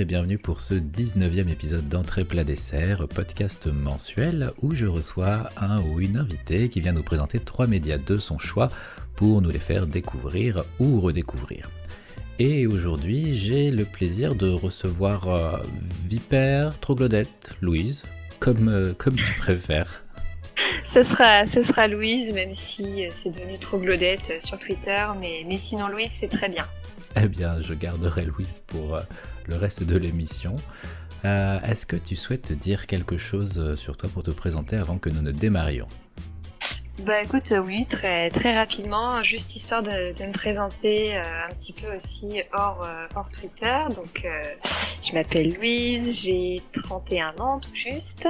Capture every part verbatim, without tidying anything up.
bienvenue pour ce dix-neuvième épisode d'Entrée Plat Dessert, podcast mensuel où je reçois un ou une invitée qui vient nous présenter trois médias de son choix pour nous les faire découvrir ou redécouvrir. Et aujourd'hui, j'ai le plaisir de recevoir euh, Vipère, Troglodyte, Louise, comme, euh, comme tu préfères. Ce sera, ce sera Louise, même si c'est devenu Troglodyte sur Twitter, mais, mais sinon Louise, c'est très bien. Eh bien, je garderai Louise pour euh, le reste de l'émission. Euh, est-ce que tu souhaites dire quelque chose sur toi pour te présenter avant que nous ne démarrions ? Bah écoute, oui, très, très rapidement, juste histoire de, de me présenter euh, un petit peu aussi hors, euh, hors Twitter. Donc, euh, je m'appelle Louise, j'ai trente et un ans tout juste,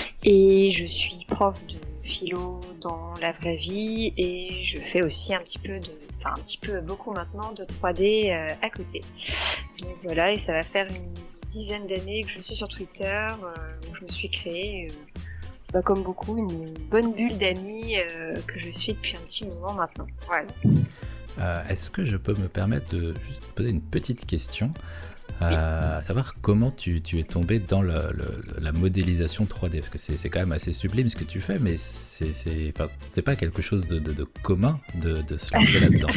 et je suis prof de philo dans la vraie vie, et je fais aussi un petit peu de, enfin un petit peu, beaucoup maintenant, de trois D euh, à côté. Donc voilà, et ça va faire une dizaine d'années que je suis sur Twitter, euh, où je me suis créée... Euh, Bah, comme beaucoup, une bonne bulle d'amis euh, que je suis depuis un petit moment maintenant. Voilà. Euh, est-ce que je peux me permettre de juste poser une petite question, euh, à savoir comment tu, tu es tombé dans le, le, la modélisation trois D, parce que c'est, c'est quand même assez sublime ce que tu fais, mais c'est, c'est, enfin, c'est pas quelque chose de, de, de commun de, de se lancer là-dedans.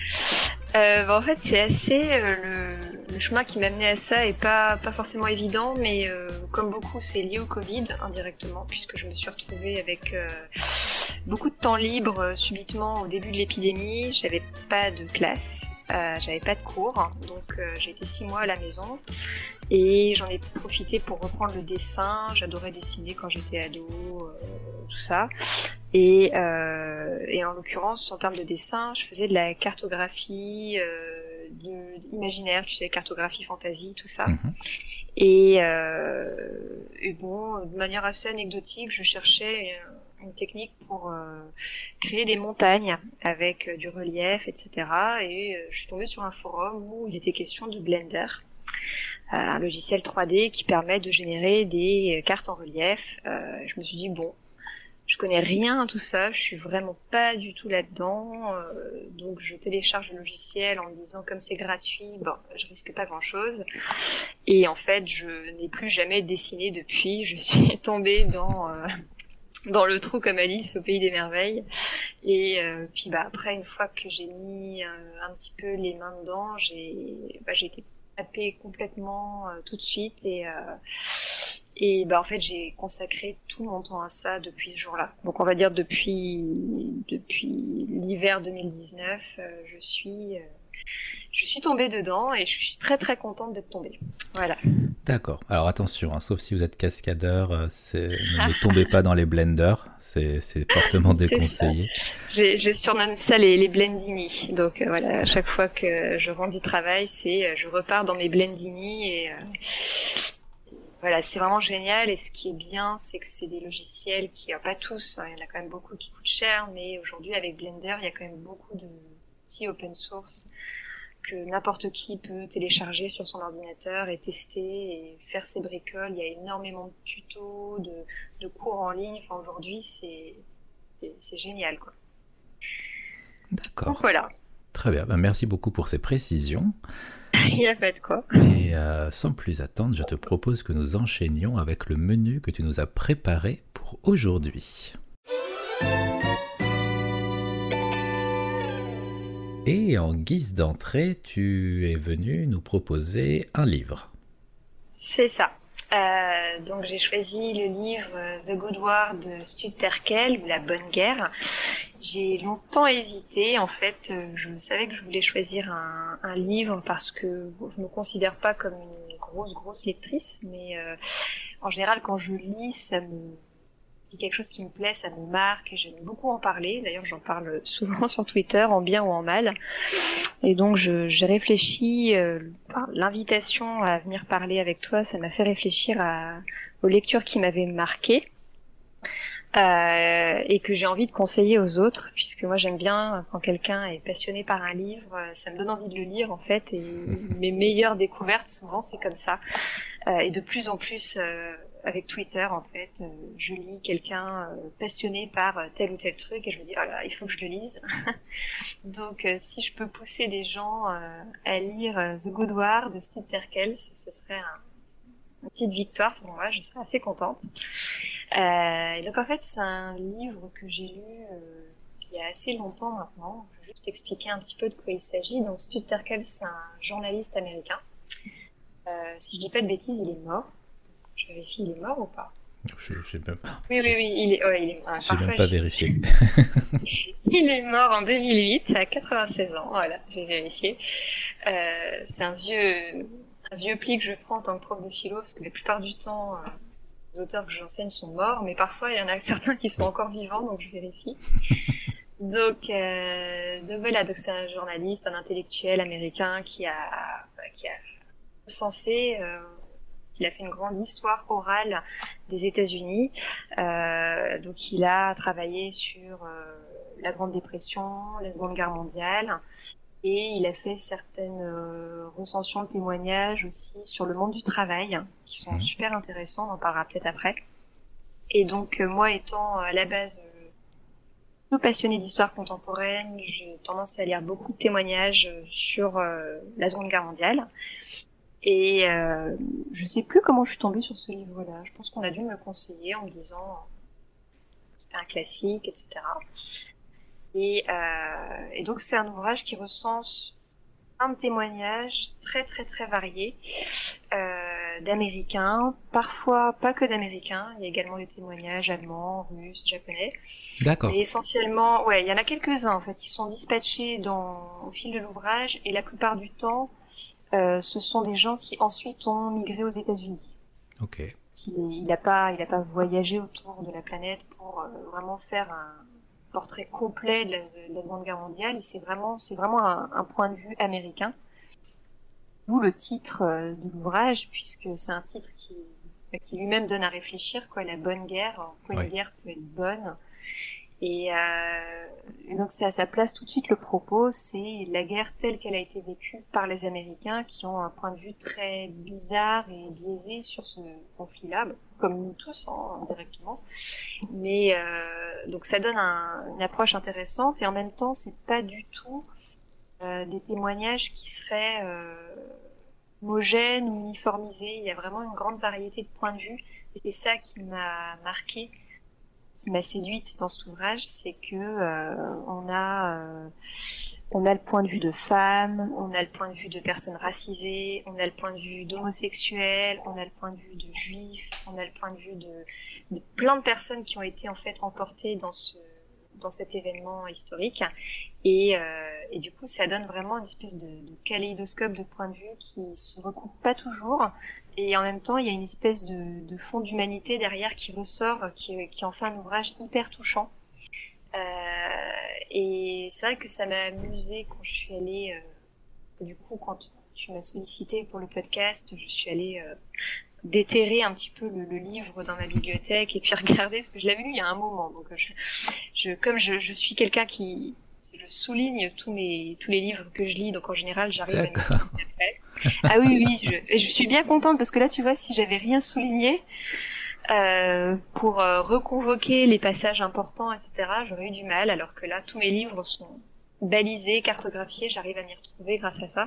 Euh, bah en fait, c'est assez euh, le, le chemin qui m'a amené à ça est pas pas forcément évident, mais euh, comme beaucoup, c'est lié au Covid indirectement, puisque je me suis retrouvée avec euh, beaucoup de temps libre euh, subitement au début de l'épidémie. J'avais pas de classe, euh, j'avais pas de cours, donc euh, j'ai été six mois à la maison et j'en ai profité pour reprendre le dessin. J'adorais dessiner quand j'étais ado, euh, tout ça. Et, euh, et en l'occurrence, en termes de dessin, je faisais de la cartographie euh, de, imaginaire, tu sais, cartographie fantasy, tout ça. Mmh. Et, euh, et bon, de manière assez anecdotique, je cherchais une technique pour euh, créer des montagnes avec euh, du relief, et cetera. Et euh, je suis tombée sur un forum où il était question de Blender, un logiciel trois D qui permet de générer des cartes en relief. Euh, je me suis dit, bon, je connais rien à tout ça, je suis vraiment pas du tout là-dedans, euh, donc je télécharge le logiciel en me disant comme c'est gratuit, bon, je risque pas grand-chose. Et en fait, je n'ai plus jamais dessiné depuis, je suis tombée dans... Euh, dans le trou comme Alice au pays des merveilles. Et euh, puis bah après, une fois que j'ai mis euh, un petit peu les mains dedans, j'ai, bah, j'ai été happée complètement euh, tout de suite et... Euh, Et bah en fait j'ai consacré tout mon temps à ça depuis ce jour-là. Donc on va dire depuis depuis l'hiver deux mille dix-neuf, euh, je suis euh, je suis tombée dedans et je suis très très contente d'être tombée. Voilà. D'accord. Alors attention, hein, sauf si vous êtes cascadeur, c'est... ne, ne tombez pas dans les blenders, c'est, c'est fortement déconseillé. J'ai, je surnomme ça les, les blendini. Donc euh, voilà, à chaque fois que je rentre du travail, c'est euh, je repars dans mes blendini et euh, voilà, c'est vraiment génial. Et ce qui est bien, c'est que c'est des logiciels qui, alors pas tous, hein, il y en a quand même beaucoup qui coûtent cher, mais aujourd'hui avec Blender, il y a quand même beaucoup de petits open source que n'importe qui peut télécharger sur son ordinateur et tester et faire ses bricoles. Il y a énormément de tutos, de, de cours en ligne. Enfin, aujourd'hui, c'est, c'est, c'est génial, quoi. D'accord. Donc voilà. Très bien, ben, merci beaucoup pour ces précisions. Il n'y a pas de quoi. Et euh, sans plus attendre, je te propose que nous enchaînions avec le menu que tu nous as préparé pour aujourd'hui. Et en guise d'entrée, tu es venu nous proposer un livre. C'est ça. Euh, donc j'ai choisi le livre The Good War de Stud Terkel, ou La Bonne Guerre. J'ai longtemps hésité, en fait, je savais que je voulais choisir un, un livre parce que bon, je me considère pas comme une grosse grosse lectrice, mais euh, en général quand je lis, ça me c'est quelque chose qui me plaît, ça me marque et j'aime beaucoup en parler. D'ailleurs, j'en parle souvent sur Twitter, en bien ou en mal. Et donc, je, j'ai réfléchi, euh, l'invitation à venir parler avec toi, ça m'a fait réfléchir à, aux lectures qui m'avaient marqué euh, et que j'ai envie de conseiller aux autres, puisque moi, j'aime bien quand quelqu'un est passionné par un livre, ça me donne envie de le lire, en fait, et mes meilleures découvertes, souvent, c'est comme ça. Euh, et de plus en plus... Euh, avec Twitter, en fait, euh, je lis quelqu'un euh, passionné par tel ou tel truc et je me dis, oh là, il faut que je le lise. Donc, euh, si je peux pousser des gens euh, à lire euh, The Good War de Stuart Terkel, ce serait un, une petite victoire pour moi, je serais assez contente. Euh, et donc, en fait, c'est un livre que j'ai lu euh, il y a assez longtemps maintenant. Je vais juste expliquer un petit peu de quoi il s'agit. Donc, Stuart Terkel, c'est un journaliste américain. Euh, si je dis pas de bêtises, il est mort. Je vérifie, il est mort ou pas? Je sais même pas. Oui, oui, oui, il est, ouais, il est, ouais, J'ai même pas j'ai... vérifié. Il est mort en deux mille huit, à quatre-vingt-seize ans, voilà, j'ai vérifié. Euh, c'est un vieux, un vieux pli que je prends en tant que prof de philo, parce que la plupart du temps, euh, les auteurs que j'enseigne sont morts, mais parfois il y en a certains qui sont encore vivants, donc je vérifie. Donc, euh, donc voilà, donc c'est un journaliste, un intellectuel américain qui a, qui a recensé, euh, il a fait une grande histoire orale des États-Unis. Euh, donc, il a travaillé sur euh, la Grande Dépression, la Seconde Guerre mondiale, et il a fait certaines euh, recensions de témoignages aussi sur le monde du travail, qui sont mmh. super intéressants. On en parlera peut-être après. Et donc, euh, moi, étant à la base euh, passionnée d'histoire contemporaine, j'ai tendance à lire beaucoup de témoignages sur euh, la Seconde Guerre mondiale. Et euh, je sais plus comment je suis tombée sur ce livre-là. Je pense qu'on a dû me le conseiller en me disant que c'était un classique, et cetera. Et, euh, et donc c'est un ouvrage qui recense plein de témoignages très très très variés euh, d'Américains, parfois pas que d'Américains. Il y a également des témoignages allemands, russes, japonais. D'accord. Mais essentiellement, ouais, il y en a quelques-uns en fait. Ils sont dispatchés dans, au fil de l'ouvrage et la plupart du temps. Euh, ce sont des gens qui ensuite ont migré aux États-Unis. Ok. Il n'a pas, il a pas voyagé autour de la planète pour euh, vraiment faire un portrait complet de la, de la Seconde Guerre mondiale. C'est vraiment, c'est vraiment un, un point de vue américain. D'où le titre euh, de l'ouvrage, puisque c'est un titre qui, qui lui-même donne à réfléchir, quoi, la bonne guerre. Quoi, une guerre peut être bonne. Et, euh, et donc ça, ça place tout de suite le propos, c'est la guerre telle qu'elle a été vécue par les Américains qui ont un point de vue très bizarre et biaisé sur ce conflit-là, comme nous tous hein, indirectement. Mais euh, donc ça donne un, une approche intéressante et en même temps c'est pas du tout euh, des témoignages qui seraient euh, homogènes ou uniformisés. Il y a vraiment une grande variété de points de vue et c'est ça qui m'a marqué. Qui m'a séduite dans cet ouvrage, c'est que euh, on a euh, on a le point de vue de femmes, on a le point de vue de personnes racisées, on a le point de vue d'homosexuels, on a le point de vue de juifs, on a le point de vue de, de plein de personnes qui ont été en fait emportées dans ce dans cet événement historique et, euh, et du coup ça donne vraiment une espèce de, de kaléidoscope de points de vue qui se recoupe pas toujours. Et en même temps, il y a une espèce de, de fond d'humanité derrière qui ressort, qui, qui en fait un ouvrage hyper touchant. Euh, et c'est vrai que ça m'a amusée quand je suis allée, euh, du coup, quand tu m'as sollicité pour le podcast, je suis allée euh, déterrer un petit peu le, le livre dans ma bibliothèque et puis regarder, parce que je l'avais lu il y a un moment. Donc, je, je, comme je, je suis quelqu'un qui... Je souligne tous mes tous les livres que je lis, donc en général j'arrive D'accord. à me après. Ah oui oui, je, je suis bien contente parce que là tu vois si j'avais rien souligné euh, pour euh, reconvoquer les passages importants et cetera j'aurais eu du mal alors que là tous mes livres sont balisés, cartographiés, j'arrive à m'y retrouver grâce à ça.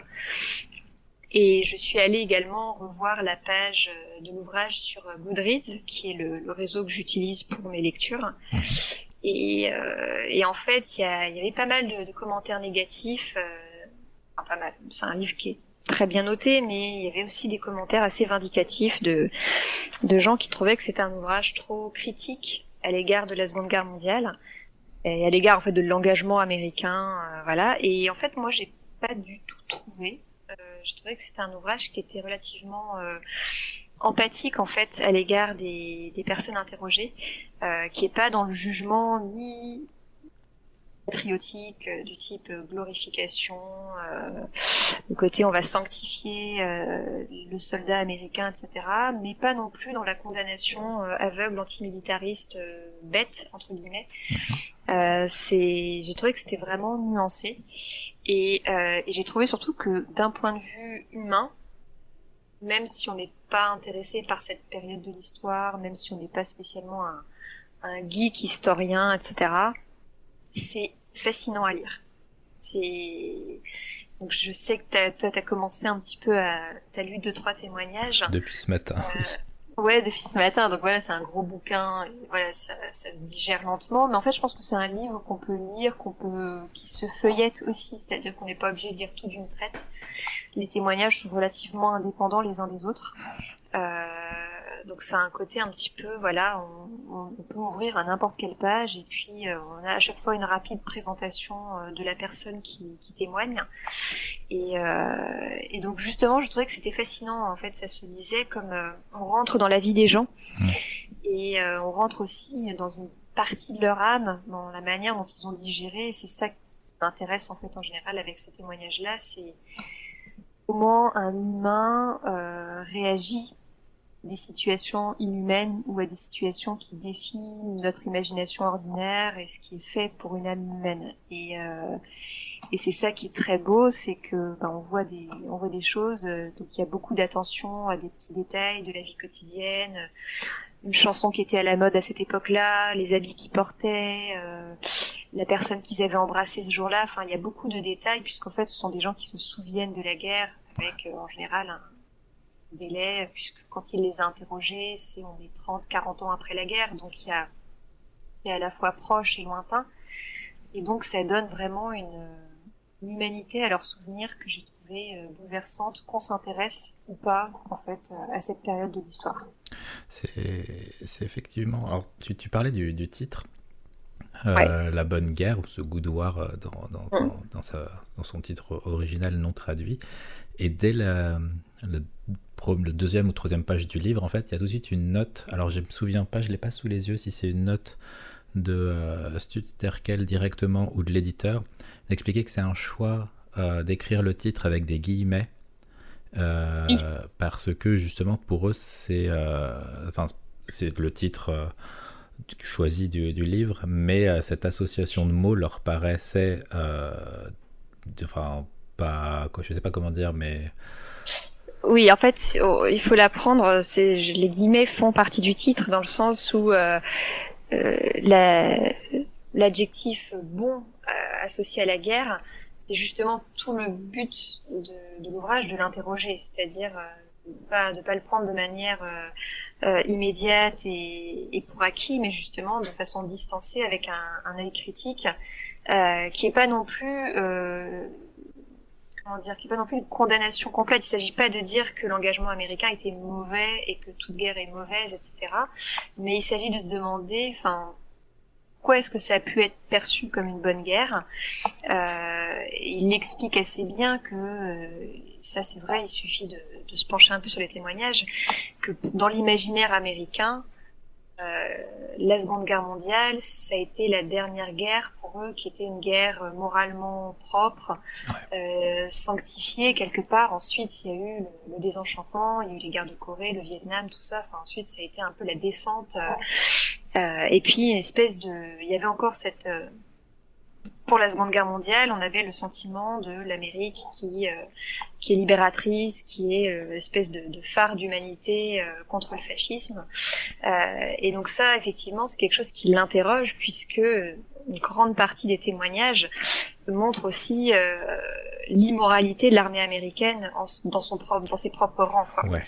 Et je suis allée également revoir la page de l'ouvrage sur Goodreads qui est le, le réseau que j'utilise pour mes lectures. Et, euh, et en fait, il y, y avait pas mal de, de commentaires négatifs. Euh, enfin, pas mal. C'est un livre qui est très bien noté, mais il y avait aussi des commentaires assez vindicatifs de, de gens qui trouvaient que c'était un ouvrage trop critique à l'égard de la Seconde Guerre mondiale, et à l'égard en fait de l'engagement américain, euh, voilà. Et en fait, moi, j'ai pas du tout trouvé. Euh, j'ai trouvé que c'était un ouvrage qui était relativement euh, empathique en fait à l'égard des, des personnes interrogées, euh, qui est pas dans le jugement ni patriotique euh, du type euh, glorification, euh, le côté on va sanctifier euh, le soldat américain, et cetera, mais pas non plus dans la condamnation euh, aveugle antimilitariste euh, bête entre guillemets. Euh, c'est, j'ai trouvé que c'était vraiment nuancé et, euh, et j'ai trouvé surtout que d'un point de vue humain même si on n'est pas intéressé par cette période de l'histoire, même si on n'est pas spécialement un, un geek historien, et cetera, c'est fascinant à lire. C'est... Donc je sais que t'as, toi t'as commencé un petit peu à... T'as lu deux, trois témoignages. Depuis ce matin, euh, oui. Ouais, depuis ce matin. Donc voilà, c'est un gros bouquin. Et voilà, ça, ça se digère lentement. Mais en fait, je pense que c'est un livre qu'on peut lire, qu'on peut, qui se feuillette aussi. C'est-à-dire qu'on n'est pas obligé de lire tout d'une traite. Les témoignages sont relativement indépendants les uns des autres. Euh, donc ça a un côté un petit peu, voilà, on, on peut ouvrir à n'importe quelle page et puis euh, on a à chaque fois une rapide présentation euh, de la personne qui, qui témoigne. Et, euh, et donc justement, je trouvais que c'était fascinant. En fait, ça se lisait comme euh, on rentre dans la vie des gens mmh. et euh, on rentre aussi dans une partie de leur âme, dans la manière dont ils ont digéré. Et c'est ça qui m'intéresse en fait en général avec ces témoignages-là, c'est comment un humain euh, réagit des situations inhumaines ou à des situations qui défient notre imagination ordinaire et ce qui est fait pour une âme humaine. Et, euh, et c'est ça qui est très beau, c'est que ben, on voit des, on voit des choses. Euh, donc il y a beaucoup d'attention à des petits détails de la vie quotidienne, une chanson qui était à la mode à cette époque-là, les habits qu'ils portaient, euh, la personne qu'ils avaient embrassée ce jour-là. Enfin, il y a beaucoup de détails puisqu'en fait, ce sont des gens qui se souviennent de la guerre avec, euh, en général, un délai, puisque quand il les a interrogés, c'est on est trente, quarante ans après la guerre, donc il y a, il y a à la fois proche et lointain, et donc ça donne vraiment une, une humanité à leurs souvenirs que j'ai trouvé euh, bouleversante, qu'on s'intéresse ou pas, en fait, à cette période de l'histoire. C'est, c'est effectivement... Alors, tu, tu parlais du, du titre, euh, ouais. La Bonne Guerre, ou The Good War euh, dans, dans, mmh. dans, dans, sa, dans son titre original non traduit, et dès la... le le deuxième ou troisième page du livre, en fait, il y a tout de suite une note. Alors, je me souviens pas, je l'ai pas sous les yeux, si c'est une note de euh, Studs Terkel directement ou de l'éditeur, d'expliquer que c'est un choix euh, d'écrire le titre avec des guillemets, euh, oui. parce que justement pour eux, c'est, euh, enfin, c'est le titre euh, choisi du, du livre, mais euh, cette association de mots leur paraissait, euh, enfin, pas, je sais pas comment dire, mais oui, en fait, il faut l'apprendre. C'est, les guillemets font partie du titre dans le sens où euh, euh, la, l'adjectif bon euh, associé à la guerre, c'est justement tout le but de, de l'ouvrage, de l'interroger, c'est-à-dire euh, pas, de pas le prendre de manière euh, euh, immédiate et, et pour acquis, mais justement de façon distancée avec un, un œil critique euh, qui est pas non plus euh, comment dire, qui n'est pas non plus une condamnation complète. Il ne s'agit pas de dire que l'engagement américain était mauvais et que toute guerre est mauvaise, et cetera. Mais il s'agit de se demander, enfin, pourquoi est-ce que ça a pu être perçu comme une bonne guerre ? euh, Il explique assez bien que, euh, ça c'est vrai, il suffit de, de se pencher un peu sur les témoignages, que dans l'imaginaire américain, Euh, la Seconde Guerre mondiale, ça a été la dernière guerre pour eux, qui était une guerre moralement propre, ouais. euh, sanctifiée quelque part. Ensuite, il y a eu le, le désenchantement, il y a eu les guerres de Corée, le Vietnam, tout ça. Enfin, ensuite, ça a été un peu la descente. Euh, euh, et puis, une espèce de, il y avait encore cette euh, pour la Seconde Guerre mondiale, on avait le sentiment de l'Amérique qui, euh, qui est libératrice, qui est euh, l'espèce de, de phare d'humanité euh, contre le fascisme. Euh, et donc ça, effectivement, c'est quelque chose qui l'interroge, puisque une grande partie des témoignages montrent aussi euh, l'immoralité de l'armée américaine en, dans, son propre, dans ses propres rangs, quoi. Ouais.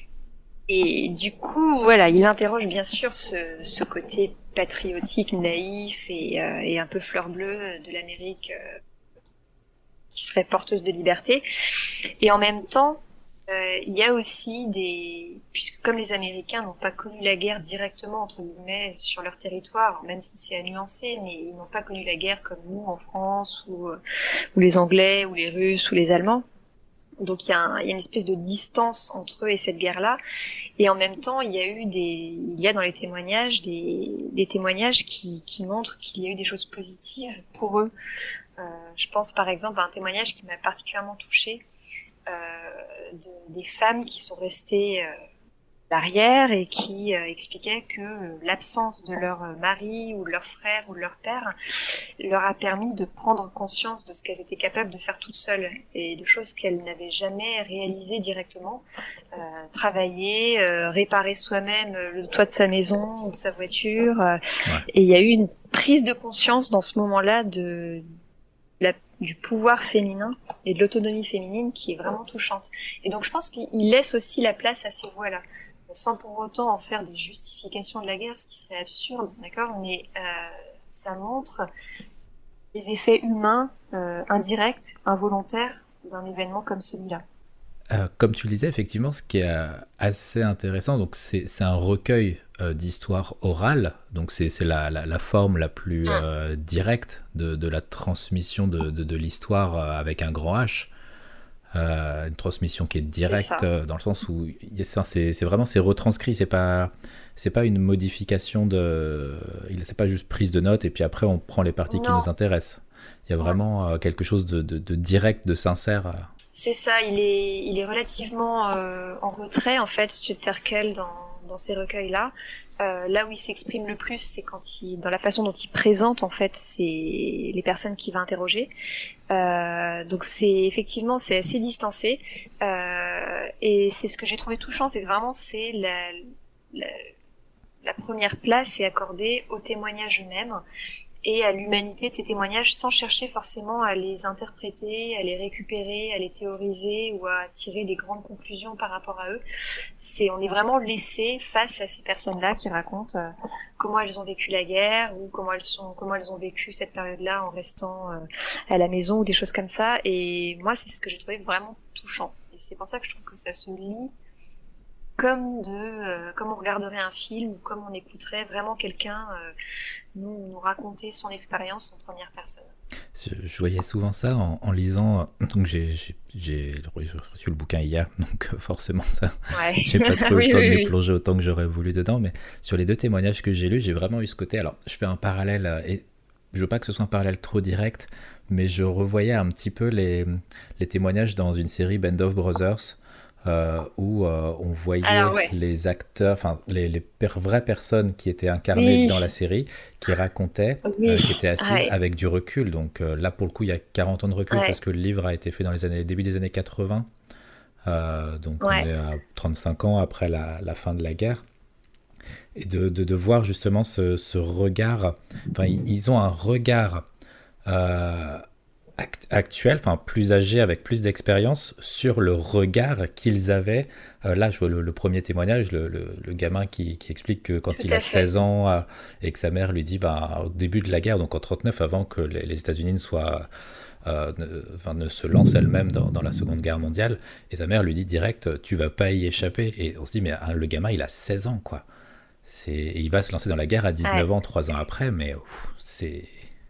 Et du coup, voilà, il interroge bien sûr ce, ce côté patriotique, naïf et, euh, et un peu fleur bleue de l'Amérique euh, qui serait porteuse de liberté. Et en même temps, euh, il y a aussi des... Puisque comme les Américains n'ont pas connu la guerre directement, entre guillemets, sur leur territoire, même si c'est à nuancer, mais ils n'ont pas connu la guerre comme nous en France, ou, ou les Anglais, ou les Russes, ou les Allemands. Donc il y, a un, il y a une espèce de distance entre eux et cette guerre-là, et en même temps il y a eu des, il y a dans les témoignages des, des témoignages qui, qui montrent qu'il y a eu des choses positives pour eux. Euh, je pense par exemple à un témoignage qui m'a particulièrement touchée, euh, de, des femmes qui sont restées euh, barrière et qui euh, expliquaient que euh, l'absence de leur euh, mari ou de leur frère ou de leur père leur a permis de prendre conscience de ce qu'elles étaient capables de faire toutes seules et de choses qu'elles n'avaient jamais réalisées directement. Euh, travailler, euh, réparer soi-même le toit de sa maison ou de sa voiture. Euh, Ouais. Et il y a eu une prise de conscience dans ce moment-là de la, du pouvoir féminin et de l'autonomie féminine qui est vraiment touchante. Et donc je pense qu'il laisse aussi la place à ces voix-là, sans pour autant en faire des justifications de la guerre, ce qui serait absurde, d'accord, mais euh, ça montre les effets humains euh, indirects, involontaires d'un événement comme celui-là. Euh, comme tu le disais, effectivement, ce qui est euh, assez intéressant, donc c'est, c'est un recueil euh, d'histoires orales, donc c'est, c'est la, la, la forme la plus euh, directe de, de la transmission de, de, de l'histoire euh, avec un grand H. Euh, une transmission qui est directe euh, dans le sens où y a, c'est, c'est vraiment c'est retranscrit, c'est pas c'est pas une modification de, c'est pas juste prise de notes et puis après on prend les parties non. qui nous intéressent. Il y a vraiment euh, quelque chose de, de, de direct, de sincère. Euh. C'est ça, il est il est relativement euh, en retrait en fait, Stuart Terkel dans dans ces recueils-là. Euh, là où il s'exprime le plus, c'est quand il, dans la façon dont il présente en fait, c'est les personnes qu'il va interroger. Euh, donc c'est effectivement c'est assez distancé euh, et c'est ce que j'ai trouvé touchant, c'est que vraiment c'est la, la, la première place est accordée aux témoignages eux-mêmes et à l'humanité de ces témoignages sans chercher forcément à les interpréter, à les récupérer, à les théoriser ou à tirer des grandes conclusions par rapport à eux. C'est, on est vraiment laissé face à ces personnes-là qui racontent euh, comment elles ont vécu la guerre ou comment elles sont, comment elles ont vécu cette période-là en restant euh, à la maison ou des choses comme ça. Et moi, c'est ce que j'ai trouvé vraiment touchant. Et c'est pour ça que je trouve que ça se lit comme de, euh, comme on regarderait un film ou comme on écouterait vraiment quelqu'un euh, nous, nous raconter son expérience en première personne. Je, je voyais souvent ça en, en lisant, donc j'ai, j'ai, j'ai reçu le bouquin hier, donc forcément ça, ouais. j'ai pas trop eu oui, le temps oui, de oui. m'y plonger autant que j'aurais voulu dedans, mais sur les deux témoignages que j'ai lus, j'ai vraiment eu ce côté, alors je fais un parallèle, et je veux pas que ce soit un parallèle trop direct, mais je revoyais un petit peu les, les témoignages dans une série Band of Brothers, Euh, où euh, on voyait Alors, ouais. les acteurs, enfin les, les per- vraies personnes qui étaient incarnées oui. dans la série, qui racontaient, oui. euh, qui étaient assises ouais. avec du recul. Donc euh, là, pour le coup, il y a quarante ans de recul ouais. parce que le livre a été fait dans les années, début des années quatre-vingts. Euh, donc ouais. on est à trente-cinq ans après la, la fin de la guerre. Et de, de, de voir justement ce, ce regard, enfin ils, ils ont un regard euh, actuel, enfin plus âgé, avec plus d'expérience sur le regard qu'ils avaient. Euh, là, je vois le, le premier témoignage, le, le, le gamin qui, qui explique que quand Tout il a fait. seize ans euh, et que sa mère lui dit, bah, au début de la guerre, donc en trente-neuf, avant que les, les États-Unis ne soient, euh, ne, enfin, ne se lancent elles-mêmes dans, dans la Seconde Guerre mondiale, et sa mère lui dit direct, tu vas pas y échapper. Et on se dit, mais hein, le gamin, il a seize ans, quoi. C'est, et il va se lancer dans la guerre à dix-neuf ouais. ans, trois ans après, mais ouf, c'est...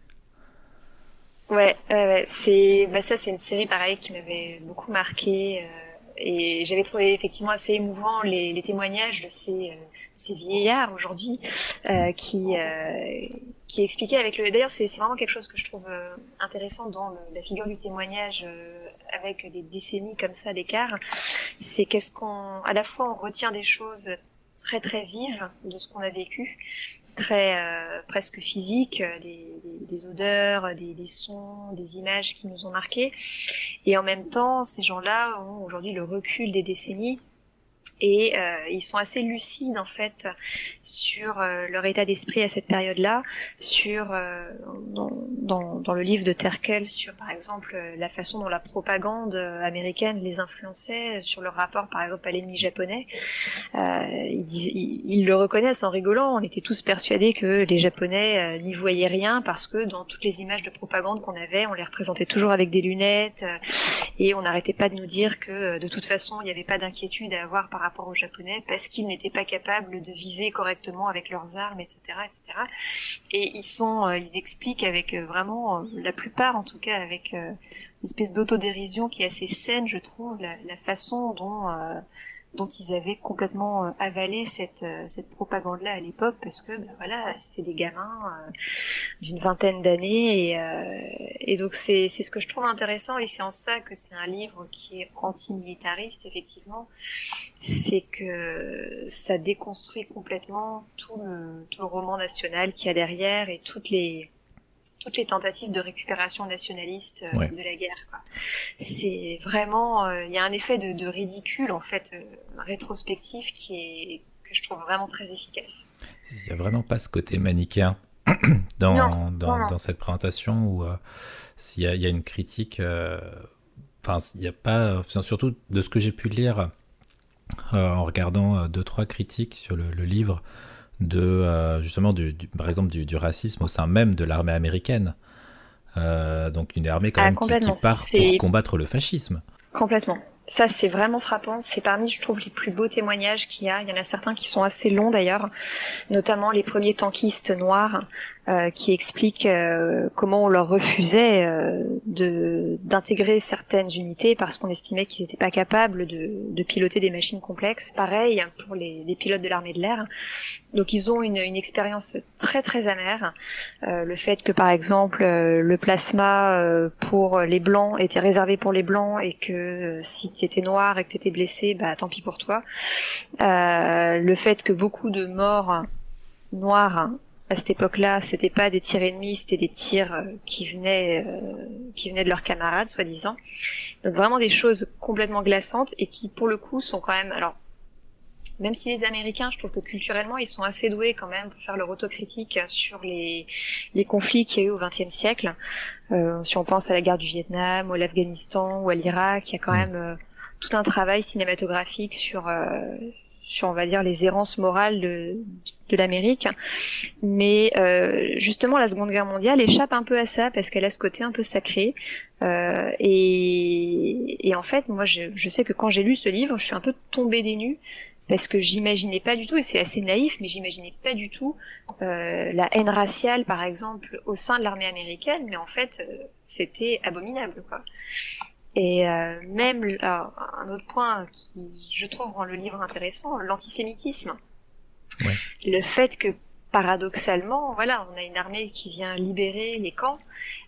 Ouais, ouais, c'est, bah ça c'est une série pareil qui m'avait beaucoup marqué euh, et j'avais trouvé effectivement assez émouvant les, les témoignages de ces, euh, ces vieillards aujourd'hui euh, qui euh, qui expliquaient avec le. D'ailleurs c'est, c'est vraiment quelque chose que je trouve euh, intéressant dans le, la figure du témoignage euh, avec des décennies comme ça d'écart. C'est qu'est-ce qu'on, à la fois on retient des choses très très vives de ce qu'on a vécu. Très euh, presque physiques, des, des, des odeurs, des, des sons, des images qui nous ont marqués. Et en même temps, ces gens-là ont aujourd'hui le recul des décennies et euh, ils sont assez lucides en fait sur euh, leur état d'esprit à cette période-là, sur euh, dans, dans, dans le livre de Terkel sur par exemple la façon dont la propagande américaine les influençait, sur leur rapport par exemple à l'ennemi japonais. Euh, ils, disent, ils, ils le reconnaissent en rigolant. On était tous persuadés que les Japonais euh, n'y voyaient rien parce que dans toutes les images de propagande qu'on avait, on les représentait toujours avec des lunettes euh, et on n'arrêtait pas de nous dire que de toute façon il n'y avait pas d'inquiétude à avoir par rapport aux Japonais parce qu'ils n'étaient pas capables de viser correctement avec leurs armes, et cetera, et cetera. Et ils sont, euh, ils expliquent avec euh, vraiment, euh, la plupart en tout cas, avec euh, une espèce d'autodérision qui est assez saine, je trouve, la, la façon dont euh, dont ils avaient complètement euh, avalé cette euh, cette propagande-là à l'époque, parce que ben voilà, c'était des gamins euh, d'une vingtaine d'années, et, euh, et donc c'est c'est ce que je trouve intéressant, et c'est en ça que c'est un livre qui est antimilitariste, effectivement, c'est que ça déconstruit complètement tout le tout le roman national qu'il y a derrière, et toutes les toutes les tentatives de récupération nationaliste euh, Ouais. de la guerre, quoi. C'est vraiment, il euh, y a un effet de, de ridicule, en fait, euh, rétrospectif, qui est, que je trouve vraiment très efficace. Il n'y a vraiment pas ce côté manichéen Non, dans, non, dans, non. dans cette présentation où euh, s'il y a, il y a une critique, euh, enfin, il n'y a pas, enfin, surtout de ce que j'ai pu lire euh, en regardant euh, deux, trois critiques sur le, le livre, de euh, justement, du, du- par exemple, du, du racisme au sein même de l'armée américaine. Euh, donc une armée quand Ah, même qui, qui complètement. part pour C'est combattre le fascisme. complètement. Ça, c'est vraiment frappant. C'est parmi, je trouve, les plus beaux témoignages qu'il y a. Il y en a certains qui sont assez longs, d'ailleurs, notamment les premiers tankistes noirs, euh, qui expliquent euh, comment on leur refusait euh, de d'intégrer certaines unités parce qu'on estimait qu'ils n'étaient pas capables de, de piloter des machines complexes. Pareil pour les, les pilotes de l'armée de l'air. Donc ils ont une, une expérience très très amère. Euh, le fait que par exemple euh, le plasma euh, pour les blancs était réservé pour les blancs, et que euh, si tu étais noir et que tu étais blessé, bah tant pis pour toi. Euh, le fait que beaucoup de morts noirs à cette époque-là, c'était pas des tirs ennemis, c'était des tirs euh, qui venaient euh, qui venaient de leurs camarades, soi-disant. Donc vraiment des choses complètement glaçantes, et qui pour le coup sont quand même, alors même si les Américains, je trouve que culturellement, ils sont assez doués quand même pour faire leur autocritique sur les, les conflits qu'il y a eu au vingtième siècle. Euh, si on pense à la guerre du Vietnam, ou à l'Afghanistan, ou à l'Irak, il y a quand Mm. même euh, tout un travail cinématographique sur, euh, sur, on va dire, les errances morales de, de l'Amérique. Mais euh, justement, la Seconde Guerre mondiale échappe un peu à ça, parce qu'elle a ce côté un peu sacré. Euh, et, et en fait, moi, je, je sais que quand j'ai lu ce livre, je suis un peu tombée des nues, parce que j'imaginais pas du tout, et c'est assez naïf, mais j'imaginais pas du tout euh, la haine raciale, par exemple, au sein de l'armée américaine, mais en fait, euh, c'était abominable, quoi. Et euh, même, alors, un autre point qui, je trouve, rend le livre intéressant, l'antisémitisme. Ouais. Le fait que, paradoxalement, voilà, on a une armée qui vient libérer les camps,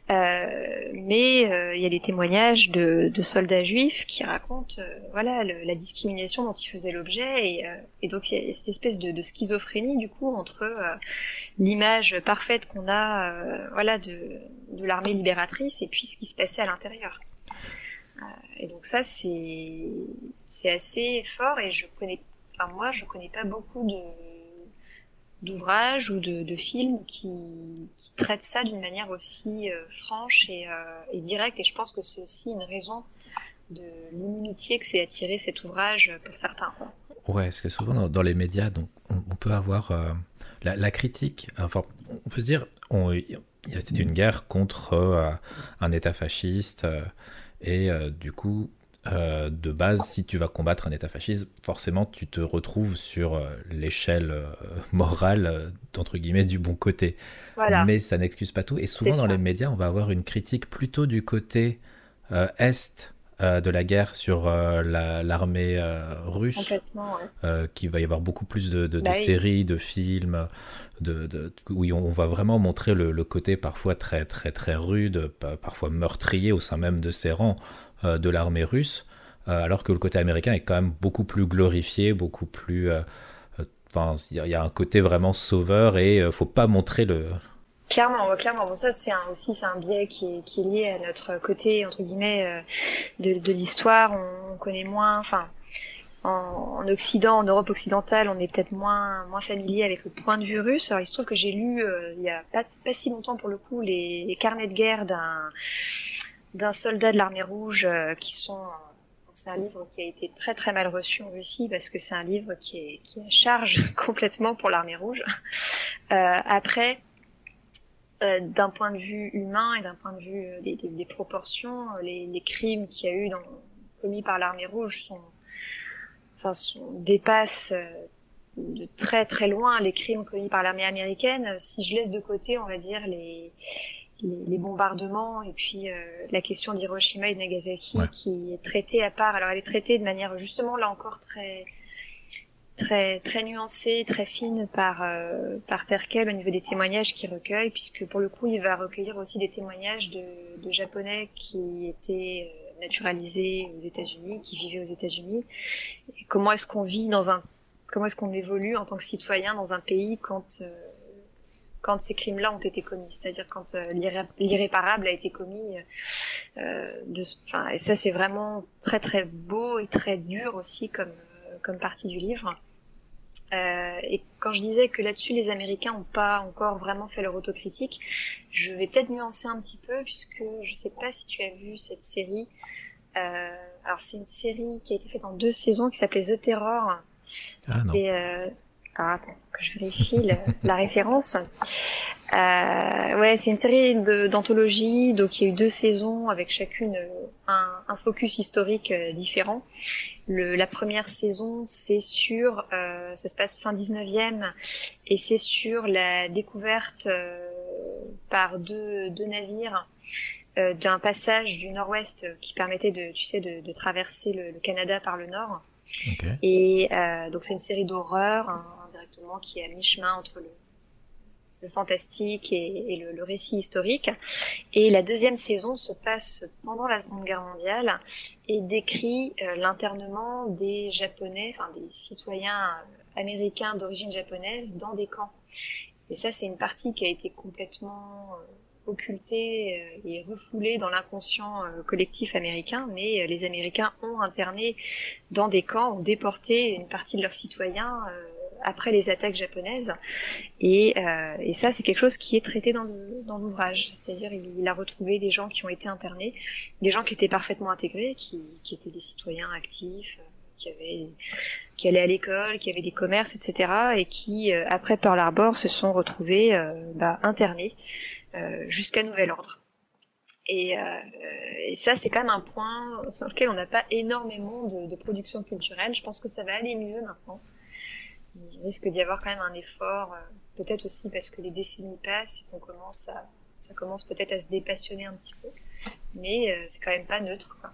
euh, mais il euh, y a des témoignages de, de soldats juifs qui racontent euh, voilà le, la discrimination dont ils faisaient l'objet, et, euh, et donc il y a cette espèce de, de schizophrénie du coup entre euh, l'image parfaite qu'on a euh, voilà de, de l'armée libératrice, et puis ce qui se passait à l'intérieur. Euh, et donc ça c'est c'est assez fort, et je connais, enfin moi je connais pas beaucoup de d'ouvrages ou de, de films qui, qui traitent ça d'une manière aussi euh, franche et, euh, et directe, et je pense que c'est aussi une raison de l'inimitié que c'est attiré cet ouvrage pour certains. Ouais, parce que souvent dans, dans les médias, donc, on, on peut avoir euh, la, la critique, enfin on peut se dire, on, il y a- c'était une guerre contre euh, un État fasciste, euh, et euh, du coup, euh, de base, si tu vas combattre un État fasciste, forcément tu te retrouves sur euh, l'échelle euh, morale, euh, entre guillemets, du bon côté. Voilà, Mais ça n'excuse pas tout, et c'est souvent dans ça. les médias, on va avoir une critique plutôt du côté euh, est euh, de la guerre sur euh, la- l'armée euh, russe, Complètement, ouais. euh, qu'il va y avoir beaucoup plus de, de- de Bah oui. séries, de films, de, de- où on, on va vraiment montrer le, le côté parfois très très très rude, pa- parfois meurtrier au sein même de ces rangs euh, de l'armée russe, euh, alors que le côté américain est quand même beaucoup plus glorifié, beaucoup plus... euh, euh, Enfin, il y a- il y a un côté vraiment sauveur, et euh, faut pas montrer le... Clairement, ouais, clairement. Bon, ça, c'est un, aussi, c'est un biais qui est, qui est lié à notre côté, entre guillemets, euh, de, de l'histoire. On, on connaît moins, enfin, en, en Occident, en Europe occidentale, on est peut-être moins, moins familier avec le point de vue russe. Alors, il se trouve que j'ai lu, euh, il y a pas, pas si longtemps pour le coup, les, les carnets de guerre d'un, d'un soldat de l'armée rouge, euh, qui sont, c'est un livre qui a été très très mal reçu en Russie, parce que c'est un livre qui est, qui est à charge complètement pour l'armée rouge. Euh, après, Euh, d'un point de vue humain et d'un point de vue euh, des, des, des proportions, euh, les, les crimes qu'il y a eu dans, commis par l'armée rouge sont, enfin, sont, dépassent euh, de très très loin les crimes commis par l'armée américaine. Si je laisse de côté, on va dire, les, les, les bombardements et puis euh, la question d'Hiroshima et de Nagasaki Ouais. qui est traitée à part. Alors elle est traitée de manière justement là encore très très très nuancée, très fine par euh, par Terkel au niveau des témoignages qu'il recueille, puisque pour le coup il va recueillir aussi des témoignages de, de Japonais qui étaient euh, naturalisés aux États-Unis, qui vivaient aux États-Unis. Et comment est-ce qu'on vit dans un comment est-ce qu'on évolue en tant que citoyen dans un pays quand euh, quand ces crimes-là ont été commis, c'est-à-dire quand euh, l'irré- l'irréparable a été commis. Euh, de, enfin, et ça c'est vraiment très très beau et très dur aussi comme euh, comme partie du livre. Euh, et quand je disais que là-dessus les Américains n'ont pas encore vraiment fait leur autocritique, je vais peut-être nuancer un petit peu puisque je sais pas si tu as vu cette série. Euh, alors c'est une série qui a été faite en deux saisons qui s'appelait The Terror. Ah non. Et euh, alors attends que je vérifie le, la référence. Euh, ouais, c'est une série de, d'anthologie, donc il y a eu deux saisons avec chacune un, un focus historique euh, différent. Le, la première saison, c'est sur, euh, ça se passe fin dix-neuvième, et c'est sur la découverte euh, par deux, deux navires euh, d'un passage du nord-ouest qui permettait de, tu sais, de, de traverser le, le Canada par le nord. Okay. Et euh, donc c'est une série d'horreur hein, indirectement qui est à mi-chemin entre le le fantastique et, et le, le récit historique. Et la deuxième saison se passe pendant la Seconde Guerre mondiale et décrit euh, l'internement des Japonais, enfin des citoyens américains d'origine japonaise dans des camps. Et ça, c'est une partie qui a été complètement euh, occultée euh, et refoulée dans l'inconscient euh, collectif américain, mais euh, les Américains ont interné dans des camps, ont déporté une partie de leurs citoyens euh, après les attaques japonaises. Et, euh, et ça, c'est quelque chose qui est traité dans, le, dans l'ouvrage. C'est-à-dire, il, il a retrouvé des gens qui ont été internés, des gens qui étaient parfaitement intégrés, qui, qui étaient des citoyens actifs, euh, qui avaient, qui allaient à l'école, qui avaient des commerces, et cetera, et qui, euh, après Pearl Harbor, se sont retrouvés euh, bah, internés euh, jusqu'à nouvel ordre. Et, euh, et ça, c'est quand même un point sur lequel on n'a pas énormément de, de production culturelle. Je pense que ça va aller mieux maintenant. Il risque d'y avoir quand même un effort, euh, peut-être aussi parce que les décennies passent et qu'on commence à, ça commence peut-être à se dépassionner un petit peu, mais euh, c'est quand même pas neutre, quoi.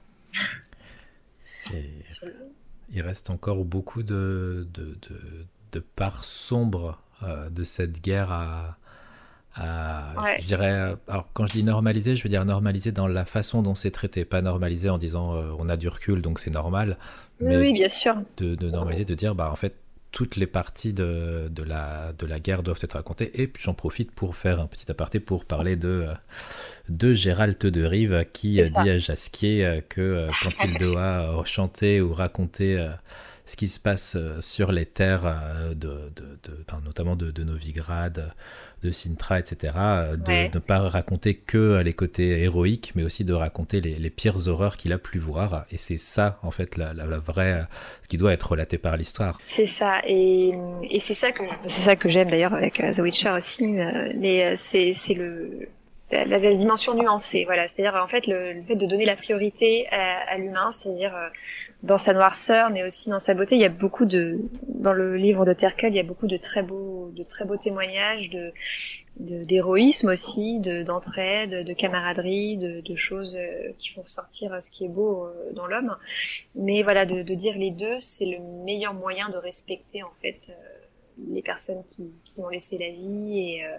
C'est... Le... Il reste encore beaucoup de, de, de, de parts sombres euh, de cette guerre à, à ouais. je dirais, alors quand je dis normaliser, je veux dire normaliser dans la façon dont c'est traité, pas normaliser en disant euh, on a du recul donc c'est normal, mais oui, oui, bien sûr. De, de normaliser, de dire bah en fait toutes les parties de, de, la, de la guerre doivent être racontées. Et puis j'en profite pour faire un petit aparté pour parler de, de Gérald de Rive qui dit à Jasquier que quand il doit chanter ou raconter ce qui se passe sur les terres, de, de, de, notamment de, de Novigrad, de Sintra, et cetera, de ouais. ne pas raconter que les côtés héroïques, mais aussi de raconter les, les pires horreurs qu'il a pu voir. Et c'est ça, en fait, la, la, la vraie, ce qui doit être relaté par l'histoire. C'est ça, et, et c'est ça que c'est ça que j'aime d'ailleurs avec uh, The Witcher aussi. Mais c'est c'est le la, la dimension nuancée, voilà. C'est-à-dire en fait le, le fait de donner la priorité à, à l'humain, c'est-à-dire euh, dans sa noirceur, mais aussi dans sa beauté. Il y a beaucoup de dans le livre de Terkel, il y a beaucoup de très beaux de très beaux témoignages de De, d'héroïsme aussi, de, d'entraide, de camaraderie, de, de choses euh, qui font ressortir ce qui est beau euh, dans l'homme. Mais voilà, de, de dire les deux, c'est le meilleur moyen de respecter en fait euh, les personnes qui, qui ont laissé la vie. Et, euh,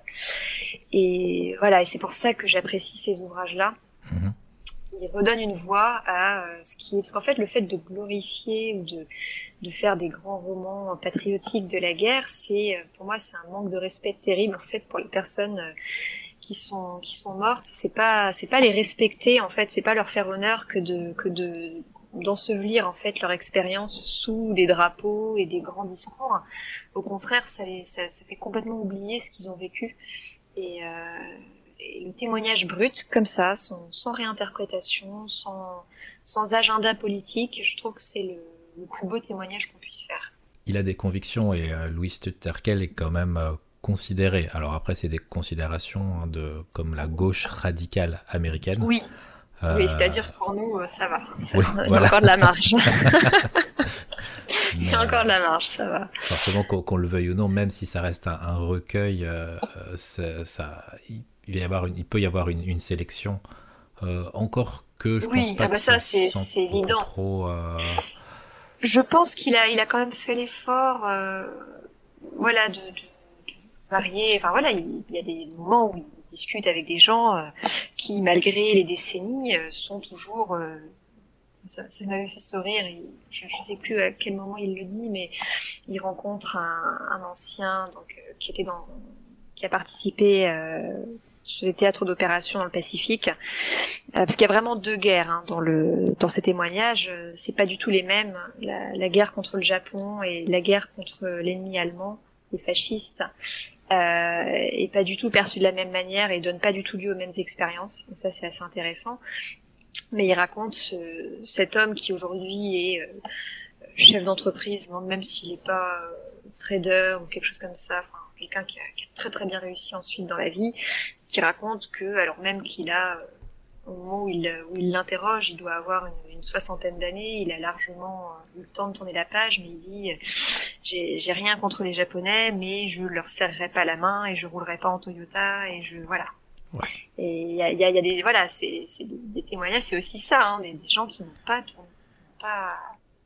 et voilà, et c'est pour ça que j'apprécie ces ouvrages-là. Mmh. Ils redonnent une voix à euh, ce qui est... Parce qu'en fait, le fait de glorifier ou de... de faire des grands romans patriotiques de la guerre, c'est, pour moi, c'est un manque de respect terrible, en fait, pour les personnes qui sont, qui sont mortes. C'est pas, c'est pas les respecter, en fait, c'est pas leur faire honneur que de, que de, d'ensevelir, en fait, leur expérience sous des drapeaux et des grands discours. Au contraire, ça les, ça, ça fait complètement oublier ce qu'ils ont vécu. Et, euh, et le témoignage brut, comme ça, sans, sans réinterprétation, sans, sans agenda politique, je trouve que c'est le, le plus beau témoignage qu'on puisse faire. Il a des convictions et euh, Louis Terkel est quand même euh, considéré. Alors après, c'est des considérations hein, de comme la gauche radicale américaine. Oui, euh... oui, c'est-à-dire pour nous, ça va. Ça oui, va. Il y voilà. a encore de la marge. Mais, il y a encore de la marge, ça va. Forcément, qu'on, qu'on le veuille ou non, même si ça reste un, un recueil, euh, ça, ça, il, il, va y avoir une, il peut y avoir une, une sélection. Euh, encore que je Oui, pense pas ah bah que ça, ça c'est, sente c'est évident. trop. Euh... Je pense qu'il a, il a quand même fait l'effort, euh, voilà, de, de, de varier. Enfin voilà, il, il y a des moments où il discute avec des gens euh, qui, malgré les décennies, euh, sont toujours. Euh, ça, ça m'avait fait sourire. Il, je ne sais plus à quel moment il le dit, mais il rencontre un, un ancien, donc euh, qui était dans, qui a participé. Euh, sur les théâtres d'opération dans le Pacifique, euh, parce qu'il y a vraiment deux guerres hein, dans le dans ces témoignages. Euh, c'est pas du tout les mêmes. La, la guerre contre le Japon et la guerre contre l'ennemi allemand, les fascistes, euh, est pas du tout perçue de la même manière et donne pas du tout lieu aux mêmes expériences. Et ça, c'est assez intéressant. Mais il raconte ce, cet homme qui aujourd'hui est euh, chef d'entreprise. Je me demande même s'il est pas euh, trader ou quelque chose comme ça. Enfin, quelqu'un qui a, qui a très très bien réussi ensuite dans la vie, qui raconte que, alors même qu'il a, au moment où il, où il l'interroge, il doit avoir une, une soixantaine d'années, il a largement eu le temps de tourner la page, mais il dit j'ai, j'ai rien contre les Japonais, mais je leur serrerai pas la main et je roulerai pas en Toyota et je voilà. Ouais. Et il y a, y, a, y a des voilà, c'est, c'est des, des témoignages, c'est aussi ça, hein, des, des gens qui n'ont pas, tourné, pas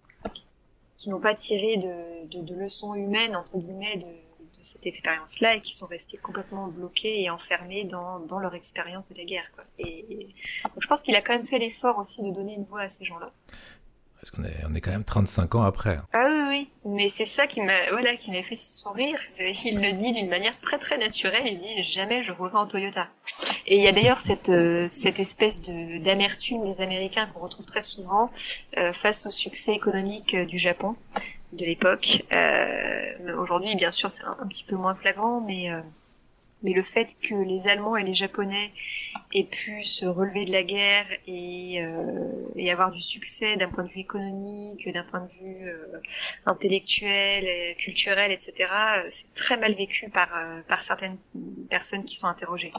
qui n'ont pas tiré de, de, de leçons humaines entre guillemets de cette expérience-là et qui sont restés complètement bloqués et enfermés dans, dans leur expérience de la guerre, quoi. Et, et donc je pense qu'il a quand même fait l'effort aussi de donner une voix à ces gens-là. Parce qu'on est, on est quand même trente-cinq ans après. Ah oui, oui, mais c'est ça qui m'a, voilà, qui m'a fait sourire. Il le dit d'une manière très très naturelle, il dit « jamais je roulerai en Toyota ». Et il y a d'ailleurs cette, euh, cette espèce de, d'amertume des Américains qu'on retrouve très souvent euh, face au succès économique euh, du Japon de l'époque. Euh, aujourd'hui, bien sûr, c'est un, un petit peu moins flagrant, mais euh, mais le fait que les Allemands et les Japonais aient pu se relever de la guerre et, euh, et avoir du succès d'un point de vue économique, d'un point de vue euh, intellectuel, culturel, et cetera, c'est très mal vécu par euh, par certaines personnes qui sont interrogées.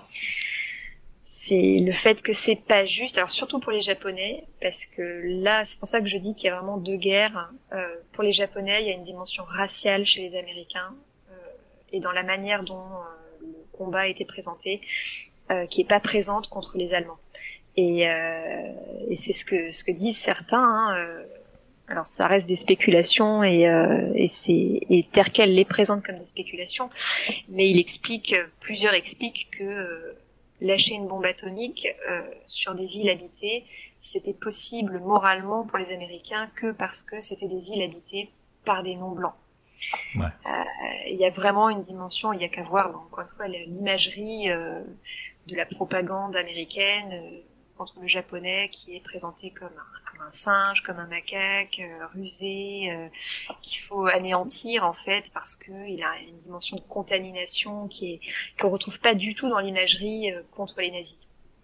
C'est le fait que c'est pas juste, alors surtout pour les Japonais, parce que là, c'est pour ça que je dis qu'il y a vraiment deux guerres. Euh, pour les Japonais, il y a une dimension raciale chez les Américains, euh, et dans la manière dont euh, le combat a été présenté, euh, qui est pas présente contre les Allemands. Et, euh, et c'est ce que ce que disent certains. Hein, euh, alors ça reste des spéculations et, euh, et c'est et Terkel les présente comme des spéculations, mais il explique, plusieurs expliquent que euh, lâcher une bombe atomique euh, sur des villes habitées, c'était possible moralement pour les Américains que parce que c'était des villes habitées par des non-blancs. Ouais. Euh, il y a vraiment une dimension, il y a qu'à voir, encore une fois, l'imagerie euh, de la propagande américaine euh, contre le japonais qui est présenté comme un, comme un singe, comme un macaque, euh, rusé, euh, qu'il faut anéantir en fait parce que il a une dimension de contamination qui est qu'on retrouve pas du tout dans l'imagerie euh, contre les nazis.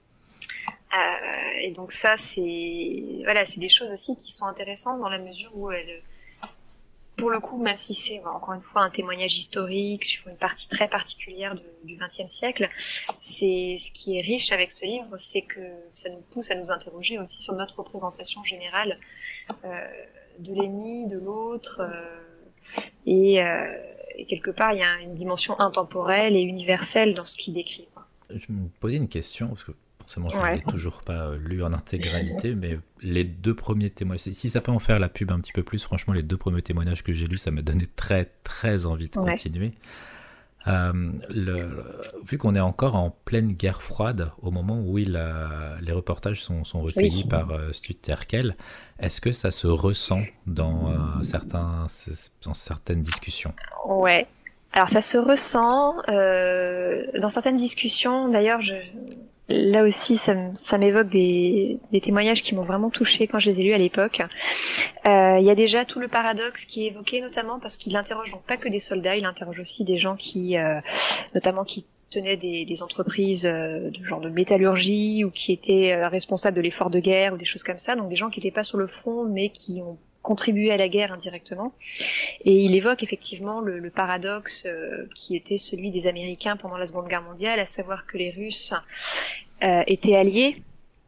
Euh, et donc ça, c'est voilà, c'est des choses aussi qui sont intéressantes dans la mesure où elles, pour le coup, même si c'est encore une fois un témoignage historique sur une partie très particulière de, du vingtième siècle, c'est ce qui est riche avec ce livre, c'est que ça nous pousse à nous interroger aussi sur notre représentation générale euh, de l'ennemi, de l'autre, euh, et, euh, et quelque part il y a une dimension intemporelle et universelle dans ce qu'il décrit, quoi. Je me posais une question parce que forcément, je ne ouais. l'ai toujours pas lu en intégralité, mais les deux premiers témoignages, si ça peut en faire la pub un petit peu plus, franchement, les deux premiers témoignages que j'ai lus, ça m'a donné très, très envie de ouais. continuer. Euh, le, vu qu'on est encore en pleine guerre froide, au moment où il a, les reportages sont, sont recueillis oui. par euh, Stuart Terkel, est-ce que ça se ressent dans, euh, certains, dans certaines discussions ? Ouais. Alors, ça se ressent euh, dans certaines discussions. D'ailleurs, je... Là aussi, ça, ça m'évoque des, des témoignages qui m'ont vraiment touchée quand je les ai lus à l'époque. Euh, il y a déjà tout le paradoxe qui est évoqué, notamment parce qu'il interroge donc pas que des soldats, il interroge aussi des gens qui, euh, notamment qui tenaient des, des entreprises euh, de genre de métallurgie ou qui étaient euh, responsables de l'effort de guerre ou des choses comme ça, donc des gens qui n'étaient pas sur le front mais qui ont contribué à la guerre indirectement. Et il évoque effectivement le, le paradoxe euh, qui était celui des Américains pendant la Seconde Guerre mondiale, à savoir que les Russes euh, étaient alliés,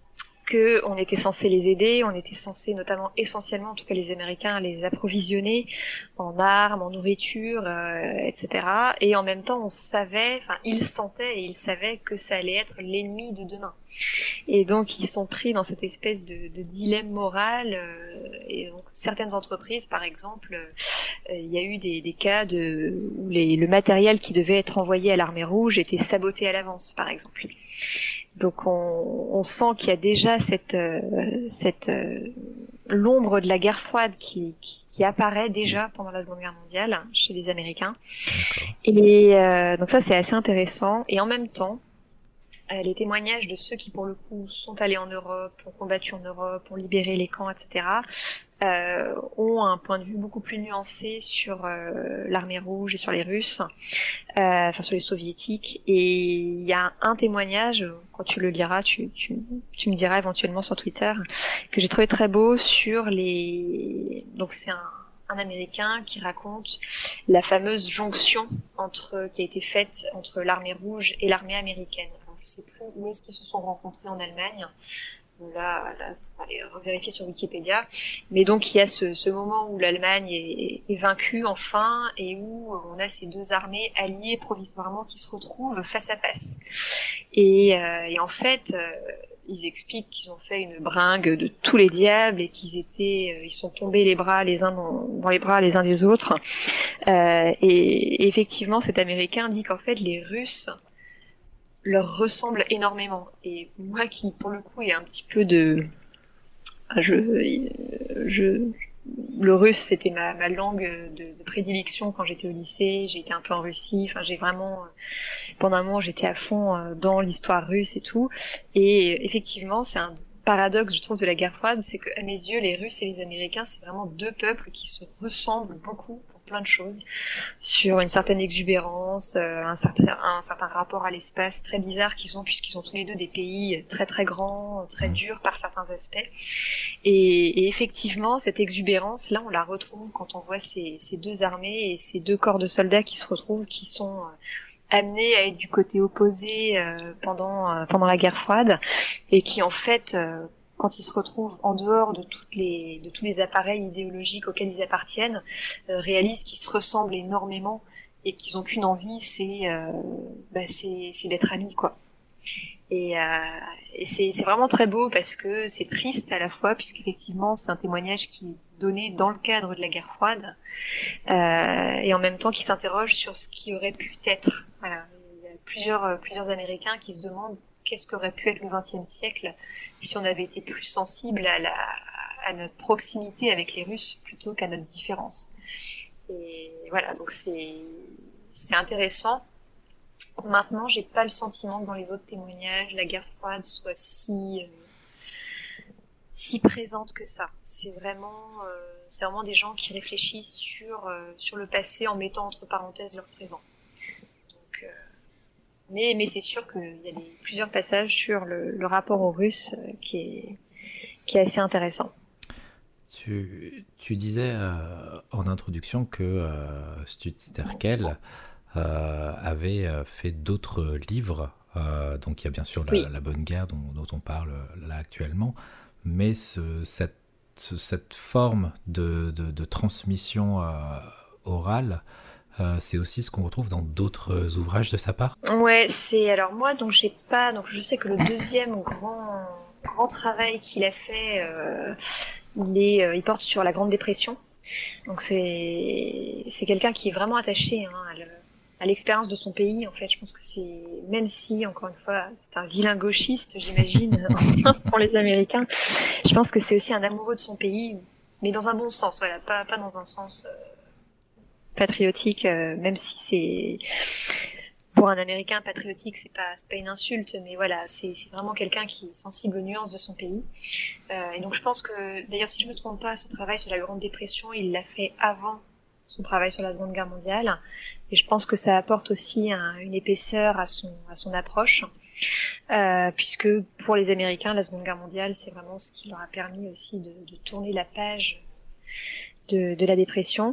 que on était censé les aider, on était censé notamment essentiellement, en tout cas les Américains, les approvisionner en armes, en nourriture, euh, et cetera. Et en même temps, on savait, enfin, ils sentaient et ils savaient que ça allait être l'ennemi de demain. Et donc, ils sont pris dans cette espèce de, de dilemme moral. Euh, et donc, certaines entreprises, par exemple, euh, il y a eu des, des cas de, où les, le matériel qui devait être envoyé à l'Armée Rouge était saboté à l'avance, par exemple. Donc, on, on sent qu'il y a déjà cette, euh, cette euh, l'ombre de la guerre froide qui, qui, qui apparaît déjà pendant la Seconde Guerre mondiale chez les Américains. D'accord. Et euh, donc ça, c'est assez intéressant. Et en même temps, les témoignages de ceux qui, pour le coup, sont allés en Europe, ont combattu en Europe, ont libéré les camps, et cetera, euh, ont un point de vue beaucoup plus nuancé sur euh, l'armée rouge et sur les Russes, euh, enfin sur les Soviétiques. Et il y a un témoignage, quand tu le liras, tu, tu, tu me diras éventuellement sur Twitter, que j'ai trouvé très beau sur les... Donc c'est un... un Américain qui raconte la fameuse jonction entre qui a été faite entre l'armée rouge et l'armée américaine. Alors, je sais plus où est-ce qu'ils se sont rencontrés en Allemagne. Là, là, faut aller revérifier sur Wikipédia. Mais donc, il y a ce, ce moment où l'Allemagne est, est vaincue enfin et où on a ces deux armées alliées provisoirement qui se retrouvent face à face. Et, euh, et en fait, euh, ils expliquent qu'ils ont fait une bringue de tous les diables et qu'ils étaient, euh, ils sont tombés les bras les uns dans, dans les bras les uns des autres. Euh, et, et effectivement, cet Américain dit qu'en fait, les Russes leur ressemblent énormément. Et moi, qui pour le coup, est un petit peu de, je, je, le russe, c'était ma, ma langue de, de prédilection quand j'étais au lycée. J'ai été un peu en Russie. Enfin, j'ai vraiment, pendant un moment, j'étais à fond dans l'histoire russe et tout. Et effectivement, c'est un paradoxe, je trouve, de la guerre froide, c'est qu'à mes yeux, les Russes et les Américains, c'est vraiment deux peuples qui se ressemblent beaucoup pour plein de choses, sur une certaine exubérance, euh, un certain, un certain rapport à l'espace très bizarre qu'ils ont, puisqu'ils sont tous les deux des pays très très grands, très durs par certains aspects. Et, et effectivement, cette exubérance, là, on la retrouve quand on voit ces, ces deux armées et ces deux corps de soldats qui se retrouvent, qui sont euh, amenés à être du côté opposé euh, pendant euh, pendant la guerre froide, et qui en fait, euh, quand ils se retrouvent en dehors de toutes les de tous les appareils idéologiques auxquels ils appartiennent, euh, réalisent qu'ils se ressemblent énormément et qu'ils ont qu'une envie, c'est euh, bah, c'est c'est d'être amis, quoi. Et, euh, et c'est, c'est vraiment très beau parce que c'est triste à la fois, puisqu'effectivement c'est un témoignage qui est donné dans le cadre de la guerre froide, euh, et en même temps qui s'interroge sur ce qui aurait pu être. Voilà. Il y a plusieurs, plusieurs Américains qui se demandent qu'est-ce qu'aurait pu être le vingtième siècle si on avait été plus sensible à, la, à notre proximité avec les Russes plutôt qu'à notre différence. Et voilà, donc c'est, c'est intéressant. Maintenant, j'ai pas le sentiment que dans les autres témoignages, la guerre froide soit si euh, si présente que ça. C'est vraiment, euh, c'est vraiment des gens qui réfléchissent sur euh, sur le passé en mettant entre parenthèses leur présent. Donc, euh, mais mais c'est sûr qu'il y a des, plusieurs passages sur le, le rapport aux Russes euh, qui est qui est assez intéressant. Tu, tu disais euh, en introduction que euh, Studs Terkel Euh, avait euh, fait d'autres livres, euh, donc il y a bien sûr la, Oui. la Bonne Guerre dont, dont on parle là actuellement, mais ce, cette, ce, cette forme de, de, de transmission euh, orale, euh, c'est aussi ce qu'on retrouve dans d'autres ouvrages de sa part. Ouais, c'est alors moi donc j'ai pas donc je sais que le deuxième grand grand travail qu'il a fait, euh, il est euh, il porte sur la Grande Dépression. Donc c'est c'est quelqu'un qui est vraiment attaché hein, à le, à l'expérience de son pays, en fait. Je pense que c'est, même si, encore une fois, c'est un vilain gauchiste, j'imagine, pour les Américains, je pense que c'est aussi un amoureux de son pays, mais dans un bon sens, voilà, pas, pas dans un sens euh, patriotique, euh, même si c'est, pour un Américain, patriotique, c'est pas, c'est pas une insulte, mais voilà, c'est, c'est vraiment quelqu'un qui est sensible aux nuances de son pays. Euh, et donc je pense que, d'ailleurs, si je me trompe pas, ce travail sur la Grande Dépression, il l'a fait avant son travail sur la Seconde Guerre mondiale. Et je pense que ça apporte aussi un, une épaisseur à son, à son approche, euh, puisque pour les Américains, la Seconde Guerre mondiale, c'est vraiment ce qui leur a permis aussi de, de tourner la page de, de la dépression.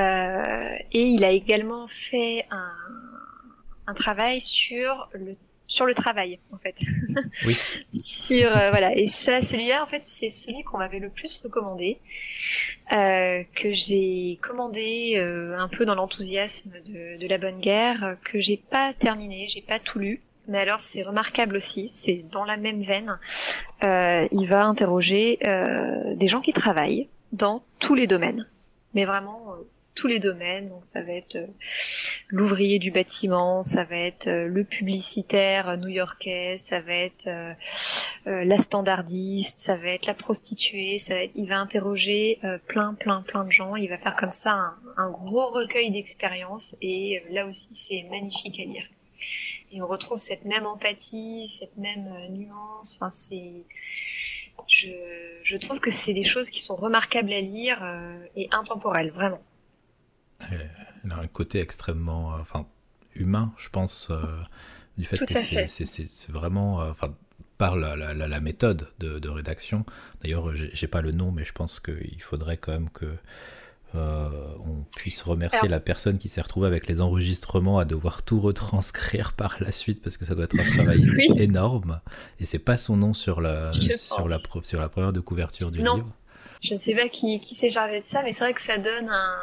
Euh, et il a également fait un, un travail sur le, sur le travail, en fait. Oui. sur euh, voilà. Et ça, celui-là, en fait, c'est celui qu'on m'avait le plus recommandé, euh, que j'ai commandé euh, un peu dans l'enthousiasme de, de la bonne guerre, que j'ai pas terminé, j'ai pas tout lu. Mais alors c'est remarquable aussi, c'est dans la même veine. Euh, il va interroger euh, des gens qui travaillent dans tous les domaines, mais vraiment euh, tous les domaines. Donc ça va être euh, l'ouvrier du bâtiment, ça va être euh, le publicitaire new-yorkais, ça va être euh, euh, la standardiste, ça va être la prostituée. Ça va être... Il va interroger euh, plein, plein, plein de gens. Il va faire comme ça un, un gros recueil d'expériences et euh, là aussi c'est magnifique à lire. Et on retrouve cette même empathie, cette même euh, nuance. Enfin, c'est, je, je trouve que c'est des choses qui sont remarquables à lire euh, et intemporelles, vraiment. Elle a un côté extrêmement, euh, enfin, humain, je pense, euh, du fait Tout que à c'est, fait. c'est, c'est, c'est vraiment, euh, enfin, par la, la, la méthode de, de rédaction. D'ailleurs, j'ai, j'ai pas le nom, mais je pense qu'il faudrait quand même que Euh, on puisse remercier Alors, la personne qui s'est retrouvée avec les enregistrements à devoir tout retranscrire par la suite parce que ça doit être un travail oui, énorme et c'est pas son nom sur la, je sur la, pense. sur la première de couverture du Non, livre. je ne sais pas qui, qui s'est chargé de ça, mais c'est vrai que ça donne un,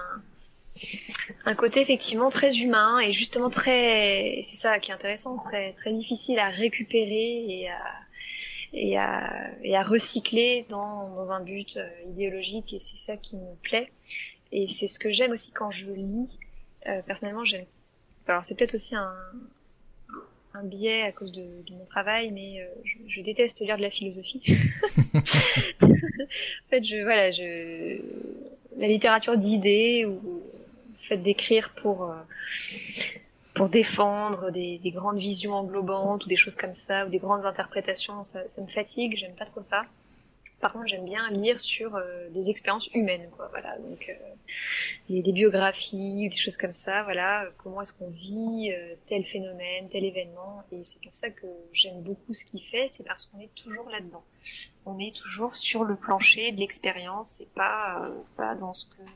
un côté effectivement très humain et justement très, c'est ça qui est intéressant, très, très difficile à récupérer et à, et à, et à recycler dans, dans un but euh, idéologique, et c'est ça qui me plaît. Et c'est ce que j'aime aussi quand je lis. Euh, personnellement, j'aime. Alors c'est peut-être aussi un, un biais à cause de, de mon travail, mais euh, je, je déteste lire de la philosophie. En fait, je voilà, je la littérature d'idées ou le fait d'écrire pour euh, pour défendre des, des grandes visions englobantes ou des choses comme ça ou des grandes interprétations, ça, ça me fatigue. J'aime pas trop ça. Par contre, j'aime bien lire sur euh, des expériences humaines, quoi. Voilà, donc euh, des, des biographies, des choses comme ça. Voilà, comment est-ce qu'on vit euh, tel phénomène, tel événement. Et c'est pour ça que j'aime beaucoup ce qu'il fait, c'est parce qu'on est toujours là-dedans. On est toujours sur le plancher de l'expérience et pas euh, pas dans ce que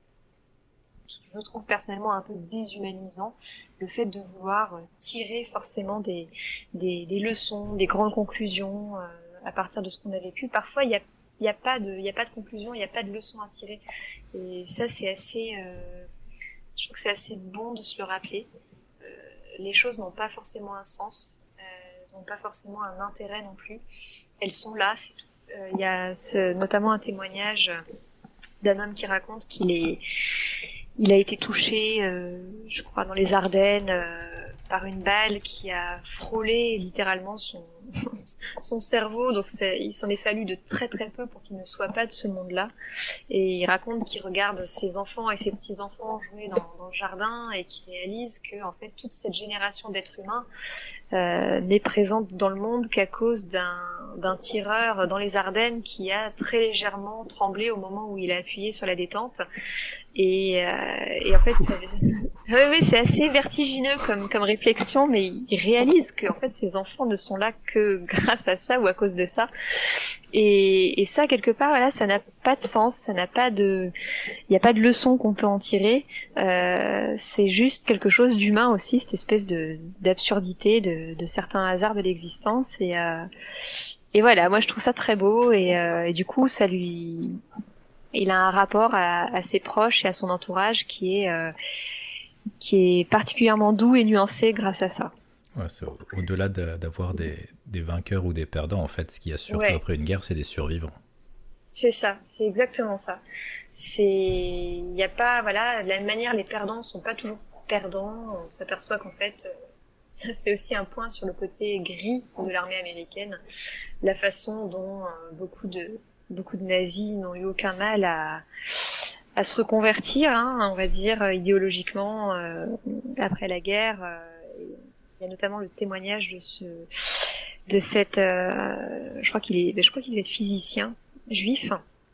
je trouve personnellement un peu déshumanisant, le fait de vouloir tirer forcément des des, des leçons, des grandes conclusions. Euh, à partir de ce qu'on a vécu. Parfois, il y a, il y a pas de, il y a pas de conclusion, il n'y a pas de leçon à tirer. Et ça, c'est assez, euh, je trouve que c'est assez bon de se le rappeler. Euh, les choses n'ont pas forcément un sens, euh, elles n'ont pas forcément un intérêt non plus. Elles sont là, c'est tout. Euh, il y a ce, notamment un témoignage d'un homme qui raconte qu'il est, il a été touché, euh, je crois, dans les Ardennes, euh, par une balle qui a frôlé littéralement son son cerveau, donc c'est, il s'en est fallu de très très peu pour qu'il ne soit pas de ce monde-là. Et il raconte qu'il regarde ses enfants et ses petits-enfants jouer dans, dans le jardin et qu'il réalise que en fait toute cette génération d'êtres humains euh, n'est présente dans le monde qu'à cause d'un, d'un tireur dans les Ardennes qui a très légèrement tremblé au moment où il a appuyé sur la détente. Et, euh, et en fait, ça, oui, oui, c'est assez vertigineux comme, comme réflexion, mais il réalise que en fait, ces enfants ne sont là que grâce à ça ou à cause de ça. Et, et ça, quelque part, voilà, ça n'a pas de sens, ça n'a pas de, il n'y a pas de leçon qu'on peut en tirer. Euh, c'est juste quelque chose d'humain aussi, cette espèce de d'absurdité de, de certains hasards de l'existence. Et, euh, et voilà, moi, je trouve ça très beau. Et, euh, et du coup, ça lui il a un rapport à, à ses proches et à son entourage qui est euh, qui est particulièrement doux et nuancé grâce à ça. Ouais, c'est au- au-delà de- d'avoir des, des vainqueurs ou des perdants, en fait, ce qu'il y a surtout Ouais, après une guerre, c'est des survivants. c'est ça, c'est exactement ça. C'est, il y a pas, voilà, de la même manière, les perdants sont pas toujours perdants. On s'aperçoit qu'en fait, euh, ça c'est aussi un point sur le côté gris de l'armée américaine, la façon dont euh, beaucoup de beaucoup de nazis n'ont eu aucun mal à à se reconvertir, hein, on va dire idéologiquement euh, après la guerre. Euh, il y a notamment le témoignage de ce de cette, euh, je crois qu'il est, je crois qu'il devait être physicien juif,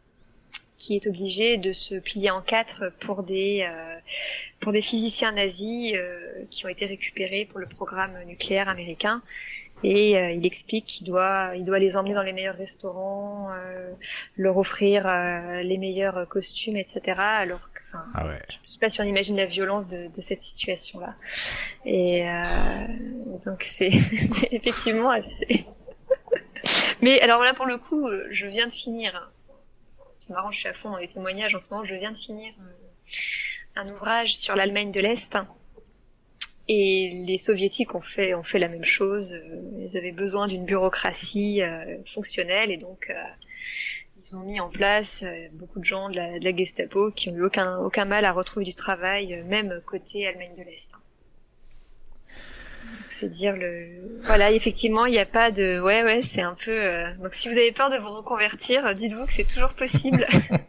qui est obligé de se plier en quatre pour des euh, pour des physiciens nazis euh, qui ont été récupérés pour le programme nucléaire américain. Et euh, il explique qu'il doit, il doit les emmener dans les meilleurs restaurants, euh, leur offrir euh, les meilleurs costumes, et cetera. Alors Enfin, Ah ouais. je ne sais pas si on imagine la violence de, de cette situation-là. Et euh, donc c'est, c'est effectivement assez... Mais alors là, pour le coup, je viens de finir... C'est marrant, je suis à fond dans les témoignages en ce moment. Je viens de finir un ouvrage sur l'Allemagne de l'Est. Et les soviétiques ont fait, ont fait la même chose. Ils avaient besoin d'une bureaucratie euh, fonctionnelle et donc euh, ils ont mis en place euh, beaucoup de gens de la, de la Gestapo qui ont eu aucun, aucun mal à retrouver du travail, euh, même côté Allemagne de l'Est. C'est dire le... Voilà, effectivement, il n'y a pas de... Ouais, ouais, c'est un peu... Euh... Donc si vous avez peur de vous reconvertir, dites-vous que c'est toujours possible.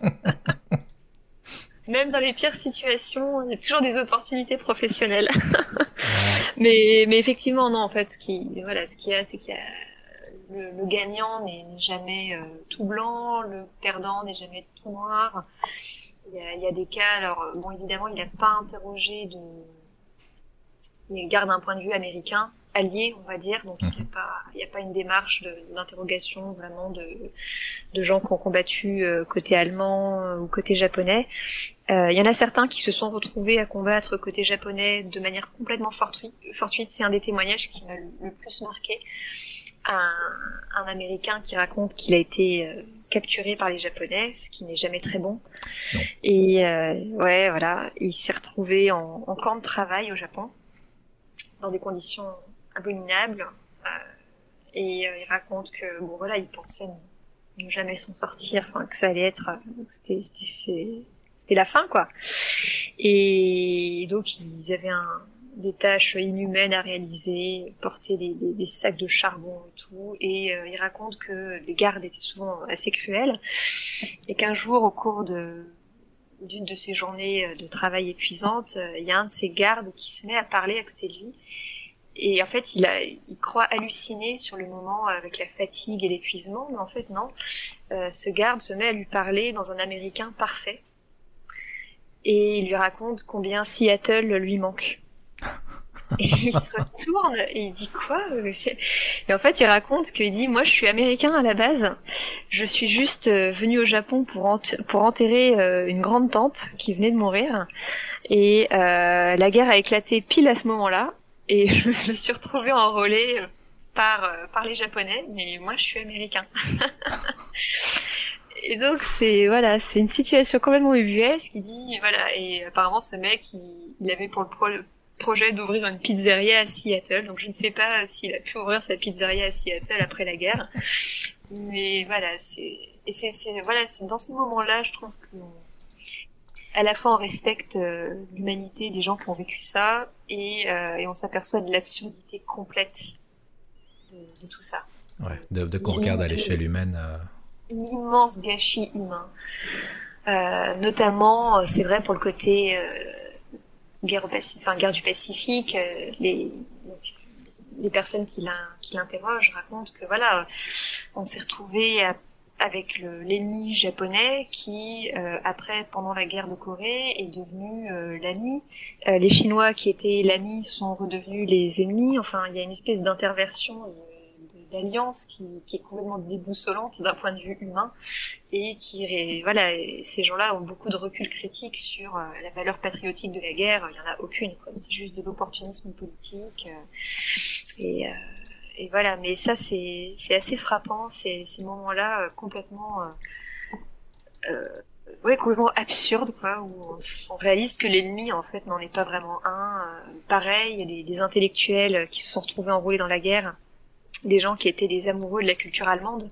Même dans les pires situations, il y a toujours des opportunités professionnelles. mais, mais effectivement, non, en fait, ce qui, voilà, ce qu'il y a, c'est qu'il y a le, le gagnant n'est jamais euh, tout blanc, le perdant n'est jamais tout noir. Il y a, il y a des cas, alors, bon, évidemment, il n'a pas interrogé de... Il garde un point de vue américain, allié, on va dire, donc il n'y a pas, il n'y a pas une démarche de, d'interrogation vraiment de, de gens qui ont combattu euh, côté allemand euh, ou côté japonais. Euh, il y en a certains qui se sont retrouvés à combattre côté japonais de manière complètement fortuite. fortuite. C'est un des témoignages qui m'a le, le plus marqué. Un, un Américain qui raconte qu'il a été euh, capturé par les Japonais, ce qui n'est jamais très bon. Non. Et euh, ouais, voilà, il s'est retrouvé en, en camp de travail au Japon, dans des conditions abominables. Euh, et euh, il raconte que, bon voilà, il pensait ne, ne jamais s'en sortir, enfin que ça allait être, euh, c'était, c'était, c'était, c'était la fin, quoi. Et donc ils avaient un, des tâches inhumaines à réaliser, porter des, des, des sacs de charbon et tout. Et euh, il raconte que les gardes étaient souvent assez cruels et qu'un jour, au cours de d'une de ces journées de travail épuisantes, il y a un de ces gardes qui se met à parler à côté de lui. Et en fait, il, a, il croit halluciner sur le moment avec la fatigue et l'épuisement, mais en fait, non. Euh, ce garde se met à lui parler dans un américain parfait. Et il lui raconte combien Seattle lui manque. Et il se retourne et il dit quoi? Et en fait, il raconte qu'il dit, moi, je suis américain à la base. Je suis juste venu au Japon pour, ent- pour enterrer euh, une grande tante qui venait de mourir. Et euh, la guerre a éclaté pile à ce moment-là. Et je me suis retrouvée enrôlée par, euh, par les Japonais. Mais moi, je suis américain. Et donc, c'est, voilà, c'est une situation complètement ubuesque. Il dit, voilà, et apparemment, ce mec, il, il avait pour le pro projet d'ouvrir une pizzeria à Seattle, donc je ne sais pas s'il a pu ouvrir sa pizzeria à Seattle après la guerre, mais voilà, c'est et c'est, c'est voilà, c'est dans ces moments-là, je trouve que à la fois on respecte euh, l'humanité des gens qui ont vécu ça et, euh, et on s'aperçoit de l'absurdité complète de, de tout ça. Ouais, de, de qu'on regarde à l'échelle humaine. Euh... Un immense gâchis humain, euh, notamment, c'est vrai pour le côté euh, guerre, au Pacifique, enfin, guerre du Pacifique, euh, les, donc, les personnes qui, l'in, qui l'interrogent racontent que voilà, on s'est retrouvé à, avec le, l'ennemi japonais qui, euh, après, pendant la guerre de Corée, est devenu euh, l'ami. Euh, les Chinois qui étaient l'ami sont redevenus les ennemis. Enfin, il y a une espèce d'interversion, de, de, d'alliance qui, qui est complètement déboussolante d'un point de vue humain. Et qui, voilà, ces gens-là ont beaucoup de recul critique sur euh, la valeur patriotique de la guerre. Il y en a aucune, quoi. C'est juste de l'opportunisme politique. Euh, et, euh, et voilà. Mais ça, c'est, c'est assez frappant. Ces, ces moments-là, euh, complètement, euh, euh, ouais, complètement absurdes, quoi, où on, on réalise que l'ennemi, en fait, n'en est pas vraiment un. Euh, pareil, il y a des, des intellectuels qui se sont retrouvés enrôlés dans la guerre. Des gens qui étaient des amoureux de la culture allemande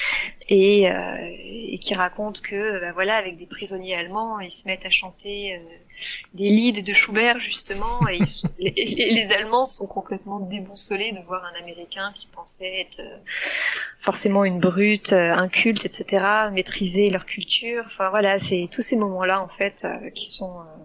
et, euh, et qui racontent que, bah voilà, avec des prisonniers allemands, ils se mettent à chanter euh, des lieds de Schubert justement, et ils sont, les, les Allemands sont complètement déboussolés de voir un Américain qui pensait être euh, forcément une brute, euh, inculte, et cetera, maîtriser leur culture. Enfin voilà, c'est tous ces moments-là en fait euh, qui sont euh,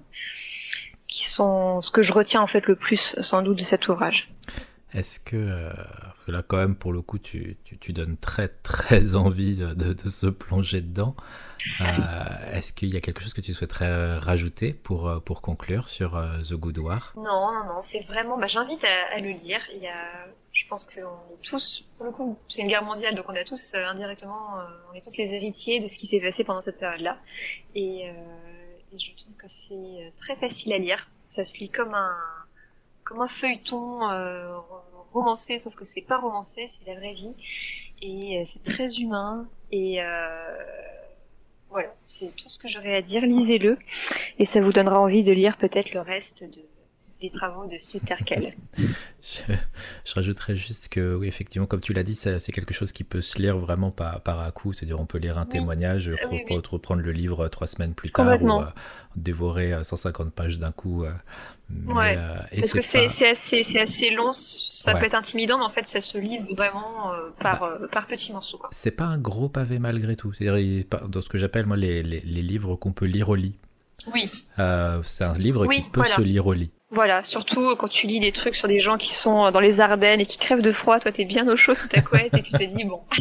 qui sont ce que je retiens en fait le plus sans doute de cet ouvrage. Est-ce que, euh, parce que là quand même pour le coup tu, tu, tu donnes très très envie de, de, de se plonger dedans, euh, est-ce qu'il y a quelque chose que tu souhaiterais rajouter pour, pour conclure sur uh, The Good War? Non, non, non, c'est vraiment, bah, j'invite à, à le lire. Il y a, je pense qu'on est tous, pour le coup, c'est une guerre mondiale, donc on a tous euh, indirectement, euh, on est tous les héritiers de ce qui s'est passé pendant cette période-là. Et, euh, et je trouve que c'est très facile à lire. Ça se lit comme un comme un feuilleton euh, romancé, sauf que c'est pas romancé, c'est la vraie vie, et euh, c'est très humain, et euh, voilà, c'est tout ce que j'aurais à dire. Lisez-le, et ça vous donnera envie de lire peut-être le reste de des travaux de Stuart Terkel. je, je rajouterais juste que, oui, effectivement, comme tu l'as dit, ça, c'est quelque chose qui peut se lire vraiment par, par à coup. C'est-à-dire, on peut lire un oui. témoignage, oui, re- oui. reprendre le livre trois semaines plus tard, ou euh, dévorer cent cinquante pages d'un coup. Euh, mais, ouais, euh, et parce c'est que c'est, pas... c'est, assez, c'est assez long, ça ouais. peut être intimidant, mais en fait, ça se lit vraiment euh, par, bah, euh, par petits morceaux. Quoi. C'est pas un gros pavé malgré tout. C'est-à-dire, il, dans ce que j'appelle, moi, les, les, les livres qu'on peut lire au lit. Oui. Euh, c'est un livre oui, qui peut voilà. se lire au lit. Voilà, surtout quand tu lis des trucs sur des gens qui sont dans les Ardennes et qui crèvent de froid, toi t'es bien au chaud sous ta couette et tu te dis bon.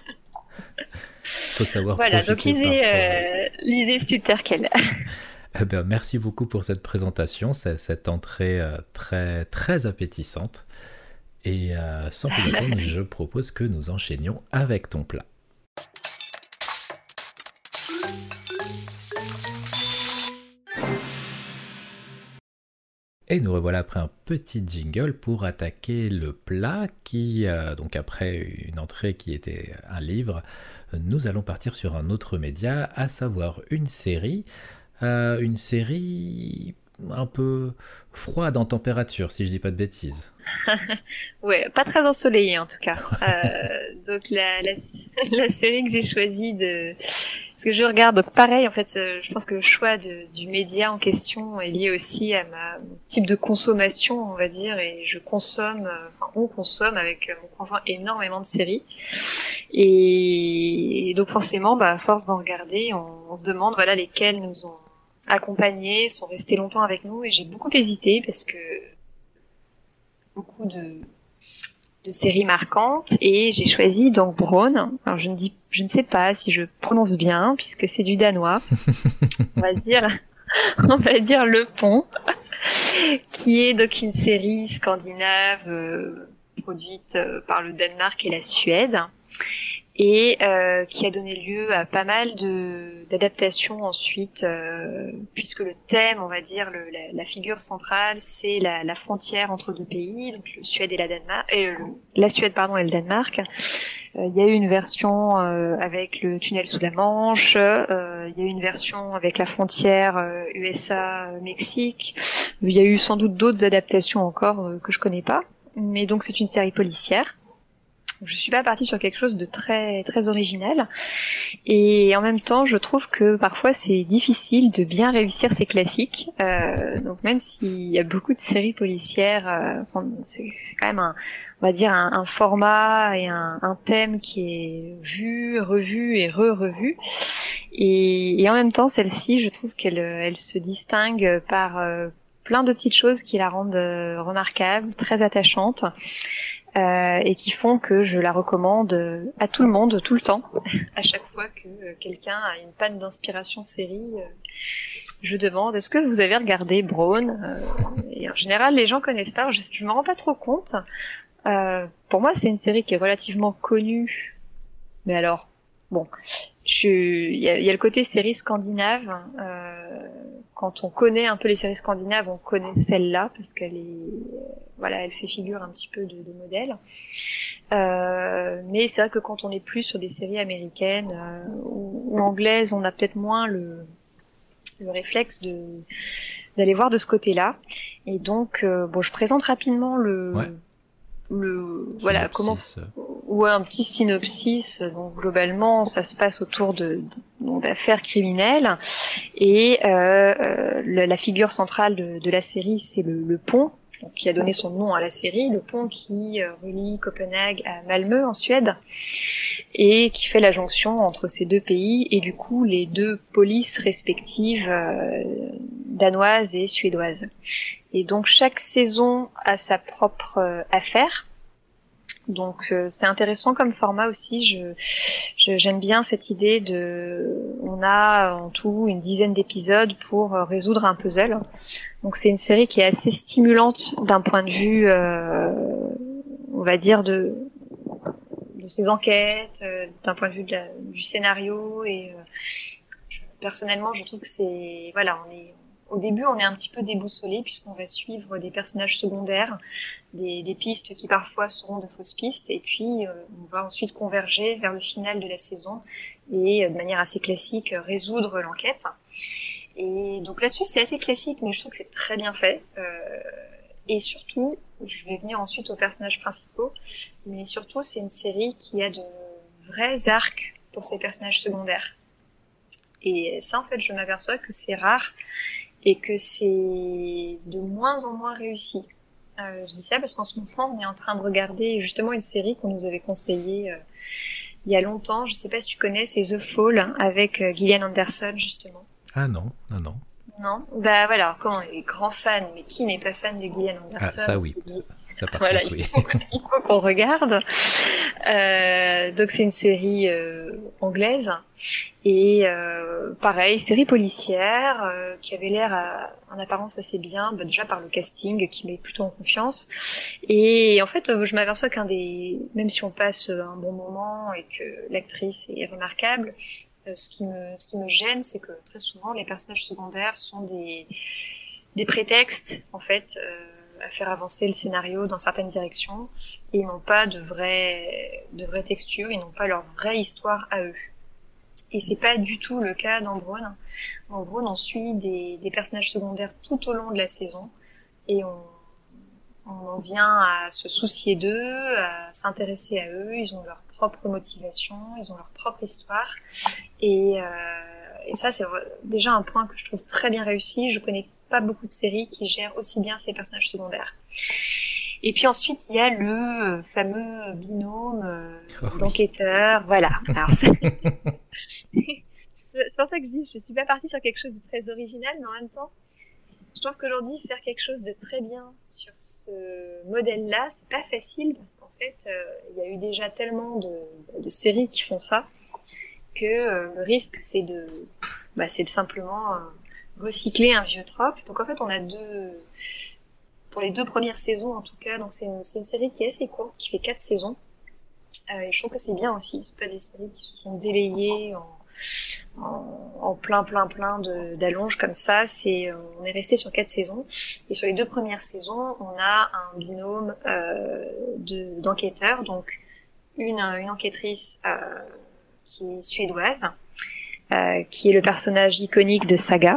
Faut savoir voilà, profiter. Donc lisez, euh, lisez Stuart Terkel. Eh bien, merci beaucoup pour cette présentation, cette entrée euh, très très appétissante. Et euh, sans plus attendre, je propose que nous enchaînions avec ton plat. Et nous revoilà après un petit jingle pour attaquer le plat qui, euh, donc après une entrée qui était un livre, nous allons partir sur un autre média, à savoir une série, euh, une série un peu froide en température, si je dis pas de bêtises. Ouais, pas très ensoleillée en tout cas. euh, donc la, la, la série que j'ai choisie de... Parce que je regarde, donc pareil, en fait, euh, je pense que le choix de, du média en question est lié aussi à ma mon type de consommation, on va dire, et je consomme, euh, enfin on consomme avec euh, mon conjoint énormément de séries. Et, et donc forcément, bah, à force d'en regarder, on, on se demande, voilà, lesquelles nous ont accompagnés, sont restés longtemps avec nous, et j'ai beaucoup hésité parce que beaucoup de, de séries marquantes, et j'ai choisi donc Broen. Alors je ne dis, je ne sais pas si je prononce bien puisque c'est du danois. on va dire, on va dire Le Pont, qui est donc une série scandinave euh, produite euh, par le Danemark et la Suède, et euh, qui a donné lieu à pas mal de d'adaptations ensuite, euh, puisque le thème, on va dire, le, la, la figure centrale, c'est la, la frontière entre deux pays, donc le Suède et la Danemark, et le, la Suède pardon et le Danemark. Euh, il y a eu une version euh, avec le tunnel sous la Manche, euh, il y a eu une version avec la frontière euh, U S A-Mexique. Il y a eu sans doute d'autres adaptations encore euh, que je connais pas, mais donc c'est une série policière. Je suis pas partie sur quelque chose de très très original, et en même temps je trouve que parfois c'est difficile de bien réussir ces classiques, euh, donc même s'il y a beaucoup de séries policières, euh, c'est, c'est quand même un, on va dire un, un format et un, un thème qui est vu, revu et re-revu, et, et en même temps celle-ci je trouve qu'elle elle se distingue par euh, plein de petites choses qui la rendent euh, remarquable, très attachante. Euh, et qui font que je la recommande à tout le monde, tout le temps. À chaque fois que euh, quelqu'un a une panne d'inspiration série, euh, je demande, est-ce que vous avez regardé Broen? euh, Et en général, les gens connaissent pas, je, je me rends pas trop compte. Euh, pour moi, c'est une série qui est relativement connue, mais alors, bon, il y a, y a le côté série scandinave. Euh, quand on connaît un peu les séries scandinaves, on connaît celle-là parce qu'elle est, voilà, elle fait figure un petit peu de, de modèle. Euh, mais c'est vrai que quand on est plus sur des séries américaines euh, ou, ou anglaises, on a peut-être moins le, le réflexe de d'aller voir de ce côté-là. Et donc, euh, bon, je présente rapidement le. Ouais. Le synopsis. Voilà comment ouais un petit synopsis. Donc globalement ça se passe autour de, de d'affaires criminelles, et euh, euh, la, la figure centrale de, de la série c'est le, le pont, donc, qui a donné son nom à la série, le pont qui euh, relie Copenhague à Malmö en Suède et qui fait la jonction entre ces deux pays, et du coup les deux polices respectives euh, danoises et suédoises. Et donc chaque saison a sa propre euh, affaire. Donc euh, c'est intéressant comme format aussi. Je, je j'aime bien cette idée de, on a en tout une dizaine d'épisodes pour euh, résoudre un puzzle. Donc c'est une série qui est assez stimulante d'un point de vue, euh, on va dire de de ses enquêtes, euh, d'un point de vue de la, du scénario, et euh, personnellement, je trouve que c'est, voilà, on est, au début, on est un petit peu déboussolé puisqu'on va suivre des personnages secondaires, des, des pistes qui parfois seront de fausses pistes, et puis euh, on va ensuite converger vers le final de la saison et euh, de manière assez classique résoudre l'enquête. Et donc là-dessus, c'est assez classique, mais je trouve que c'est très bien fait. Euh, et surtout, je vais venir ensuite aux personnages principaux, mais surtout, c'est une série qui a de vrais arcs pour ses personnages secondaires. Et ça, en fait, je m'aperçois que c'est rare et que c'est de moins en moins réussi. Euh, je dis ça parce qu'en ce moment, on est en train de regarder justement une série qu'on nous avait conseillée euh, il y a longtemps. Je sais pas si tu connais, c'est The Fall avec euh, Gillian Anderson, justement. Ah non, non, non. Non, bah voilà, alors quand on est grand fan, mais qui n'est pas fan de Gillian Anderson? Ah ça oui, ça, ça par voilà, contre, il oui. faut, il faut qu'on regarde. Euh, donc c'est une série euh, anglaise et euh, pareil, série policière euh, qui avait l'air à, en apparence assez bien, bah, déjà par le casting qui met plutôt en confiance. Et en fait, je m'aperçois qu'un des, même si on passe un bon moment et que l'actrice est remarquable, Euh, ce qui me, ce qui me gêne, c'est que très souvent les personnages secondaires sont des, des prétextes en fait euh, à faire avancer le scénario dans certaines directions. Et ils n'ont pas de vraie, de vraie texture, ils n'ont pas leur vraie histoire à eux. Et c'est pas du tout le cas dans Brown. Dans Brown, on suit des, des personnages secondaires tout au long de la saison et on on en vient à se soucier d'eux, à s'intéresser à eux. Ils ont leur propre motivation, ils ont leur propre histoire. Et, euh, et ça, c'est déjà un point que je trouve très bien réussi. Je connais pas beaucoup de séries qui gèrent aussi bien ces personnages secondaires. Et puis ensuite, il y a le fameux binôme euh, oh, d'enquêteurs. Oui. Voilà. Alors, c'est... c'est pour ça que je dis, je suis pas partie sur quelque chose de très original, mais en même temps, je trouve qu'aujourd'hui, faire quelque chose de très bien sur ce modèle-là, c'est pas facile parce qu'en fait, euh, il y a eu déjà tellement de, de séries qui font ça que euh, le risque, c'est de, bah, c'est de simplement euh, recycler un vieux trope. Donc en fait, on a deux, pour les deux premières saisons en tout cas, donc c'est une, c'est une série qui est assez courte, qui fait quatre saisons. Euh, et je trouve que c'est bien aussi. C'est pas des séries qui se sont délayées en En, en plein plein plein de, d'allonges comme ça. C'est, on est resté sur quatre saisons et sur les deux premières saisons on a un binôme euh, de, d'enquêteurs, donc une, une enquêtrice euh, qui est suédoise euh, qui est le personnage iconique de Saga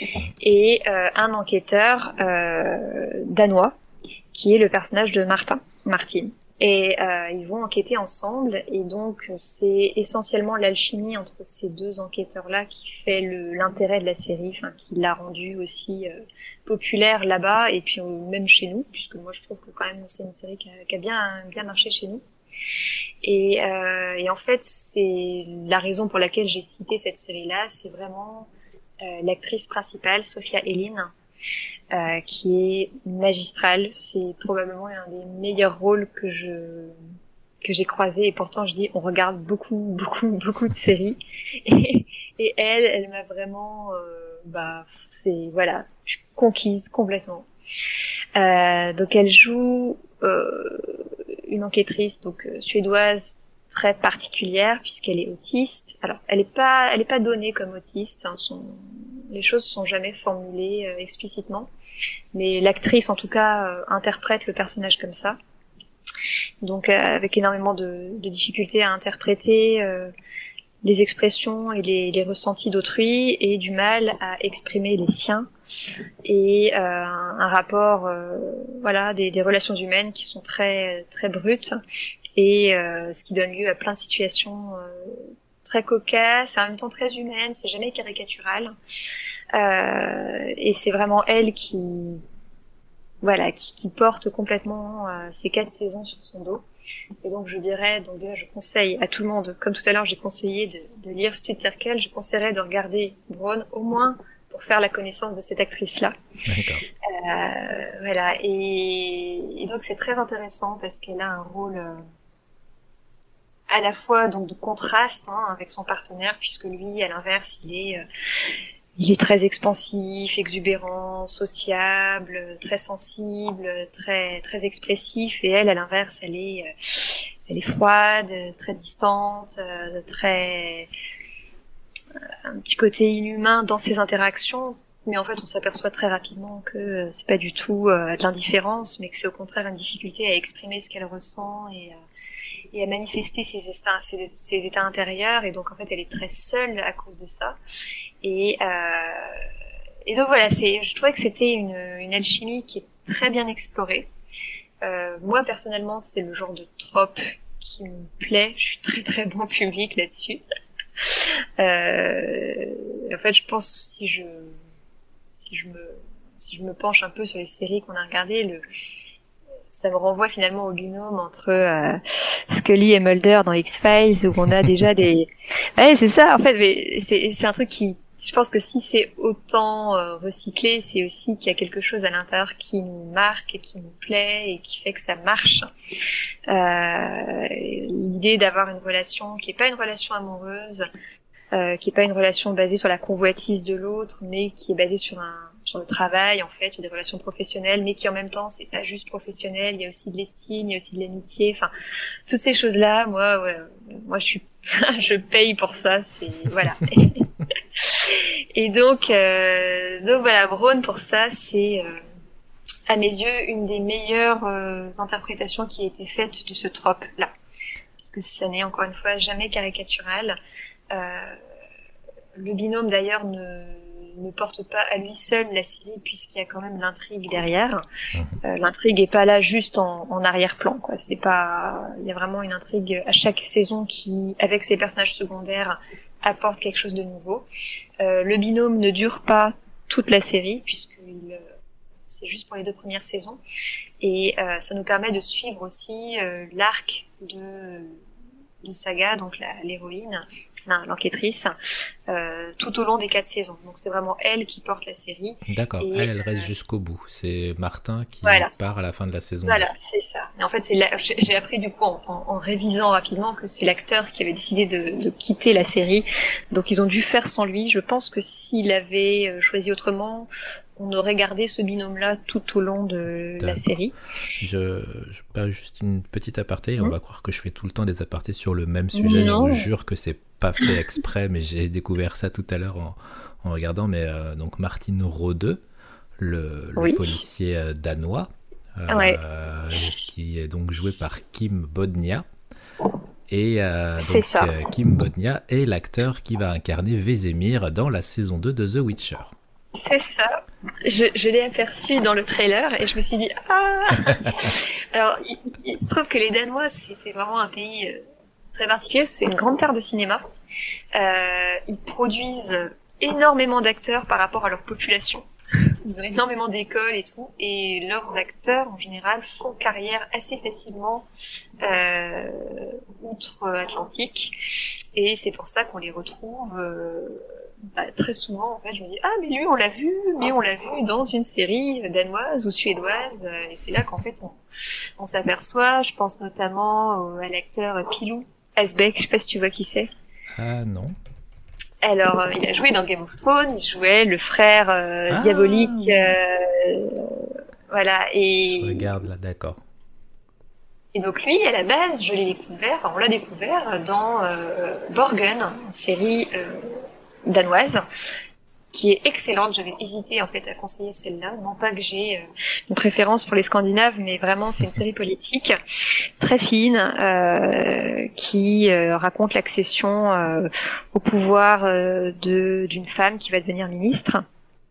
et euh, un enquêteur euh, danois qui est le personnage de Martin Martin. Et euh, ils vont enquêter ensemble, et donc c'est essentiellement l'alchimie entre ces deux enquêteurs-là qui fait le, l'intérêt de la série, enfin qui l'a rendue aussi euh, populaire là-bas, et puis même chez nous, puisque moi je trouve que quand même c'est une série qui a, qui a bien bien marché chez nous. Et, euh, et en fait, c'est la raison pour laquelle j'ai cité cette série-là, c'est vraiment euh, l'actrice principale, Sophia Elin. Euh, qui est magistrale. C'est probablement un des meilleurs rôles que je que j'ai croisé, et pourtant je dis on regarde beaucoup beaucoup beaucoup de séries et, et elle elle m'a vraiment euh, bah c'est voilà, je suis conquise complètement. Euh, donc elle joue euh, une enquêtrice donc euh, suédoise très particulière puisqu'elle est autiste. Alors elle est pas elle est pas donnée comme autiste, hein, son les choses sont jamais formulées euh, explicitement, mais l'actrice en tout cas euh, interprète le personnage comme ça. Donc euh, avec énormément de, de difficultés à interpréter euh, les expressions et les, les ressentis d'autrui et du mal à exprimer les siens et euh, un, un rapport euh, voilà des, des relations humaines qui sont très très brutes et euh, ce qui donne lieu à plein de situations euh, très cocasses, en même temps très humaines, c'est jamais caricatural. Euh, et c'est vraiment elle qui, voilà, qui, qui porte complètement euh, ces quatre saisons sur son dos. Et donc je dirais, donc déjà je conseille à tout le monde, comme tout à l'heure j'ai conseillé de, de lire Stud Circle, je conseillerais de regarder Brown au moins pour faire la connaissance de cette actrice-là. D'accord. Euh, voilà, et, et donc c'est très intéressant parce qu'elle a un rôle euh, à la fois donc de contraste hein, avec son partenaire, puisque lui, à l'inverse, il est euh, Il est très expansif, exubérant, sociable, très sensible, très très expressif. Et elle, à l'inverse, elle est elle est froide, très distante, très un petit côté inhumain dans ses interactions, mais en fait on s'aperçoit très rapidement que c'est pas du tout euh, de l'indifférence, mais que c'est au contraire une difficulté à exprimer ce qu'elle ressent et, euh, et à manifester ses états, ses, ses états intérieurs, et donc en fait elle est très seule à cause de ça. Et, euh, et donc voilà, c'est, je trouvais que c'était une, une alchimie qui est très bien explorée. Euh, moi personnellement, c'est le genre de trope qui me plaît. Je suis très très bon public là-dessus. Euh, en fait, je pense si je si je me si je me penche un peu sur les séries qu'on a regardées, le ça me renvoie finalement au binôme entre euh, Scully et Mulder dans X-Files, où on a déjà des ouais c'est ça en fait, mais c'est c'est un truc qui, je pense que si c'est autant euh, recyclé, c'est aussi qu'il y a quelque chose à l'intérieur qui nous marque et qui nous plaît et qui fait que ça marche. Euh, l'idée d'avoir une relation qui est pas une relation amoureuse, euh, qui est pas une relation basée sur la convoitise de l'autre, mais qui est basée sur un sur le travail en fait, sur des relations professionnelles, mais qui en même temps c'est pas juste professionnel, il y a aussi de l'estime, il y a aussi de l'amitié, enfin toutes ces choses là, moi ouais, moi je suis je paye pour ça, c'est voilà. Et donc, euh, donc voilà, Braun pour ça, c'est euh, à mes yeux une des meilleures euh, interprétations qui a été faite de ce trope-là, parce que ça n'est encore une fois jamais caricatural. Euh, le binôme d'ailleurs ne, ne porte pas à lui seul la série, puisqu'il y a quand même l'intrigue derrière. Euh, l'intrigue est pas là juste en, en arrière-plan, quoi. C'est pas, il y a vraiment une intrigue à chaque saison qui, avec ses personnages secondaires, apporte quelque chose de nouveau. Euh, le binôme ne dure pas toute la série, puisque il, c'est juste pour les deux premières saisons. Et euh, ça nous permet de suivre aussi euh, l'arc de, de Saga, donc la, l'héroïne, non, l'enquêtrice, euh, tout au long des quatre saisons. Donc c'est vraiment elle qui porte la série. D'accord, et, elle, elle reste euh, jusqu'au bout. C'est Martin qui voilà. part à la fin de la saison. Voilà, c'est ça. Et en fait, c'est la... j'ai, j'ai appris du coup en, en, en révisant rapidement que c'est l'acteur qui avait décidé de, de quitter la série. Donc ils ont dû faire sans lui. Je pense que s'il avait choisi autrement, on aurait gardé ce binôme-là tout au long de D'accord. la série. Je, je perds juste une petite aparté. Mmh. On va croire que je fais tout le temps des apartés sur le même Non. sujet. Je vous jure que c'est pas fait exprès, mais j'ai découvert ça tout à l'heure en, en regardant. Mais euh, donc Martin Rode, le, le oui. policier euh, danois, euh, ouais. euh, qui est donc joué par Kim Bodnia. Et euh, donc euh, Kim Bodnia est l'acteur qui va incarner Vesemir dans la saison deux de The Witcher. C'est ça. Je, je l'ai aperçu dans le trailer et je me suis dit ah. Alors il, il se trouve que les Danois c'est, c'est vraiment un pays euh, très particulier. C'est une grande terre de cinéma. Euh, ils produisent énormément d'acteurs par rapport à leur population. Ils ont énormément d'écoles et tout, et leurs acteurs en général font carrière assez facilement euh, outre-Atlantique, et c'est pour ça qu'on les retrouve euh, bah, très souvent. En fait, je me dis ah mais lui on l'a vu, mais on l'a vu dans une série danoise ou suédoise, et c'est là qu'en fait on, on s'aperçoit. Je pense notamment à l'acteur Pilou Asbæk, je sais pas si tu vois qui c'est. Ah non. Alors, euh, il a joué dans Game of Thrones, il jouait le frère euh, ah, diabolique, euh, voilà, et... Je regarde là, d'accord. Et donc lui, à la base, je l'ai découvert, enfin, on l'a découvert dans euh, Borgen, une série euh, danoise, qui est excellente. J'avais hésité en fait à conseiller celle-là, non pas que j'ai euh, une préférence pour les Scandinaves, mais vraiment c'est une série politique très fine euh, qui euh, raconte l'accession euh, au pouvoir euh, de d'une femme qui va devenir ministre,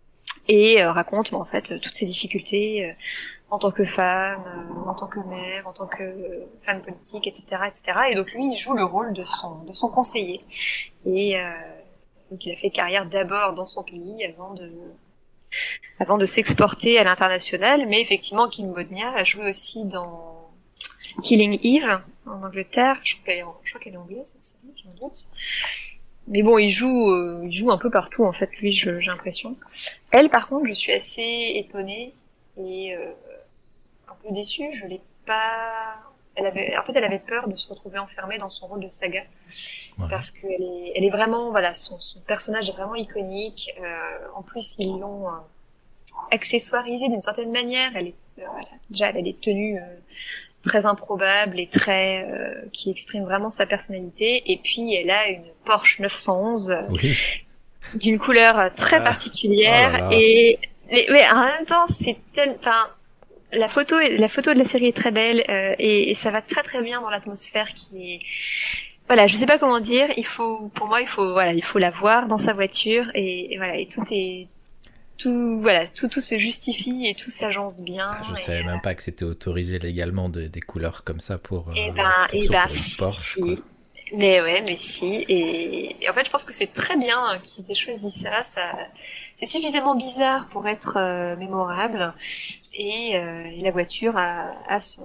et euh, raconte bon, en fait toutes ses difficultés euh, en tant que femme, euh, en tant que mère, en tant que euh, femme politique, et cetera, et cetera. Et donc lui, il joue le rôle de son de son conseiller, et euh, donc il a fait carrière d'abord dans son pays avant de avant de s'exporter à l'international. Mais effectivement, Kim Bodnia a joué aussi dans Killing Eve en Angleterre. Je crois qu'elle est, en... je crois qu'elle est anglaise cette série, j'ai un doute. Mais bon, il joue, euh, il joue un peu partout en fait. Lui, je, j'ai l'impression. Elle, par contre, je suis assez étonnée et euh, un peu déçue. Je l'ai pas. Elle avait, en fait, elle avait peur de se retrouver enfermée dans son rôle de Saga, ouais. Parce qu'elle est, elle est vraiment, voilà, son, son personnage est vraiment iconique. Euh, en plus, ils l'ont euh, accessoirisée d'une certaine manière. Elle est, euh, voilà, déjà, elle a des tenues euh, très improbable et très euh, qui exprime vraiment sa personnalité. Et puis elle a une Porsche neuf cent onze euh, Oui. d'une couleur très Ah. particulière. Oh là là. Et mais, mais en même temps, c'est tel, enfin, la photo, est- la photo de la série est très belle euh, et, et ça va très très bien dans l'atmosphère qui est. Voilà, je sais pas comment dire. Il faut, pour moi, il faut, voilà, il faut la voir dans sa voiture et, et voilà, et tout est, tout, voilà, tout, tout se justifie et tout s'agence bien. Ah, je et, savais même pas que c'était autorisé légalement de, des couleurs comme ça pour, et euh, ben, pour, et sur- ben, pour une si, Porsche, quoi. si. Mais ouais, mais si. Et, et en fait, je pense que c'est très bien qu'ils aient choisi ça. Ça, c'est suffisamment bizarre pour être euh, mémorable. Et, euh, et la voiture a, a son,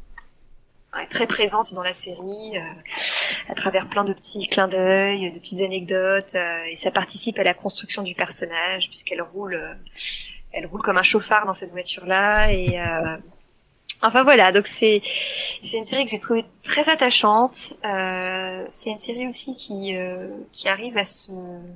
est très présente dans la série, euh, à travers plein de petits clins d'œil, de petites anecdotes. Euh, et ça participe à la construction du personnage puisqu'elle roule, euh, elle roule comme un chauffard dans cette voiture-là. Et euh, enfin voilà, donc c'est c'est une série que j'ai trouvée très attachante. Euh, c'est une série aussi qui euh, qui arrive à se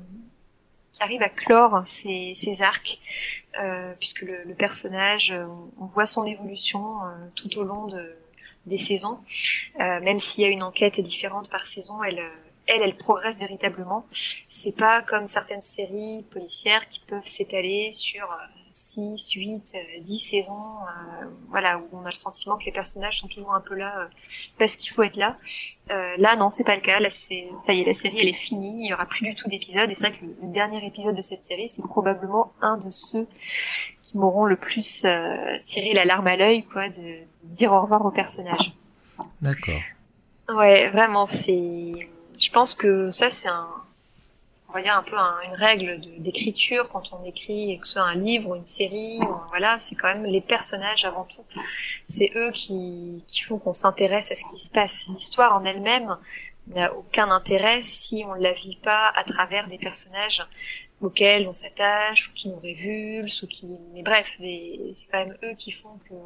qui arrive à clore ses, ses arcs, euh, puisque le, le personnage, on, on voit son évolution euh, tout au long de, des saisons. Euh, même s'il y a une enquête différente par saison, elle elle, elle progresse véritablement. C'est pas comme certaines séries policières qui peuvent s'étaler sur euh, six, huit, dix saisons, euh, voilà, où on a le sentiment que les personnages sont toujours un peu là euh, parce qu'il faut être là. Euh, là, non, c'est pas le cas. Là, c'est, ça y est, la série, elle est finie. Il y aura plus du tout d'épisodes. Et c'est vrai que le, le dernier épisode de cette série, c'est probablement un de ceux qui m'auront le plus euh, tiré la larme à l'œil, quoi, de, de dire au revoir au personnage. D'accord. Ouais, vraiment, c'est. Je pense que ça, c'est un. On va dire un peu un, une règle de, d'écriture quand on écrit, que ce soit un livre ou une série, ou, voilà, c'est quand même les personnages avant tout. C'est eux qui, qui font qu'on s'intéresse à ce qui se passe. L'histoire en elle-même n'a aucun intérêt si on ne la vit pas à travers des personnages auxquels on s'attache, ou qui nous révulsent, ou qui, mais bref, des, c'est quand même eux qui font que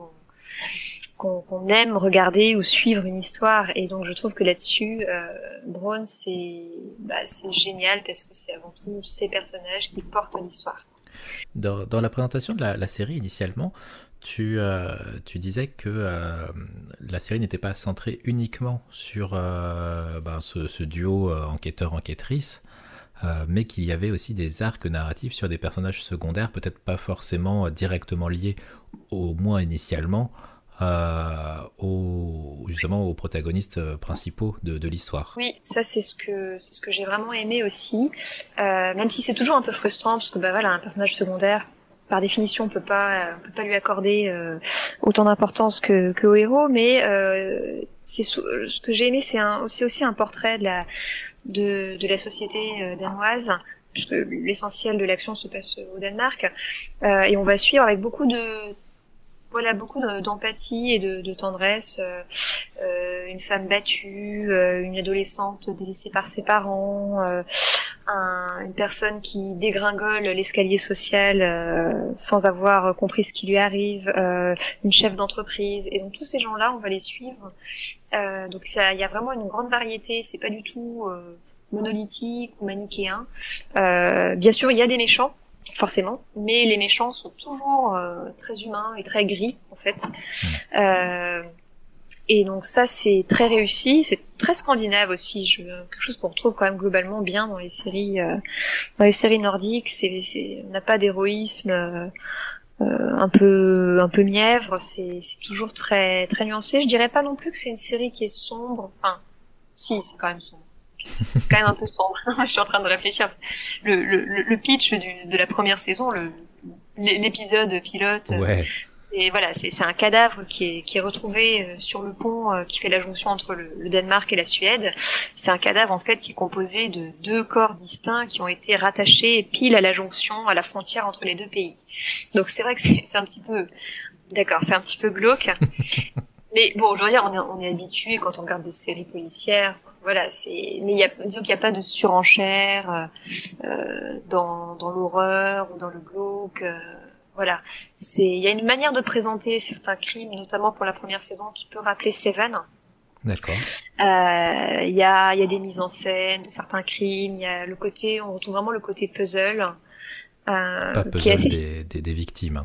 qu'on, qu'on aime regarder ou suivre une histoire. Et donc je trouve que là-dessus, euh, Brown, c'est, bah, c'est génial parce que c'est avant tout ces personnages qui portent l'histoire. Dans, dans la présentation de la, la série initialement, tu, euh, tu disais que euh, la série n'était pas centrée uniquement sur euh, ben, ce, ce duo euh, enquêteur-enquêtrice, euh, mais qu'il y avait aussi des arcs narratifs sur des personnages secondaires, peut-être pas forcément euh, directement liés, au moins initialement, euh, aux, justement aux protagonistes principaux de, de l'histoire. Oui, ça c'est ce que c'est ce que j'ai vraiment aimé aussi, euh, même si c'est toujours un peu frustrant parce que bah voilà, un personnage secondaire, par définition, on peut pas on peut pas lui accorder euh, autant d'importance que que au héros, mais euh, c'est ce que j'ai aimé, c'est un c'est aussi un portrait de la de de la société euh, danoise, puisque l'essentiel de l'action se passe au Danemark, euh, et on va suivre avec beaucoup de voilà beaucoup de, d'empathie et de, de tendresse euh, euh, une femme battue, euh, une adolescente délaissée par ses parents, euh, un, une personne qui dégringole l'escalier social euh, sans avoir compris ce qui lui arrive, euh, une chef d'entreprise, et donc tous ces gens-là, on va les suivre. Euh, donc ça, il y a vraiment une grande variété. C'est pas du tout euh, monolithique ou manichéen. Euh, bien sûr, il y a des méchants, forcément, mais les méchants sont toujours euh, très humains et très gris, en fait. Euh, et donc ça, c'est très réussi, c'est très scandinave aussi, je, quelque chose qu'on retrouve quand même globalement bien dans les séries, euh, dans les séries nordiques. C'est, c'est, on n'a pas d'héroïsme euh, euh, un peu, un peu mièvre. C'est, c'est toujours très, très nuancé. Je dirais pas non plus que c'est une série qui est sombre. Enfin, si, c'est quand même sombre. C'est quand même un peu sombre. Je suis en train de réfléchir. Le, le, le pitch du, de la première saison, le, l'épisode pilote. Ouais. Et voilà, c'est, c'est un cadavre qui est, qui est retrouvé sur le pont euh, qui fait la jonction entre le, le Danemark et la Suède. C'est un cadavre en fait qui est composé de deux corps distincts qui ont été rattachés pile à la jonction, à la frontière entre les deux pays. Donc c'est vrai que c'est, c'est un petit peu, d'accord, c'est un petit peu glauque. Mais bon, aujourd'hui on est, on est habitué quand on regarde des séries policières. Voilà, c'est, mais il y a, disons qu'il n'y a pas de surenchère euh, dans, dans l'horreur ou dans le glauque. Euh, Voilà, c'est il y a une manière de présenter certains crimes, notamment pour la première saison, qui peut rappeler Seven. D'accord. Euh, il y a il y a des mises en scène de certains crimes, il y a le côté, on retrouve vraiment le côté puzzle. Euh, Pas qui est puzzle assez... des, des, des victimes. Hein.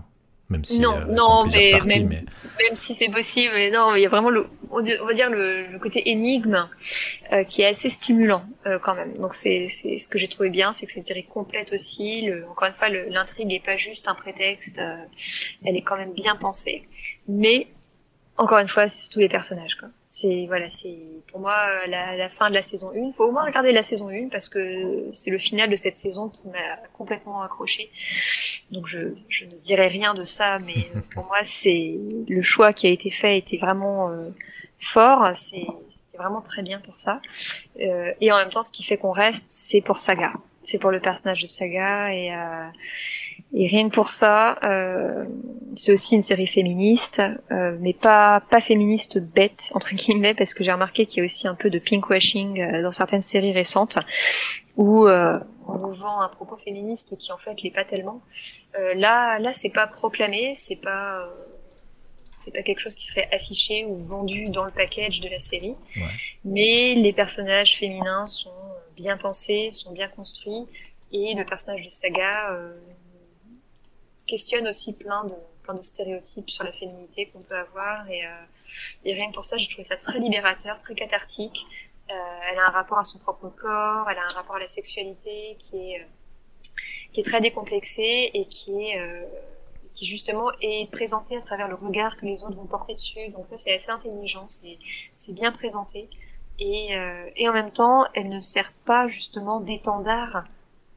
Même si Non, euh, elles sont en non, plusieurs mais parties, même, mais... même si c'est possible, mais non, il y a vraiment le, on dit- on va dire le, le côté énigme euh, qui est assez stimulant euh, quand même. Donc c'est, c'est ce que j'ai trouvé bien, c'est que c'est une série complète aussi. Le, encore une fois, le- l'intrigue est pas juste un prétexte, euh, elle est quand même bien pensée. Mais encore une fois, c'est sur tous les personnages, quoi. C'est, voilà, c'est, pour moi, euh, la, la fin de la saison un. Faut au moins regarder la saison un parce que c'est le final de cette saison qui m'a complètement accroché. Donc je, je ne dirai rien de ça, mais euh, pour moi, c'est, le choix qui a été fait était vraiment euh, fort. C'est, c'est vraiment très bien pour ça. Euh, et en même temps, ce qui fait qu'on reste, c'est pour Saga. C'est pour le personnage de Saga et, euh, et rien que pour ça, euh, c'est aussi une série féministe, euh, mais pas pas féministe bête entre guillemets, parce que j'ai remarqué qu'il y a aussi un peu de pinkwashing euh, dans certaines séries récentes où euh, on nous vend un propos féministe qui en fait l'est pas tellement. Euh, là, là, c'est pas proclamé, c'est pas euh, c'est pas quelque chose qui serait affiché ou vendu dans le package de la série, Ouais. mais les personnages féminins sont bien pensés, sont bien construits, et le personnage de Saga euh, questionne aussi plein de plein de stéréotypes sur la féminité qu'on peut avoir et, euh, et rien que pour ça j'ai trouvé ça très libérateur, très cathartique. Euh, elle a un rapport à son propre corps, elle a un rapport à la sexualité qui est euh, qui est très décomplexé et qui est euh, qui justement est présenté à travers le regard que les autres vont porter dessus. Donc ça c'est assez intelligent, c'est c'est bien présenté et euh, et en même temps elle ne sert pas justement d'étendard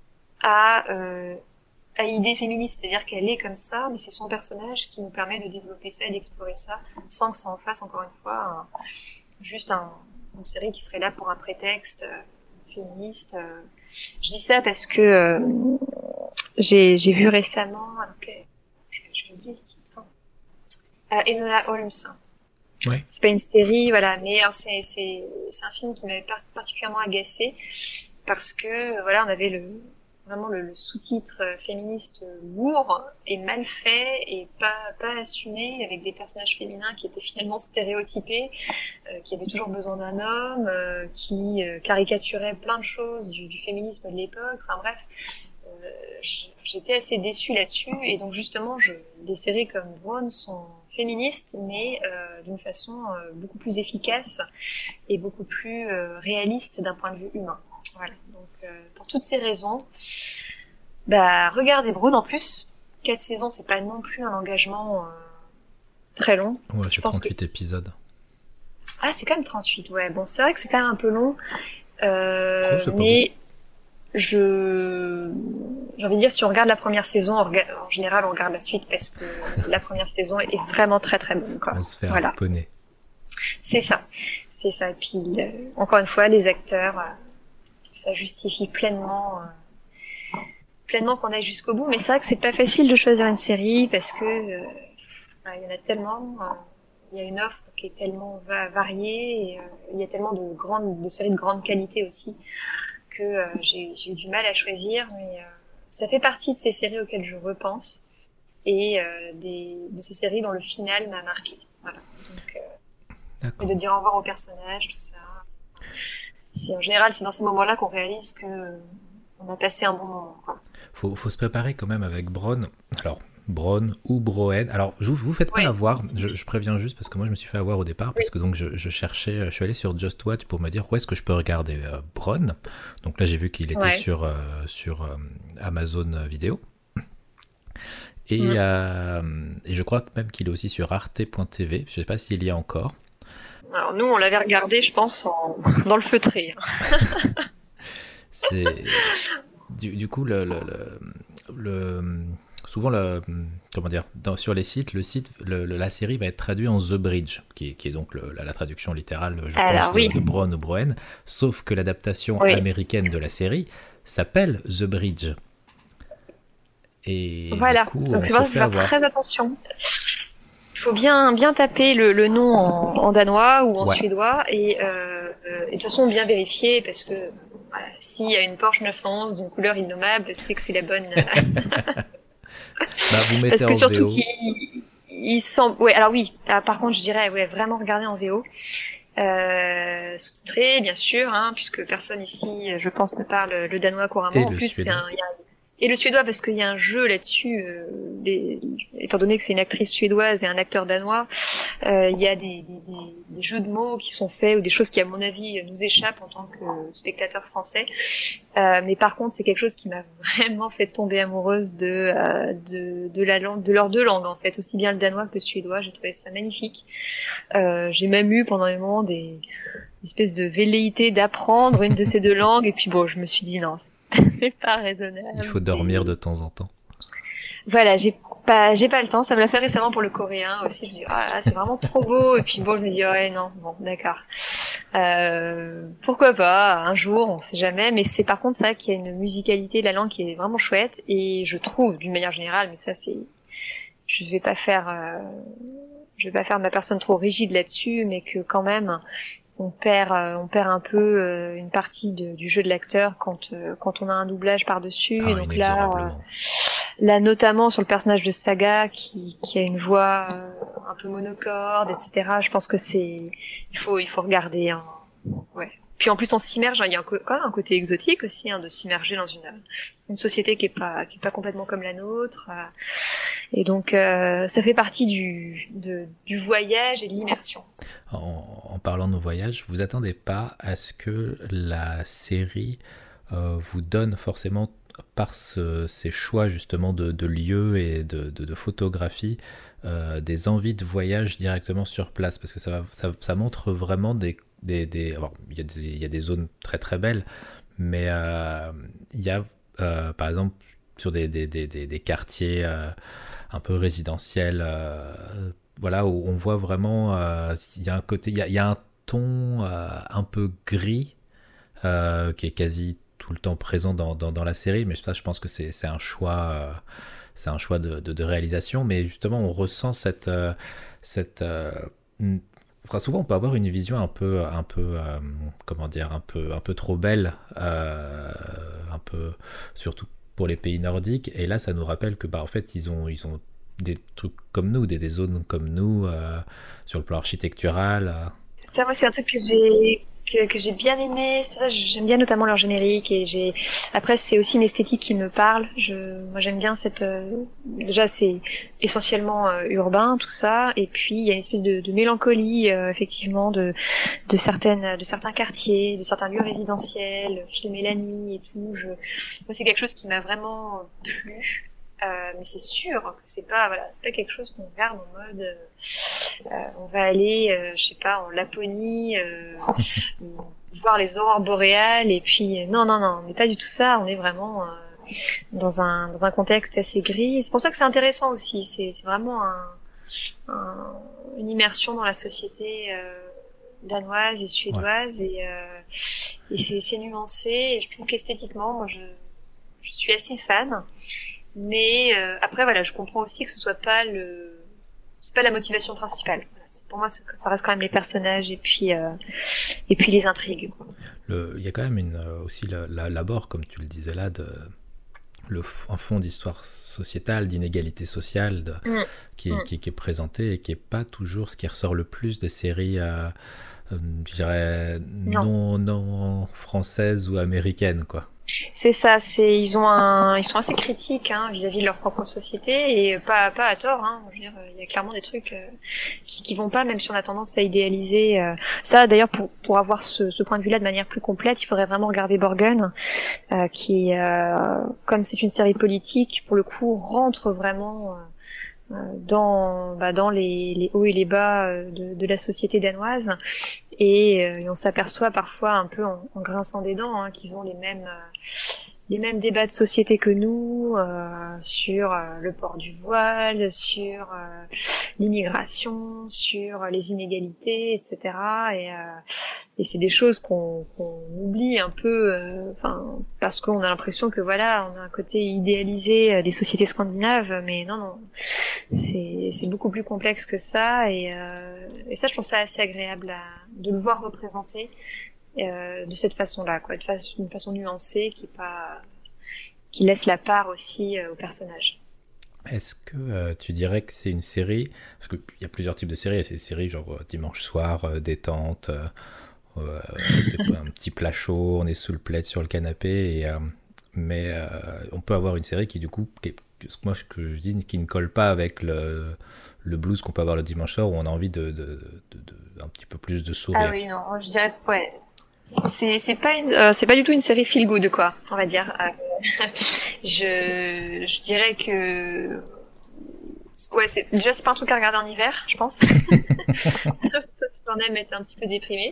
à euh, à idée féministe, c'est-à-dire qu'elle est comme ça, mais c'est son personnage qui nous permet de développer ça et d'explorer ça, sans que ça en fasse encore une fois un, juste un, une série qui serait là pour un prétexte euh, féministe. Euh. Je dis ça parce que euh, j'ai, j'ai vu récemment, okay, j'ai oublié le titre, hein. euh, Enola Holmes. Ouais. C'est pas une série, voilà, mais hein, c'est, c'est, c'est un film qui m'avait particulièrement agacée parce que voilà, on avait le vraiment le, le sous-titre féministe lourd et mal fait et pas pas assumé, avec des personnages féminins qui étaient finalement stéréotypés, euh, qui avaient toujours besoin d'un homme, euh, qui euh, caricaturaient plein de choses du, du féminisme de l'époque. Enfin bref, euh, j'étais assez déçue là-dessus et donc justement, je, des séries comme Brown sont féministes, mais euh, d'une façon euh, beaucoup plus efficace et beaucoup plus euh, réaliste d'un point de vue humain. Voilà. Donc, euh, pour toutes ces raisons, bah, regardez Brood. En plus, quatre saisons, c'est pas non plus un engagement euh, très long. Ouais, je c'est pense trente-huit que épisodes. Ah, c'est quand même trente-huit, ouais. Bon, c'est vrai que c'est quand même un peu long. Euh, Oh, c'est pas mais je... j'ai envie de dire, si on regarde la première saison, on rega... en général, on regarde la suite parce que la première saison est vraiment très très bonne, quoi. On se fait voilà. harponner. C'est ça. C'est ça. Et puis, euh, encore une fois, les acteurs... Euh, ça justifie pleinement euh, pleinement qu'on aille jusqu'au bout, mais c'est vrai que c'est pas facile de choisir une série parce que euh, il y en a tellement, euh, il y a une offre qui est tellement va- variée et euh, il y a tellement de grandes de séries de grande qualité aussi que euh, j'ai, j'ai eu du mal à choisir, mais euh, ça fait partie de ces séries auxquelles je repense et euh, des, de ces séries dont le final m'a marqué. Voilà. Donc, euh, et de dire au revoir aux personnages, tout ça. C'est, en général, c'est dans ces moments-là qu'on réalise que euh, on a passé un bon moment, quoi. Faut, faut se préparer quand même avec Bron. Alors, Bron ou Broen. Alors, je vous faites pas Oui. avoir. Je, je préviens juste parce que moi, je me suis fait avoir au départ parce Oui. que donc je, je cherchais. Je suis allé sur Just Watch pour me dire où est-ce que je peux regarder euh, Bron. Donc là, j'ai vu qu'il était Ouais. sur euh, sur euh, Amazon Vidéo. Et, Mm. euh, et je crois même qu'il est aussi sur arte point t v. Je sais pas s'il y a encore. Alors nous, on l'avait regardé, je pense, en... dans le feutré. C'est du, du coup le, le, le, le souvent le comment dire dans, sur les sites le site le, le, la série va être traduite en The Bridge qui est, qui est donc le, la, la traduction littérale je Alors, pense oui. de, de Bron ou Broen, sauf que l'adaptation Oui. américaine de la série s'appelle The Bridge et Voilà. du coup donc on c'est se vrai, fait faut faire avoir. très attention. Il faut bien bien taper le, le nom en, en danois ou en Ouais. suédois et, euh, euh, et de toute façon bien vérifier parce que voilà, s'il y a une Porsche neuf cent onze d'une couleur innommable, c'est que c'est la bonne. Bah, vous mettez Parce que en surtout V O. qu'il il semble. Ouais, alors oui. Ah, par contre, je dirais ouais vraiment regarder en V O. Euh, sous-titré, bien sûr, hein, puisque personne ici, je pense, ne parle le danois couramment. Et en le plus, c'est suédois. un, il y a Et le suédois, parce qu'il y a un jeu là-dessus, euh, des, étant donné que c'est une actrice suédoise et un acteur danois, euh, il y a des, des, des, des jeux de mots qui sont faits ou des choses qui, à mon avis, nous échappent en tant que spectateur français. Euh, mais par contre, c'est quelque chose qui m'a vraiment fait tomber amoureuse de, euh, de, de la langue, de leurs deux langues en fait, aussi bien le danois que le suédois. J'ai trouvé ça magnifique. Euh, j'ai même eu pendant un moment des, des espèces de velléité d'apprendre une de ces deux langues. Et puis bon, je me suis dit non. C'est pas raisonnable. Il faut dormir de temps en temps. Voilà, j'ai pas, j'ai pas le temps. Ça me l'a fait récemment pour le coréen aussi. Je me dis, ah là, c'est vraiment trop beau. Et puis bon, je me dis, ouais, non, bon, d'accord. Euh, pourquoi pas, un jour, on sait jamais. Mais c'est par contre ça qu'il y a une musicalité de la langue qui est vraiment chouette. Et je trouve, d'une manière générale, mais ça c'est, je vais pas faire, euh, je vais pas faire ma personne trop rigide là-dessus, mais que quand même, on perd euh, on perd un peu euh, une partie de, du jeu de l'acteur quand euh, quand on a un doublage par-dessus. Ah, et donc là euh, là notamment sur le personnage de Saga qui qui a une voix euh, un peu monocorde, etc. Je pense que c'est il faut il faut regarder hein. Ouais. Puis en plus on s'immerge, il y a un, quand même un côté exotique aussi hein, de s'immerger dans une une société qui est pas qui est pas complètement comme la nôtre. Euh, et donc euh, ça fait partie du de, du voyage et de l'immersion. En, en parlant de nos voyages, vous attendez pas à ce que la série euh, vous donne forcément par ce, ces choix justement de, de lieux et de, de, de photographie euh, des envies de voyage directement sur place, parce que ça, ça, ça montre vraiment des Des, des, alors, il y a des, il y a des zones très très belles, mais euh, il y a euh, par exemple sur des, des, des, des quartiers euh, un peu résidentiels, euh, voilà, où on voit vraiment, euh, il y a un côté, il y a, il y a un ton euh, un peu gris euh, qui est quasi tout le temps présent dans, dans, dans la série, mais ça je pense que c'est, c'est un choix, euh, c'est un choix de, de, de réalisation, mais justement on ressent cette, euh, cette euh, Enfin, souvent on peut avoir une vision un peu, un peu, euh, comment dire, un peu, un peu trop belle, euh, un peu, surtout pour les pays nordiques. Et là, ça nous rappelle que, bah, en fait, ils ont, ils ont des trucs comme nous, des, des zones comme nous, euh, sur le plan architectural. Euh. Ça, moi, c'est un truc que j'ai que, que j'ai bien aimé. C'est pour ça que j'aime bien notamment leur générique. Et j'ai après, c'est aussi une esthétique qui me parle. Je, moi, j'aime bien cette. Euh... Déjà, c'est essentiellement euh, urbain tout ça, et puis il y a une espèce de, de mélancolie euh, effectivement de de certaines de certains quartiers, de certains lieux résidentiels, filmés la nuit et tout. Je, moi, c'est quelque chose qui m'a vraiment plu. Euh, mais c'est sûr que c'est pas voilà, c'est pas quelque chose qu'on regarde en mode euh, on va aller euh, je sais pas en Laponie euh, voir les aurores boréales et puis non non non, on n'est pas du tout ça, on est vraiment euh, dans un dans un contexte assez gris. C'est pour ça que c'est intéressant aussi, c'est c'est vraiment un, un une immersion dans la société euh, danoise et suédoise. Ouais. et euh, et c'est c'est nuancé et je trouve qu'esthétiquement moi je je suis assez fan. Mais euh, après voilà, je comprends aussi que ce soit pas le, c'est pas la motivation principale. Voilà, c'est, pour moi, ça reste quand même les personnages et puis euh, et puis les intrigues. Quoi. Le, il y a quand même une aussi la, la, l'abord, comme tu le disais là, de le un fond d'histoire sociétale, d'inégalité sociale, de, mmh. qui, mmh. qui qui est présenté et qui est pas toujours ce qui ressort le plus des séries, euh, euh, je dirais non. non non françaises ou américaines quoi. C'est ça, c'est ils ont un, ils sont assez critiques hein, vis-à-vis de leur propre société et pas pas à tort. Hein, je veux dire, il y a clairement des trucs euh, qui, qui vont pas, même si on a tendance à idéaliser euh, ça. D'ailleurs, pour pour avoir ce, ce point de vue-là de manière plus complète, il faudrait vraiment regarder Borgen, euh, qui, euh, comme c'est une série politique, pour le coup, rentre vraiment euh, dans bah, dans les, les hauts et les bas de, de la société danoise. Et, euh, et on s'aperçoit parfois un peu en, en grinçant des dents hein, qu'ils ont les mêmes euh, les mêmes débats de société que nous euh, sur euh, le port du voile, sur euh, l'immigration, sur les inégalités, et cetera. Et, euh, et c'est des choses qu'on, qu'on oublie un peu, enfin euh, parce qu'on a l'impression que voilà, on a un côté idéalisé des sociétés scandinaves, mais non non, c'est c'est beaucoup plus complexe que ça. Et, euh, et ça, je trouve ça assez agréable à, de le voir représenté. Euh, de cette façon-là, quoi, de façon, d'une façon nuancée, qui est pas, qui laisse la part aussi euh, aux personnages. Est-ce que euh, tu dirais que c'est une série, parce qu'il y a plusieurs types de séries, il y a des séries genre euh, dimanche soir, euh, détente, euh, euh, c'est pas un petit plat chaud, on est sous le plaid sur le canapé, et, euh, mais euh, on peut avoir une série qui du coup, qui est, moi ce que je dis, qui ne colle pas avec le, le blues qu'on peut avoir le dimanche soir où on a envie de, de, de, de un petit peu plus de sourire. Ah oui, non, je dirais, ouais. C'est, c'est pas une, euh, c'est pas du tout une série feel good, quoi, on va dire. Euh, je, je dirais que, ouais, c'est, déjà, c'est pas un truc à regarder en hiver, je pense. Sauf si on aime être un petit peu déprimé.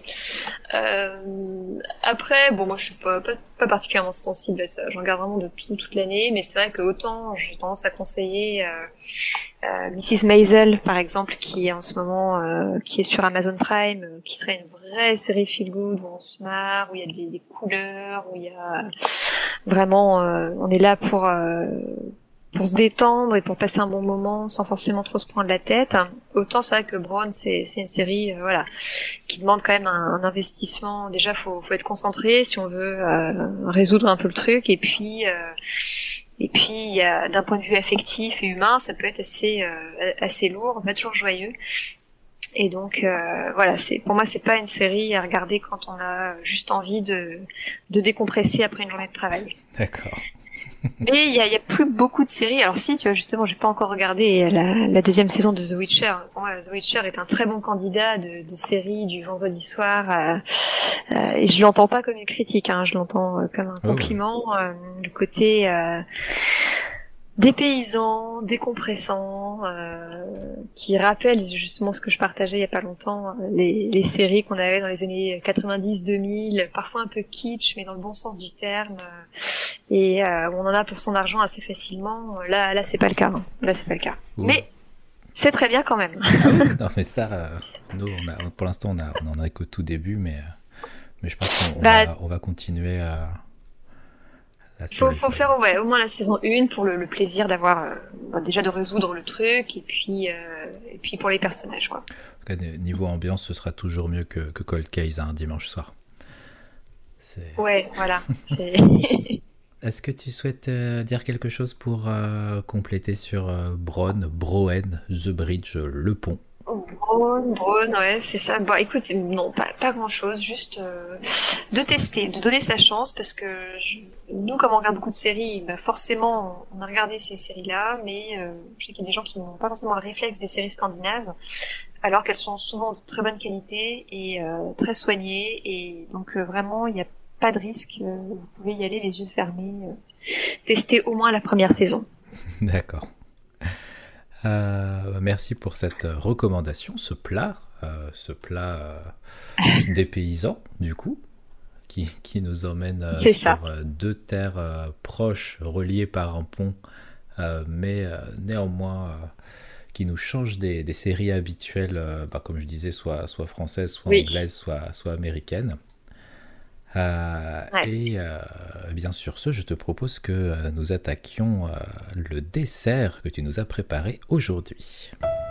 Euh, après, bon, moi, je suis pas, pas, pas particulièrement sensible à ça. J'en regarde vraiment de tout, toute l'année, mais c'est vrai que autant, j'ai tendance à conseiller, euh, euh, missus Maisel, par exemple, qui est en ce moment, euh, qui est sur Amazon Prime, euh, qui serait une vraie série feel good où on se marre, où il y a des, des couleurs, où il y a vraiment, euh, on est là pour, euh, pour se détendre et pour passer un bon moment sans forcément trop se prendre la tête. Autant c'est vrai que Brown, c'est, c'est une série, euh, voilà, qui demande quand même un, un investissement. Déjà, faut, faut être concentré si on veut euh, résoudre un peu le truc. Et puis, euh, et puis, il y a, d'un point de vue affectif et humain, ça peut être assez, euh, assez lourd, pas toujours joyeux. Et donc, euh, voilà, c'est, pour moi, c'est pas une série à regarder quand on a juste envie de, de décompresser après une journée de travail. D'accord. Mais il y a, y a plus beaucoup de séries. Alors si, tu vois, justement, j'ai pas encore regardé la, la deuxième saison de The Witcher. Pour moi, The Witcher est un très bon candidat de, de série du vendredi soir. Euh, euh, et je l'entends pas comme une critique, hein, je l'entends euh, comme un compliment. Oh, ouais. euh, le côté euh, dépaysant, décompressant, euh, qui rappelle justement ce que je partageais il y a pas longtemps, les, les séries qu'on avait dans les années quatre-vingt-dix deux mille, parfois un peu kitsch, mais dans le bon sens du terme, et euh, on en a pour son argent assez facilement. Là, là, c'est pas le cas. Hein. Là, c'est pas le cas. Ouh. Mais c'est très bien quand même. Ah oui, non, mais ça, euh, nous, on a, pour l'instant, on, a, on en a qu'au tout début, mais, mais je pense qu'on bah, va, on va continuer à. Il faut, faut faire ouais, au moins la saison un pour le, le plaisir d'avoir euh, déjà de résoudre le truc et puis euh, et puis pour les personnages quoi. En tout cas, niveau ambiance, ce sera toujours mieux que, que Cold Case un hein, dimanche soir. C'est... Ouais, voilà. C'est... Est-ce que tu souhaites euh, dire quelque chose pour euh, compléter sur euh, Bron, Broen, The Bridge, le pont? Bron, Bron, ouais, c'est ça. Bon, écoute, non, pas, pas grand-chose, juste euh, de tester, de donner sa chance, parce que je, nous, comme on regarde beaucoup de séries, bah forcément, on a regardé ces séries-là, mais euh, je sais qu'il y a des gens qui n'ont pas forcément le réflexe des séries scandinaves, alors qu'elles sont souvent de très bonne qualité et euh, très soignées, et donc euh, vraiment, il n'y a pas de risque, euh, vous pouvez y aller les yeux fermés, euh, tester au moins la première saison. D'accord. Euh, merci pour cette recommandation, ce plat, euh, ce plat euh, des paysans, du coup, qui, qui nous emmène euh, sur ça. deux terres euh, proches, reliées par un pont, euh, mais euh, néanmoins euh, qui nous change des, des séries habituelles, euh, bah, comme je disais, soit, soit françaises, soit oui. anglaises, soit, soit américaines. Euh, ouais. Et euh, bien sur ce, je te propose que euh, nous attaquions euh, le dessert que tu nous as préparé aujourd'hui.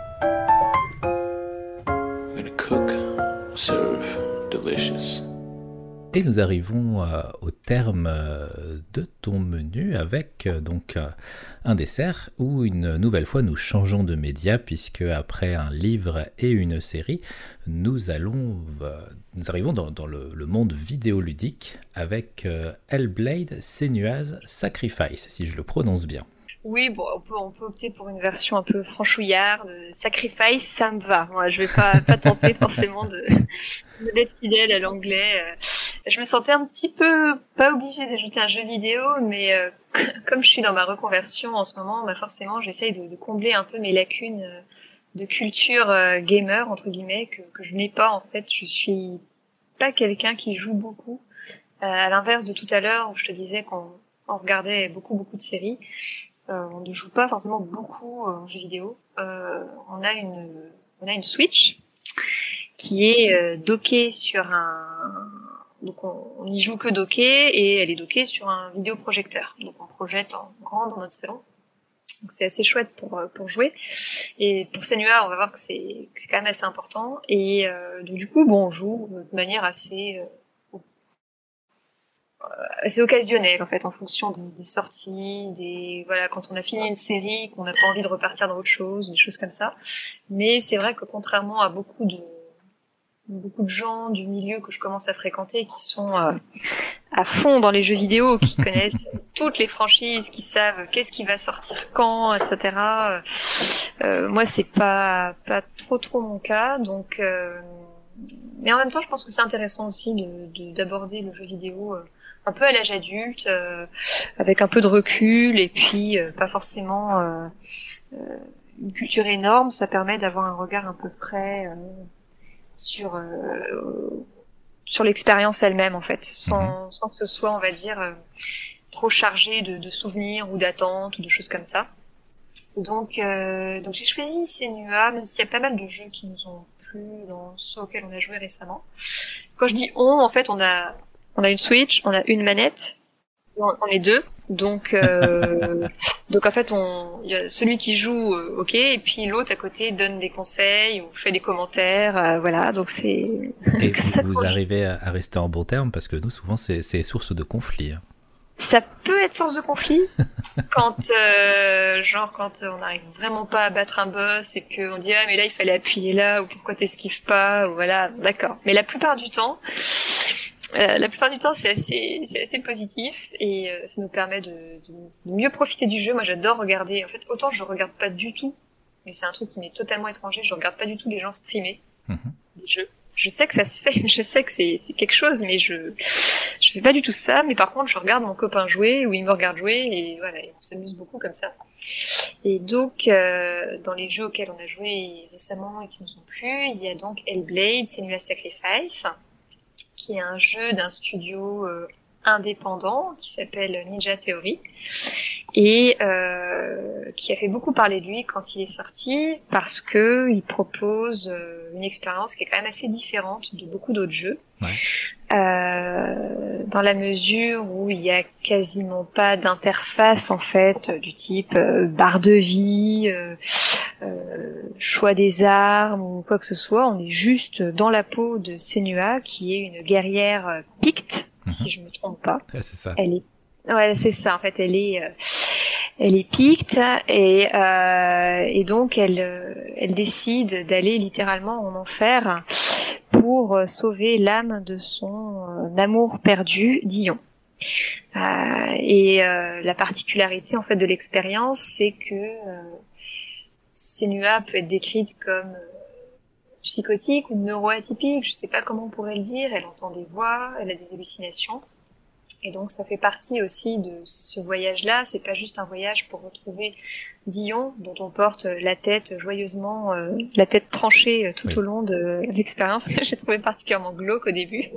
And cook, serve, delicious. Et nous arrivons euh, au terme euh, de ton menu avec euh, donc euh, un dessert où une nouvelle fois nous changeons de média puisque après un livre et une série, nous allons euh, nous arrivons dans, dans le, le monde vidéoludique avec euh, Hellblade: Senua's Sacrifice, si je le prononce bien. Oui, bon, on peut, on peut opter pour une version un peu franchouillarde. Sacrifice, ça me va. Moi, je vais pas, pas tenter forcément de, d'être fidèle à l'anglais. Je me sentais un petit peu pas obligée d'ajouter un jeu vidéo, mais euh, comme je suis dans ma reconversion en ce moment, bah forcément, j'essaye de, de combler un peu mes lacunes de culture euh, gamer entre guillemets que, que je n'ai pas en fait. Je suis pas quelqu'un qui joue beaucoup. Euh, à l'inverse de tout à l'heure où je te disais qu'on on regardait beaucoup beaucoup de séries. Euh, on ne joue pas forcément beaucoup euh, en jeux vidéo. Euh, on a une, on a une Switch qui est euh, dockée sur un, donc on, on y joue que dockée et elle est dockée sur un vidéoprojecteur. Donc on projette en grand dans notre salon. Donc c'est assez chouette pour pour jouer. Et pour Senua, on va voir que c'est que c'est quand même assez important. Et euh, donc du coup, bon, on joue de manière assez euh, assez occasionnel en fait, en fonction des, des sorties, des voilà, quand on a fini une série, qu'on n'a pas envie de repartir dans autre chose, des choses comme ça. Mais c'est vrai que contrairement à beaucoup de beaucoup de gens du milieu que je commence à fréquenter qui sont euh, à fond dans les jeux vidéo, qui connaissent toutes les franchises, qui savent qu'est-ce qui va sortir quand, et cetera. Euh, moi, c'est pas pas trop trop mon cas, donc. Euh, mais en même temps, je pense que c'est intéressant aussi de, de d'aborder le jeu vidéo euh, un peu à l'âge adulte, euh, avec un peu de recul, et puis euh, pas forcément euh, euh, une culture énorme. Ça permet d'avoir un regard un peu frais. Euh, sur euh, sur l'expérience elle-même en fait, sans, mmh. sans que ce soit, on va dire, euh, trop chargé de, de souvenirs ou d'attentes ou de choses comme ça. Donc euh, donc j'ai choisi Senua, même s'il y a pas mal de jeux qui nous ont plu dans ceux auxquels on a joué récemment. Quand je dis on, en fait, on a on a une Switch, on a une manette, on, on est deux. Donc, euh, donc en fait, on, il y a celui qui joue, euh, ok, et puis l'autre à côté donne des conseils ou fait des commentaires, euh, voilà. Donc c'est. Et ça vous arrivez à, à rester en bon terme, parce que nous, souvent, c'est, c'est source de conflit. Hein. Ça peut être source de conflit quand, euh, genre, quand on n'arrive vraiment pas à battre un boss et qu'on dit ah mais là il fallait appuyer là, ou pourquoi t'esquives pas, ou voilà, d'accord. Mais la plupart du temps. Euh, la plupart du temps, c'est assez, c'est assez positif et euh, ça nous permet de, de, de mieux profiter du jeu. Moi, j'adore regarder. En fait, autant je regarde pas du tout, mais c'est un truc qui m'est totalement étranger. Je regarde pas du tout les gens streamer mm-hmm. des jeux. Je sais que ça se fait, je sais que c'est, c'est quelque chose, mais je, je fais pas du tout ça. Mais par contre, je regarde mon copain jouer ou il me regarde jouer et voilà, et on s'amuse beaucoup comme ça. Et donc, euh, dans les jeux auxquels on a joué récemment et qui nous ont plu, il y a donc Hellblade, Senua's Sacrifice, qui est un jeu d'un studio euh, indépendant qui s'appelle Ninja Theory et euh, qui a fait beaucoup parler de lui quand il est sorti parce que il propose euh, une expérience qui est quand même assez différente de beaucoup d'autres jeux. Ouais. Euh, dans la mesure où il y a quasiment pas d'interface en fait du type euh, barre de vie, euh, euh, choix des armes ou quoi que ce soit. On est juste dans la peau de Senua qui est une guerrière euh, picte, mm-hmm. si je me trompe pas. Ouais, c'est ça. Elle est, ouais, c'est ça. En fait, elle est, euh, elle est picte et euh, et donc elle, euh, elle décide d'aller littéralement en enfer pour sauver l'âme de son euh, amour perdu, Dion. Euh, et euh, la particularité en fait de l'expérience, c'est que euh, Senua peut être décrite comme euh, psychotique ou neuroatypique, je sais pas comment on pourrait le dire. Elle entend des voix, elle a des hallucinations. Et donc ça fait partie aussi de ce voyage-là. C'est pas juste un voyage pour retrouver Dion, dont on porte la tête joyeusement, euh, la tête tranchée tout oui. au long de l'expérience, que j'ai trouvé particulièrement glauque au début.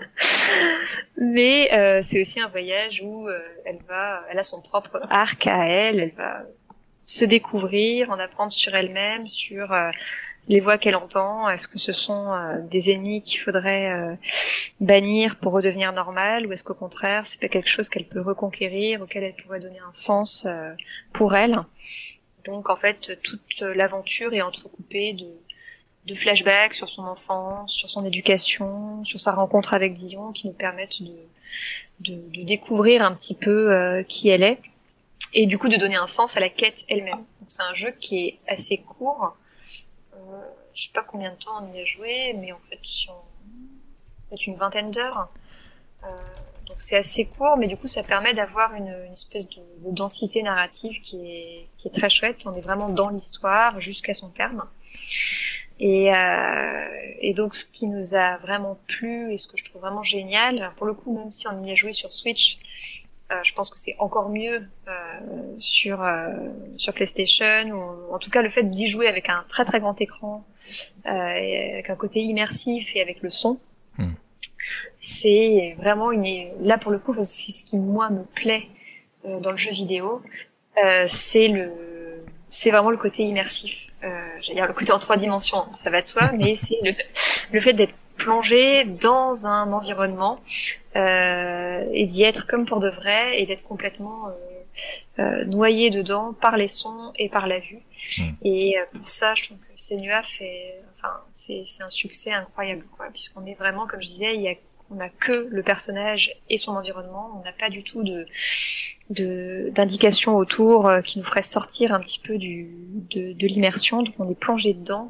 Mais euh, c'est aussi un voyage où euh, elle va, elle a son propre arc à elle. Elle va se découvrir, en apprendre sur elle-même, sur euh, les voix qu'elle entend. Est-ce que ce sont euh, des ennemis qu'il faudrait euh, bannir pour redevenir normale, ou est-ce qu'au contraire c'est pas quelque chose qu'elle peut reconquérir, auquel elle pourrait donner un sens euh, pour elle. Donc en fait toute l'aventure est entrecoupée de, de flashbacks sur son enfance, sur son éducation, sur sa rencontre avec Dion, qui nous permettent de, de, de découvrir un petit peu euh, qui elle est, et du coup de donner un sens à la quête elle-même. Donc c'est un jeu qui est assez court. Euh, je sais pas combien de temps on y a joué, mais en fait, si on... peut-être une vingtaine d'heures. Euh, donc c'est assez court, mais du coup, ça permet d'avoir une, une espèce de, de densité narrative qui est, qui est très chouette. On est vraiment dans l'histoire jusqu'à son terme. Et, euh, et donc, ce qui nous a vraiment plu et ce que je trouve vraiment génial, pour le coup, même si on y a joué sur Switch, Euh, je pense que c'est encore mieux euh, sur euh, sur PlayStation, ou en tout cas le fait d'y jouer avec un très très grand écran, euh, et avec un côté immersif et avec le son, mm. c'est vraiment une. Là pour le coup, c'est ce qui moi me plaît euh, dans le jeu vidéo, euh, c'est le c'est vraiment le côté immersif. Euh, j'allais dire le côté en trois dimensions, ça va de soi, mais c'est le le fait d'être plongé dans un environnement euh, et d'y être comme pour de vrai et d'être complètement euh, euh, noyé dedans par les sons et par la vue. Mmh. Et euh, pour ça, je trouve que Senua fait, enfin, c'est, c'est un succès incroyable, quoi, puisqu'on est vraiment, comme je disais, il y a, on n'a que le personnage et son environnement, on n'a pas du tout de, de d'indications autour euh, qui nous ferait sortir un petit peu du de, de l'immersion, donc on est plongé dedans.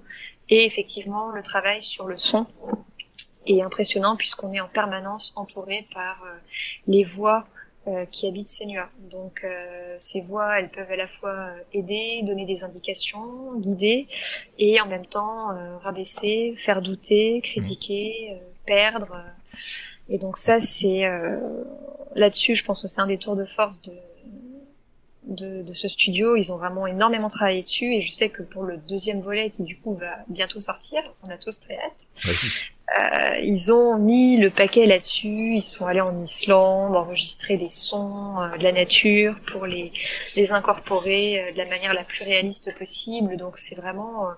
Et effectivement, le travail sur le son est impressionnant puisqu'on est en permanence entouré par euh, les voix euh, qui habitent Senua. Donc euh, ces voix, elles peuvent à la fois aider, donner des indications, guider, et en même temps euh, rabaisser, faire douter, critiquer, euh, perdre. Euh, et donc ça, c'est euh, là-dessus, je pense que c'est un des tours de force de De, de ce studio. Ils ont vraiment énormément travaillé dessus, et je sais que pour le deuxième volet qui du coup va bientôt sortir, on a tous très hâte, euh, ils ont mis le paquet là-dessus. Ils sont allés en Islande enregistrer des sons euh, de la nature pour les, les incorporer euh, de la manière la plus réaliste possible. Donc c'est vraiment euh,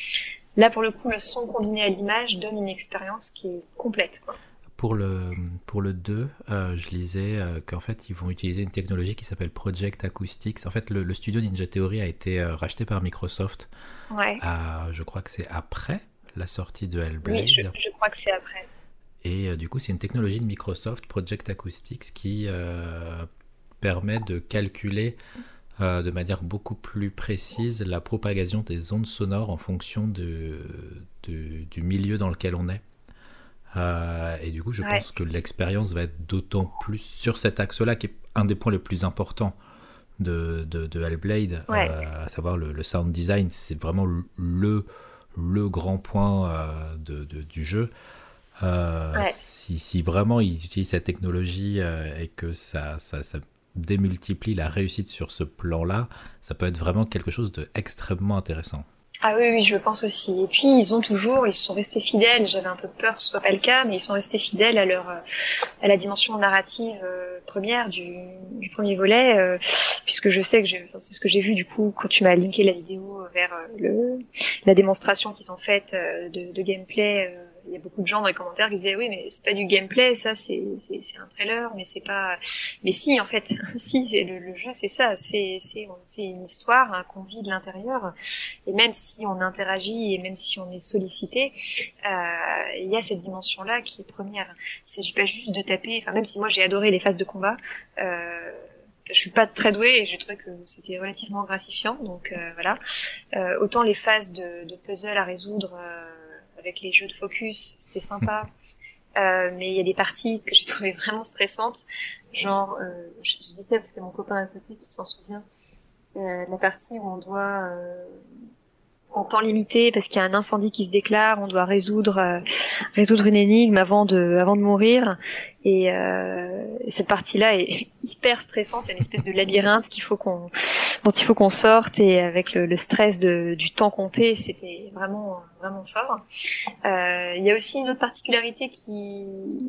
là pour le coup, le son combiné à l'image donne une expérience qui est complète, quoi. Pour le, pour le deux, euh, je lisais euh, qu'en fait, ils vont utiliser une technologie qui s'appelle Project Acoustics. En fait, le, le studio Ninja Theory a été euh, racheté par Microsoft. Ouais. À, je crois que c'est après la sortie de Hellblade. Oui, je, je crois que c'est après. Et euh, du coup, c'est une technologie de Microsoft, Project Acoustics, qui euh, permet de calculer euh, de manière beaucoup plus précise la propagation des ondes sonores en fonction de, de, du milieu dans lequel on est. Euh, et du coup, je ouais. pense que l'expérience va être d'autant plus sur cet axe-là, qui est un des points les plus importants de, de, de Hellblade, ouais. euh, à savoir le, le sound design. C'est vraiment le, le grand point euh, de, de, du jeu. Euh, ouais. si, si vraiment ils utilisent cette technologie euh, et que ça, ça, ça démultiplie la réussite sur ce plan-là, ça peut être vraiment quelque chose d'extrêmement intéressant. Ah oui, oui, je le pense aussi. Et puis, ils ont toujours, ils sont restés fidèles. J'avais un peu peur que ce soit pas le cas, mais ils sont restés fidèles à leur, à la dimension narrative euh, première du, du premier volet, euh, puisque je sais que j'ai, enfin, c'est ce que j'ai vu du coup quand tu m'as linké la vidéo vers euh, le, la démonstration qu'ils ont faite euh, de, de gameplay. Euh, il y a beaucoup de gens dans les commentaires qui disaient oui, mais c'est pas du gameplay, ça c'est c'est c'est un trailer, mais c'est pas. Mais si, en fait, si, c'est le, le jeu, c'est ça, c'est c'est c'est une histoire hein, qu'on vit de l'intérieur, et même si on interagit et même si on est sollicité, euh, il y a cette dimension-là qui est première. Il s'agit pas juste de taper. Enfin, même si moi j'ai adoré les phases de combat. Euh, Je suis pas très douée et j'ai trouvé que c'était relativement gratifiant, donc euh, voilà. Euh, autant les phases de, de puzzle à résoudre euh, avec les jeux de focus, c'était sympa, euh, mais il y a des parties que j'ai trouvées vraiment stressantes. Genre, euh, je, je dis ça parce que mon copain à côté qui s'en souvient, euh, la partie où on doit euh, en temps limité parce qu'il y a un incendie qui se déclare, on doit résoudre euh, résoudre une énigme avant de avant de mourir, et, euh, et cette partie-là est hyper stressante. Il y a une espèce de labyrinthe qu'il faut qu'on dont il faut qu'on sorte, et avec le, le stress de du temps compté, c'était vraiment vraiment fort. Euh, il y a aussi une autre particularité qui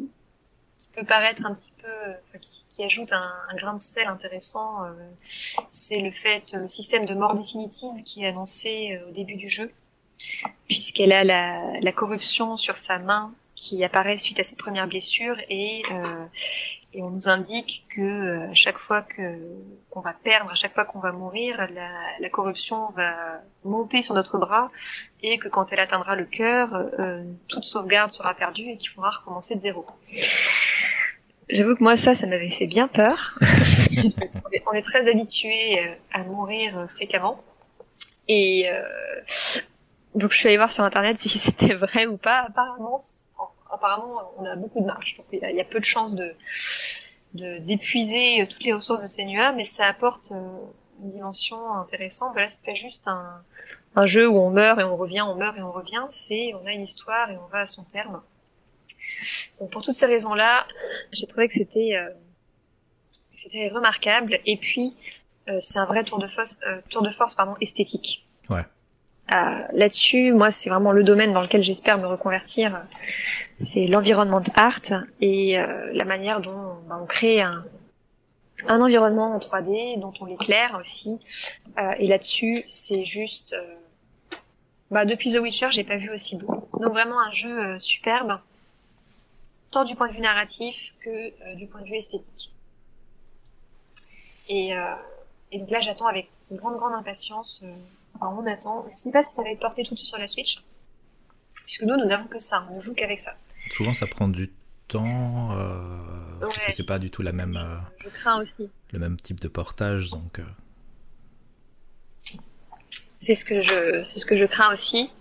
qui peut paraître un petit peu enfin, qui, qui ajoute un, un grain de sel intéressant, euh, c'est le fait, le système de mort définitive qui est annoncé euh, au début du jeu, puisqu'elle a la, la corruption sur sa main qui apparaît suite à ses premières blessures, et, euh, et on nous indique que euh, à chaque fois que qu'on va perdre, à chaque fois qu'on va mourir, la, la corruption va monter sur notre bras, et que quand elle atteindra le cœur, euh, toute sauvegarde sera perdue et qu'il faudra recommencer de zéro. J'avoue que moi, ça, ça m'avait fait bien peur. On est très habitué à mourir fréquemment. Et euh, donc, je suis allée voir sur Internet si c'était vrai ou pas. Apparemment, apparemment on a beaucoup de marge. Donc, il y a peu de chances de, de d'épuiser toutes les ressources de Senua, mais ça apporte une dimension intéressante. Voilà, c'est pas juste un, un jeu où on meurt et on revient, on meurt et on revient. C'est, on a une histoire et on va à son terme. Donc pour toutes ces raisons-là, j'ai trouvé que c'était euh, que c'était remarquable, et puis euh, c'est un vrai tour de force, euh, tour de force pardon, esthétique. Ouais. Euh, là-dessus, moi, c'est vraiment le domaine dans lequel j'espère me reconvertir. C'est l'environnement art et euh, la manière dont bah, on crée un, un environnement en trois D, dont on l'éclaire aussi. Euh, et là-dessus, c'est juste... Euh, bah, depuis The Witcher, j'ai pas vu aussi beau. Donc vraiment un jeu euh, superbe, tant du point de vue narratif que euh, du point de vue esthétique. Et, euh, et donc là, j'attends avec une grande, grande impatience. Euh, enfin, on attend. Je sais pas si ça va être porté tout de suite sur la Switch, puisque nous, nous n'avons que ça. On ne joue qu'avec ça. Souvent, ça prend du temps, euh, ouais, parce que c'est pas du tout la même, euh, je crains aussi. le même type de portage, donc... Euh... C'est ce que je, c'est ce que je crains aussi.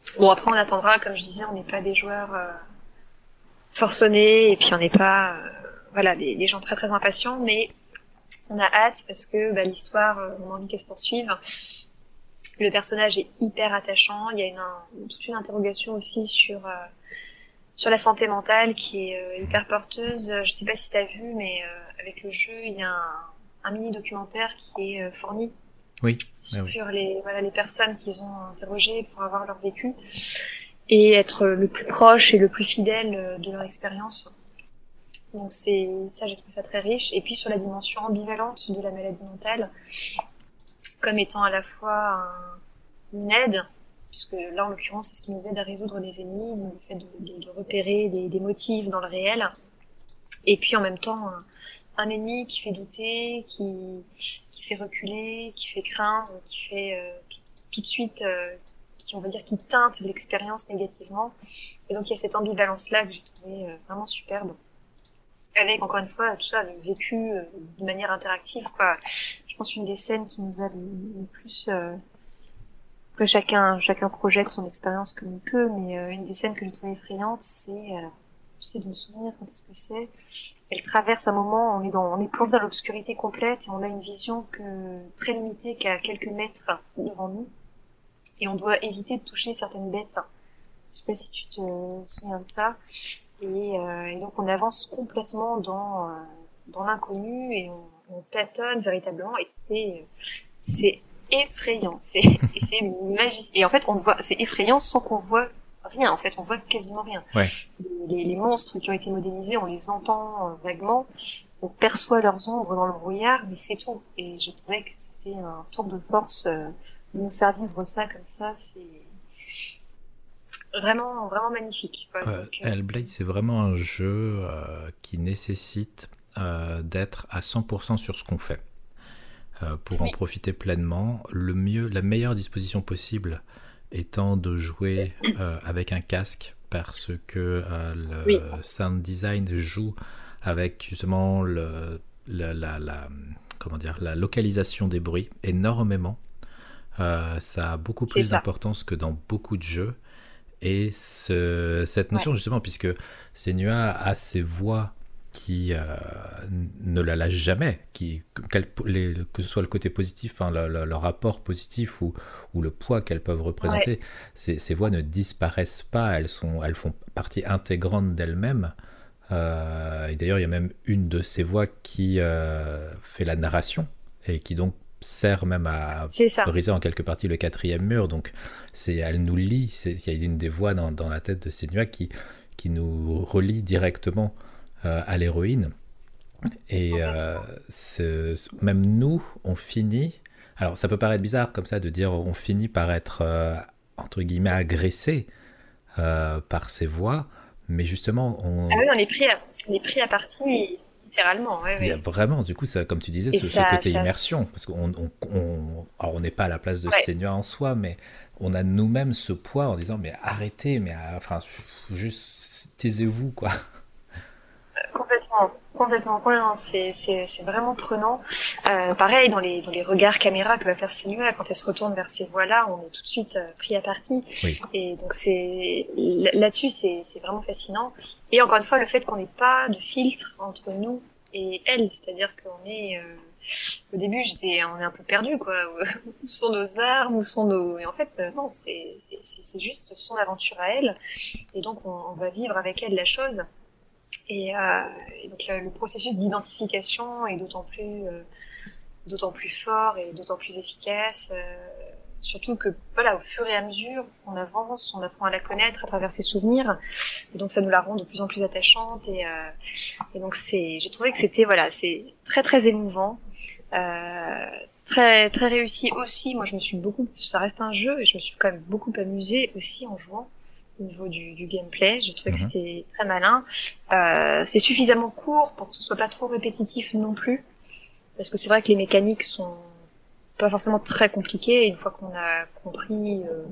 Bon, après, on attendra, comme je disais, on n'est pas des joueurs euh, forcenés, et puis on n'est pas, euh, voilà, des, des gens très très impatients, mais on a hâte parce que bah, l'histoire, euh, on a envie qu'elle se poursuive. Le personnage est hyper attachant. Il y a une, un, toute une interrogation aussi sur euh, sur la santé mentale qui est euh, hyper porteuse. Je sais pas si t'as vu, mais euh, avec le jeu, il y a un, un mini documentaire qui est euh, fourni Oui. sur oui. les voilà les personnes qu'ils ont interrogées pour avoir leur vécu et être le plus proche et le plus fidèle de leur expérience. Donc c'est ça, j'ai trouvé ça très riche. Et puis sur la dimension ambivalente de la maladie mentale, comme étant à la fois un, une aide, puisque là en l'occurrence c'est ce qui nous aide à résoudre des énigmes, le fait de, de, de repérer des, des motifs dans le réel, et puis en même temps un, un ennemi qui fait douter, qui, qui fait reculer, qui fait craindre, qui fait euh, tout, tout de suite, euh, qui on va dire qui teinte l'expérience négativement. Et donc il y a cette ambivalence là que j'ai trouvé euh, vraiment superbe. Avec, encore une fois, tout ça vécu euh, de manière interactive, quoi. Je pense une des scènes qui nous a le, le plus... Euh, que chacun, chacun projette son expérience comme il peut, mais euh, une des scènes que j'ai trouvée effrayante, c'est... Euh, j'essaie de me souvenir quand est-ce que c'est. Elle traverse un moment, on est, dans, on est plongé dans l'obscurité complète, et on a une vision que, très limitée, qu'à quelques mètres devant nous. Et on doit éviter de toucher certaines bêtes. Je sais pas si tu te souviens de ça. Et, euh, et donc on avance complètement dans euh, dans l'inconnu et on, on tâtonne véritablement et c'est c'est effrayant, c'est et c'est magique. Et en fait on voit, c'est effrayant sans qu'on voit rien. En fait on voit quasiment rien. Ouais. Les, les monstres qui ont été modélisés, on les entend euh, vaguement, on perçoit leurs ombres dans le brouillard, mais c'est tout. Et je trouvais que c'était un tour de force euh, de nous faire vivre ça comme ça. C'est Vraiment, vraiment magnifique. Quoi. Euh, Donc, euh... Hellblade, c'est vraiment un jeu euh, qui nécessite euh, d'être à cent pour cent sur ce qu'on fait euh, pour oui. en profiter pleinement. Le mieux, la meilleure disposition possible étant de jouer euh, avec un casque parce que euh, le oui. sound design joue avec justement le, la, la, la, comment dire, la localisation des bruits énormément. Euh, ça a beaucoup plus d'importance que dans beaucoup de jeux. Et ce, cette notion, ouais. justement, puisque Senua a ses voix qui euh, ne la lâchent jamais, qui, les, que ce soit le côté positif, enfin, le, le, le rapport positif ou, ou le poids qu'elles peuvent représenter, ouais. ces, ces voix ne disparaissent pas, elles, sont, elles font partie intégrante d'elles-mêmes. Euh, et d'ailleurs, il y a même une de ces voix qui euh, fait la narration et qui donc sert même à briser en quelque partie le quatrième mur, donc c'est, elle nous lie, c'est, il y a une des voix dans, dans la tête de Senua qui, qui nous relie directement euh, à l'héroïne, et euh, c'est, même nous, on finit, alors ça peut paraître bizarre comme ça de dire on finit par être euh, entre guillemets agressé euh, par ces voix, mais justement on... Ah oui, on est pris à, on est pris à partie... Littéralement, ouais, il y a ouais. vraiment, du coup, ça, comme tu disais, ce, ça, ce côté ça, immersion, parce qu'on on, on, alors on n'est pas à la place de ouais. Senua en soi, mais on a nous-mêmes ce poids en disant mais arrêtez, mais enfin juste taisez-vous, quoi. Complètement, complètement, complètement. C'est, c'est, c'est vraiment prenant. Euh, pareil, dans les, dans les regards caméra que va faire Senua, quand elle se retourne vers ces voix-là, on est tout de suite euh, pris à partie. Oui. Et donc c'est, là-dessus, c'est, c'est vraiment fascinant. Et encore une fois, le fait qu'on n'ait pas de filtre entre nous et elle, c'est-à-dire qu'on est, euh, au début, j'étais, on est un peu perdu, quoi. Où sont nos armes, où sont nos, et en fait, euh, non, c'est, c'est, c'est, c'est juste son aventure à elle. Et donc, on, on va vivre avec elle la chose. Et, euh, et donc le, le processus d'identification est d'autant plus, euh, d'autant plus fort et d'autant plus efficace. Euh, surtout que, voilà, au fur et à mesure qu'on avance, on apprend à la connaître à travers ses souvenirs. Et donc ça nous la rend de plus en plus attachante. Et, euh, et donc c'est, j'ai trouvé que c'était, voilà, c'est très très émouvant, euh, très très réussi aussi. Moi je me suis beaucoup, ça reste un jeu et je me suis quand même beaucoup amusée aussi en jouant. Au niveau du, du gameplay, j'ai trouvé mmh. que c'était très malin. Euh, c'est suffisamment court pour que ce soit pas trop répétitif non plus, parce que c'est vrai que les mécaniques sont pas forcément très compliquées. Et une fois qu'on a compris euh,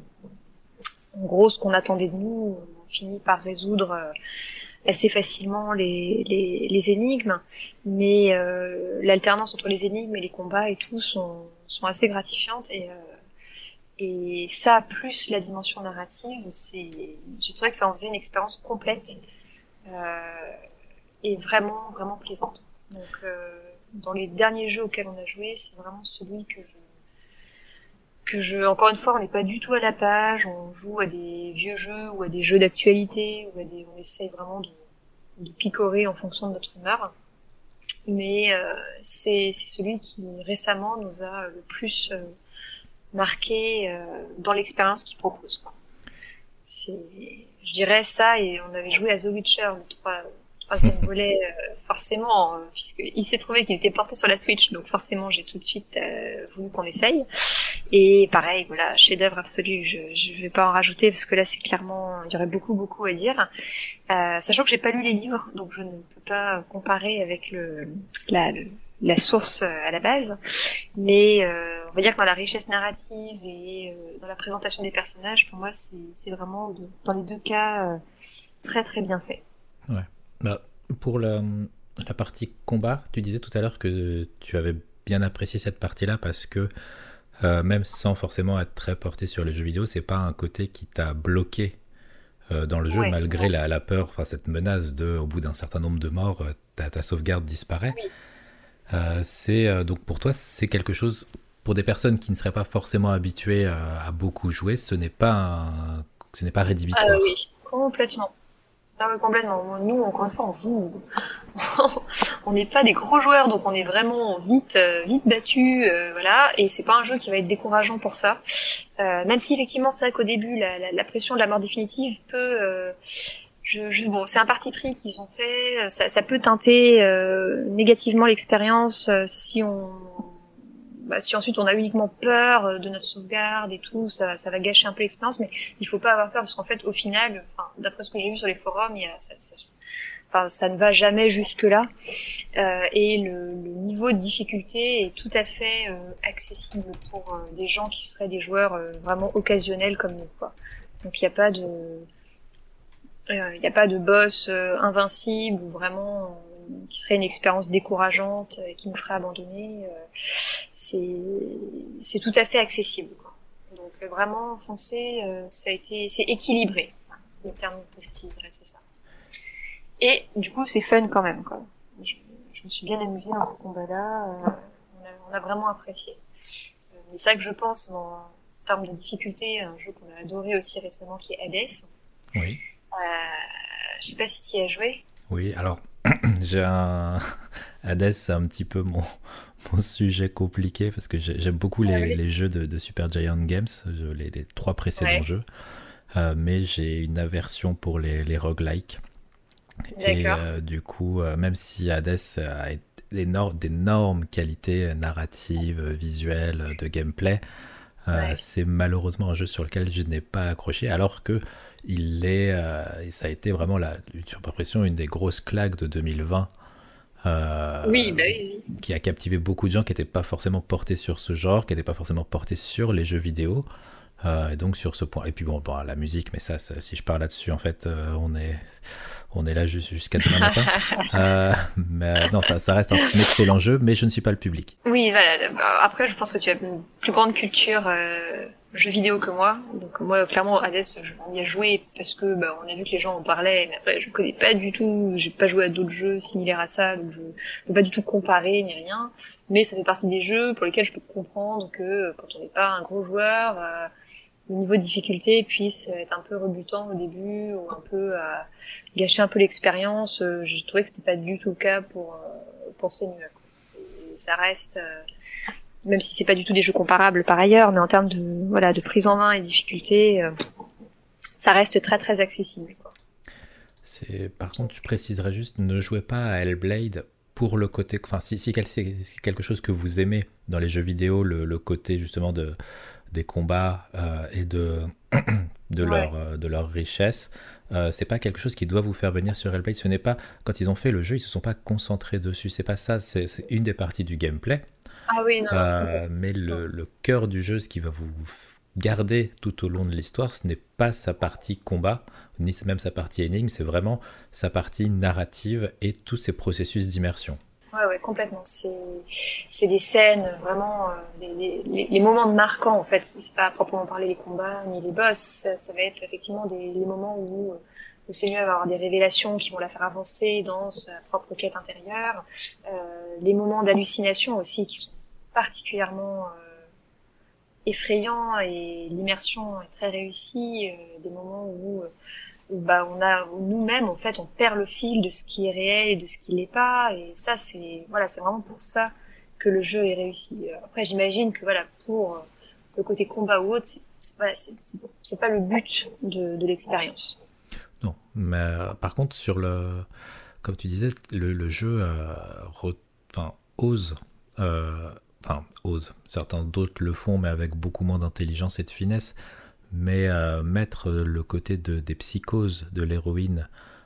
en gros ce qu'on attendait de nous, on finit par résoudre euh, assez facilement les, les, les énigmes. Mais euh, l'alternance entre les énigmes et les combats et tout sont, sont assez gratifiantes et euh, Et ça, plus la dimension narrative, c'est, j'ai trouvé que ça en faisait une expérience complète euh, et vraiment, vraiment plaisante. Donc, euh, dans les derniers jeux auxquels on a joué, c'est vraiment celui que je, que je, encore une fois, on n'est pas du tout à la page, on joue à des vieux jeux ou à des jeux d'actualité, ou à des, on essaye vraiment de, de picorer en fonction de notre humeur. Mais euh, c'est, c'est celui qui récemment nous a le plus euh, marqué euh, dans l'expérience qu'il propose, quoi. C'est, je dirais ça, et on avait joué à The Witcher, le trois, troisième volet, euh, forcément, euh, puisqu'il s'est trouvé qu'il était porté sur la Switch, donc forcément j'ai tout de suite euh, voulu qu'on essaye. Et pareil, voilà, chef-d'œuvre absolu, je, je vais pas en rajouter, parce que là c'est clairement, il y aurait beaucoup beaucoup à dire. Euh, sachant que j'ai pas lu les livres, donc je ne peux pas comparer avec le, la, le, la source à la base, mais euh, on va dire que dans la richesse narrative et euh, dans la présentation des personnages, pour moi c'est, c'est vraiment, de, dans les deux cas, euh, très très bien fait. Ouais. Bah, pour la, la partie combat, tu disais tout à l'heure que tu avais bien apprécié cette partie-là parce que euh, même sans forcément être très porté sur les jeux vidéo, c'est pas un côté qui t'a bloqué euh, dans le jeu, Ouais, malgré ouais. la, la peur, enfin cette menace de, au bout d'un certain nombre de morts, euh, ta, ta sauvegarde disparaît. Oui. Euh, c'est euh, donc pour toi, c'est quelque chose pour des personnes qui ne seraient pas forcément habituées euh, à beaucoup jouer, ce n'est pas un- ce n'est pas Ah rédhibitoire. oui, complètement. Ah oui, complètement. Nous, encore une fois, on joue. On n'est pas des gros joueurs, donc on est vraiment vite, euh, vite battus, euh, voilà. Et c'est pas un jeu qui va être décourageant pour ça. Euh, même si effectivement, c'est vrai qu'au début, la, la, la pression de la mort définitive peut, euh, je, je, bon, c'est un parti pris qu'ils ont fait. Ça, ça peut teinter euh, négativement l'expérience euh, si on, bah, si ensuite on a uniquement peur de notre sauvegarde et tout, ça, ça va gâcher un peu l'expérience. Mais il faut pas avoir peur parce qu'en fait, au final, enfin, d'après ce que j'ai vu sur les forums, il y a, ça, ça, enfin, ça ne va jamais jusque là. Euh, et le, le niveau de difficulté est tout à fait euh, accessible pour euh, des gens qui seraient des joueurs euh, vraiment occasionnels comme nous, quoi. Donc il n'y a pas de, il euh, n'y a pas de boss euh, invincible ou vraiment euh, qui serait une expérience décourageante et qui nous ferait abandonner. Euh, c'est, c'est tout à fait accessible, quoi. Donc euh, vraiment foncez, euh, ça a été, c'est équilibré. Le terme que j'utiliserais, c'est ça. Et du coup, c'est fun quand même, quoi. Je, je me suis bien amusée dans ce combat-là. Euh, on, a, on a vraiment apprécié. Euh, mais c'est ça que je pense, dans, en termes de difficulté, un jeu qu'on a adoré aussi récemment, qui est Hades. Oui. Euh, je sais pas si tu y as joué. Oui, alors j'ai un Hades, c'est un petit peu mon, mon sujet compliqué parce que j'ai- j'aime beaucoup les, Ah oui. les jeux de, de Super Giant Games, je- les, les trois précédents Ouais, jeux, euh, mais j'ai une aversion pour les, les roguelikes. Et d'accord. euh, du coup, euh, même si Hades a d'énor- d'énormes qualités narratives, visuelles, de gameplay, euh, Ouais. c'est malheureusement un jeu sur lequel je n'ai pas accroché, alors que il est, euh, et ça a été vraiment la, j'ai l'impression, une des grosses claques de deux mille vingt, Oui, euh, bah oui, oui. qui a captivé beaucoup de gens qui n'étaient pas forcément portés sur ce genre, qui n'étaient pas forcément portés sur les jeux vidéo. Euh, et donc sur ce point, et puis bon, bon, la musique, mais ça, ça, si je parle là-dessus, en fait, euh, on est, on est là jus- jusqu'à demain matin. Euh, mais euh, non, ça, ça reste un excellent jeu, mais je ne suis pas le public. Oui, voilà. Bah, après, je pense que tu as une plus grande culture euh, jeux vidéo que moi. Donc moi, clairement, Hades, je on y a joué parce que bah, on a vu que les gens en parlaient. Mais après, je connais pas du tout. J'ai pas joué à d'autres jeux similaires à ça, donc je peux pas du tout comparer ni rien. Mais ça fait partie des jeux pour lesquels je peux comprendre que euh, quand on n'est pas un gros joueur, euh, le niveau de difficulté puisse être un peu rebutant au début ou un peu euh, gâcher un peu l'expérience. Euh, J'ai trouvé que c'était pas du tout le cas pour euh, pour Senua, quoi. C'est- Ça reste, euh, même si c'est pas du tout des jeux comparables par ailleurs, mais en termes de voilà de prise en main et difficulté, euh, ça reste très très accessible, quoi. C'est, par contre, je préciserais juste, ne jouez pas à Hellblade pour le côté, enfin, si, si quel- c'est quelque chose que vous aimez dans les jeux vidéo, le, le côté justement de, des combats euh, et de, de, Ouais. leur, euh, de leur richesse, euh, c'est pas quelque chose qui doit vous faire venir sur Hellblade. Ce n'est pas, quand ils ont fait le jeu, ils se sont pas concentrés dessus. C'est pas ça, c'est c'est une des parties du gameplay. Ah oui, non, non. Euh, mais le, le cœur du jeu, ce qui va vous garder tout au long de l'histoire, ce n'est pas sa partie combat, ni même sa partie énigme, c'est vraiment sa partie narrative et tous ses processus d'immersion. Ouais, ouais, complètement. C'est, c'est des scènes vraiment, euh, les, les, les moments marquants en fait. C'est pas à proprement parler les combats ni les boss. Ça, ça va être effectivement des les moments où euh, le Seigneur va avoir des révélations qui vont la faire avancer dans sa propre quête intérieure. Euh, les moments d'hallucination aussi qui sont particulièrement euh, effrayants et l'immersion est très réussie. Euh, des moments où euh, où bah on a où nous-mêmes en fait on perd le fil de ce qui est réel et de ce qui l'est pas, et ça c'est voilà c'est vraiment pour ça que le jeu est réussi. Après j'imagine que voilà pour le côté combat ou autre c'est c'est, voilà, c'est, c'est, c'est pas le but de, de l'expérience. Non, mais euh, par contre sur le, comme tu disais, le, le jeu euh, re, enfin, ose, euh, enfin ose. Certains d'autres le font, mais avec beaucoup moins d'intelligence et de finesse. Mais euh, mettre le côté de, des psychoses de l'héroïne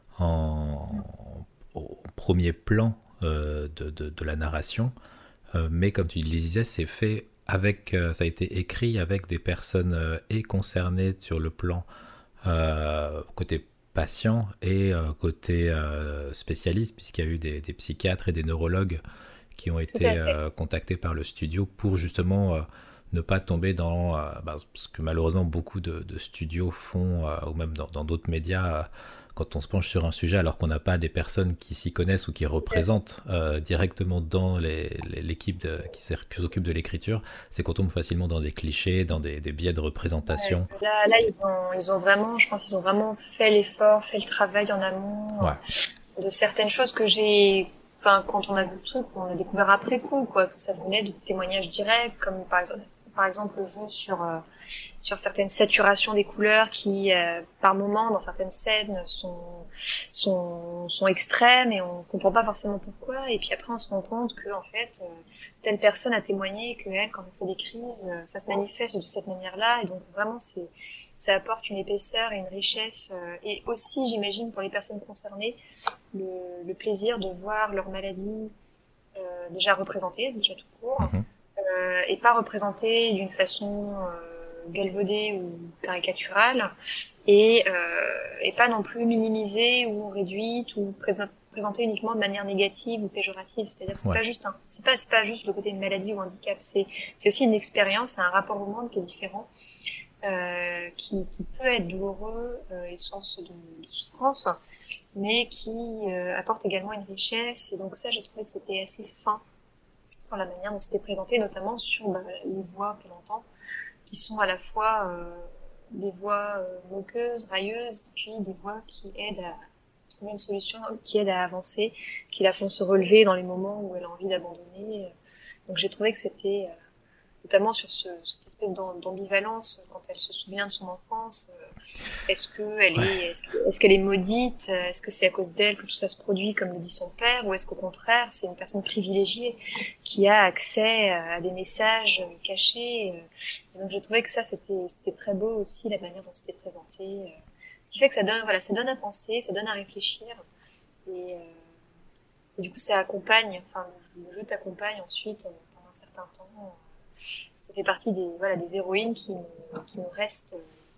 en, en, au premier plan euh, de, de, de la narration, euh, mais comme tu le disais, c'est fait avec, euh, ça a été écrit avec des personnes euh, et concernées sur le plan euh, côté patient et euh, côté euh, spécialiste, puisqu'il y a eu des, des psychiatres et des neurologues qui ont été euh, contactés par le studio pour justement euh, ne pas tomber dans, euh, bah, ce que malheureusement beaucoup de, de studios font, euh, ou même dans, dans d'autres médias, euh, quand on se penche sur un sujet alors qu'on n'a pas des personnes qui s'y connaissent ou qui représentent euh, directement dans les, les, l'équipe de, qui, qui s'occupe de l'écriture, c'est qu'on tombe facilement dans des clichés, dans des, des biais de représentation. Ouais, là, là ils, ont, ils ont vraiment, je pense qu'ils ont vraiment fait l'effort, fait le travail en amont Ouais. euh, de certaines choses que j'ai... Enfin, quand on a vu le truc, on a découvert après coup, quoi, que ça venait de témoignages directs, comme par exemple, par exemple le jeu sur euh, sur certaines saturations des couleurs qui, euh, par moment, dans certaines scènes, sont sont sont extrêmes et on comprend pas forcément pourquoi. Et puis après, on se rend compte que en fait, euh, telle personne a témoigné que elle, quand elle fait des crises, euh, ça se manifeste de cette manière-là. Et donc vraiment, c'est ça apporte une épaisseur et une richesse. Euh, et aussi, j'imagine, pour les personnes concernées, le, le plaisir de voir leur maladie euh, déjà représentée, déjà tout court. Mm-hmm. Euh, et pas représentée d'une façon euh, galvaudée ou caricaturale, et, euh, et pas non plus minimisée ou réduite ou présent, présentée uniquement de manière négative ou péjorative. C'est-à-dire que c'est Ouais. pas juste un, c'est pas c'est pas juste le côté de maladie ou handicap, c'est c'est aussi une expérience, c'est un rapport au monde qui est différent, euh, qui, qui peut être douloureux euh, et source de, de souffrance, mais qui euh, apporte également une richesse. Et donc ça, j'ai trouvé que c'était assez fin dans la manière dont c'était présenté, notamment sur bah, les voix que l'on entend, qui sont à la fois euh, des voix euh, moqueuses, railleuses, puis des voix qui aident à trouver une solution, qui aident à avancer, qui la font se relever dans les moments où elle a envie d'abandonner. Donc j'ai trouvé que c'était, euh, notamment sur ce, cette espèce d'ambivalence, quand elle se souvient de son enfance, euh, est-ce que elle Ouais. est, est-ce, que, est-ce qu'elle est maudite, est-ce que c'est à cause d'elle que tout ça se produit, comme le dit son père, ou est-ce qu'au contraire c'est une personne privilégiée qui a accès à des messages cachés. Et donc j'ai trouvé que ça c'était c'était très beau aussi, la manière dont c'était présenté, ce qui fait que ça donne voilà ça donne à penser, ça donne à réfléchir, et, euh, et du coup ça accompagne, enfin le jeu t'accompagne ensuite pendant un certain temps. Ça fait partie des voilà des héroïnes qui qui nous restent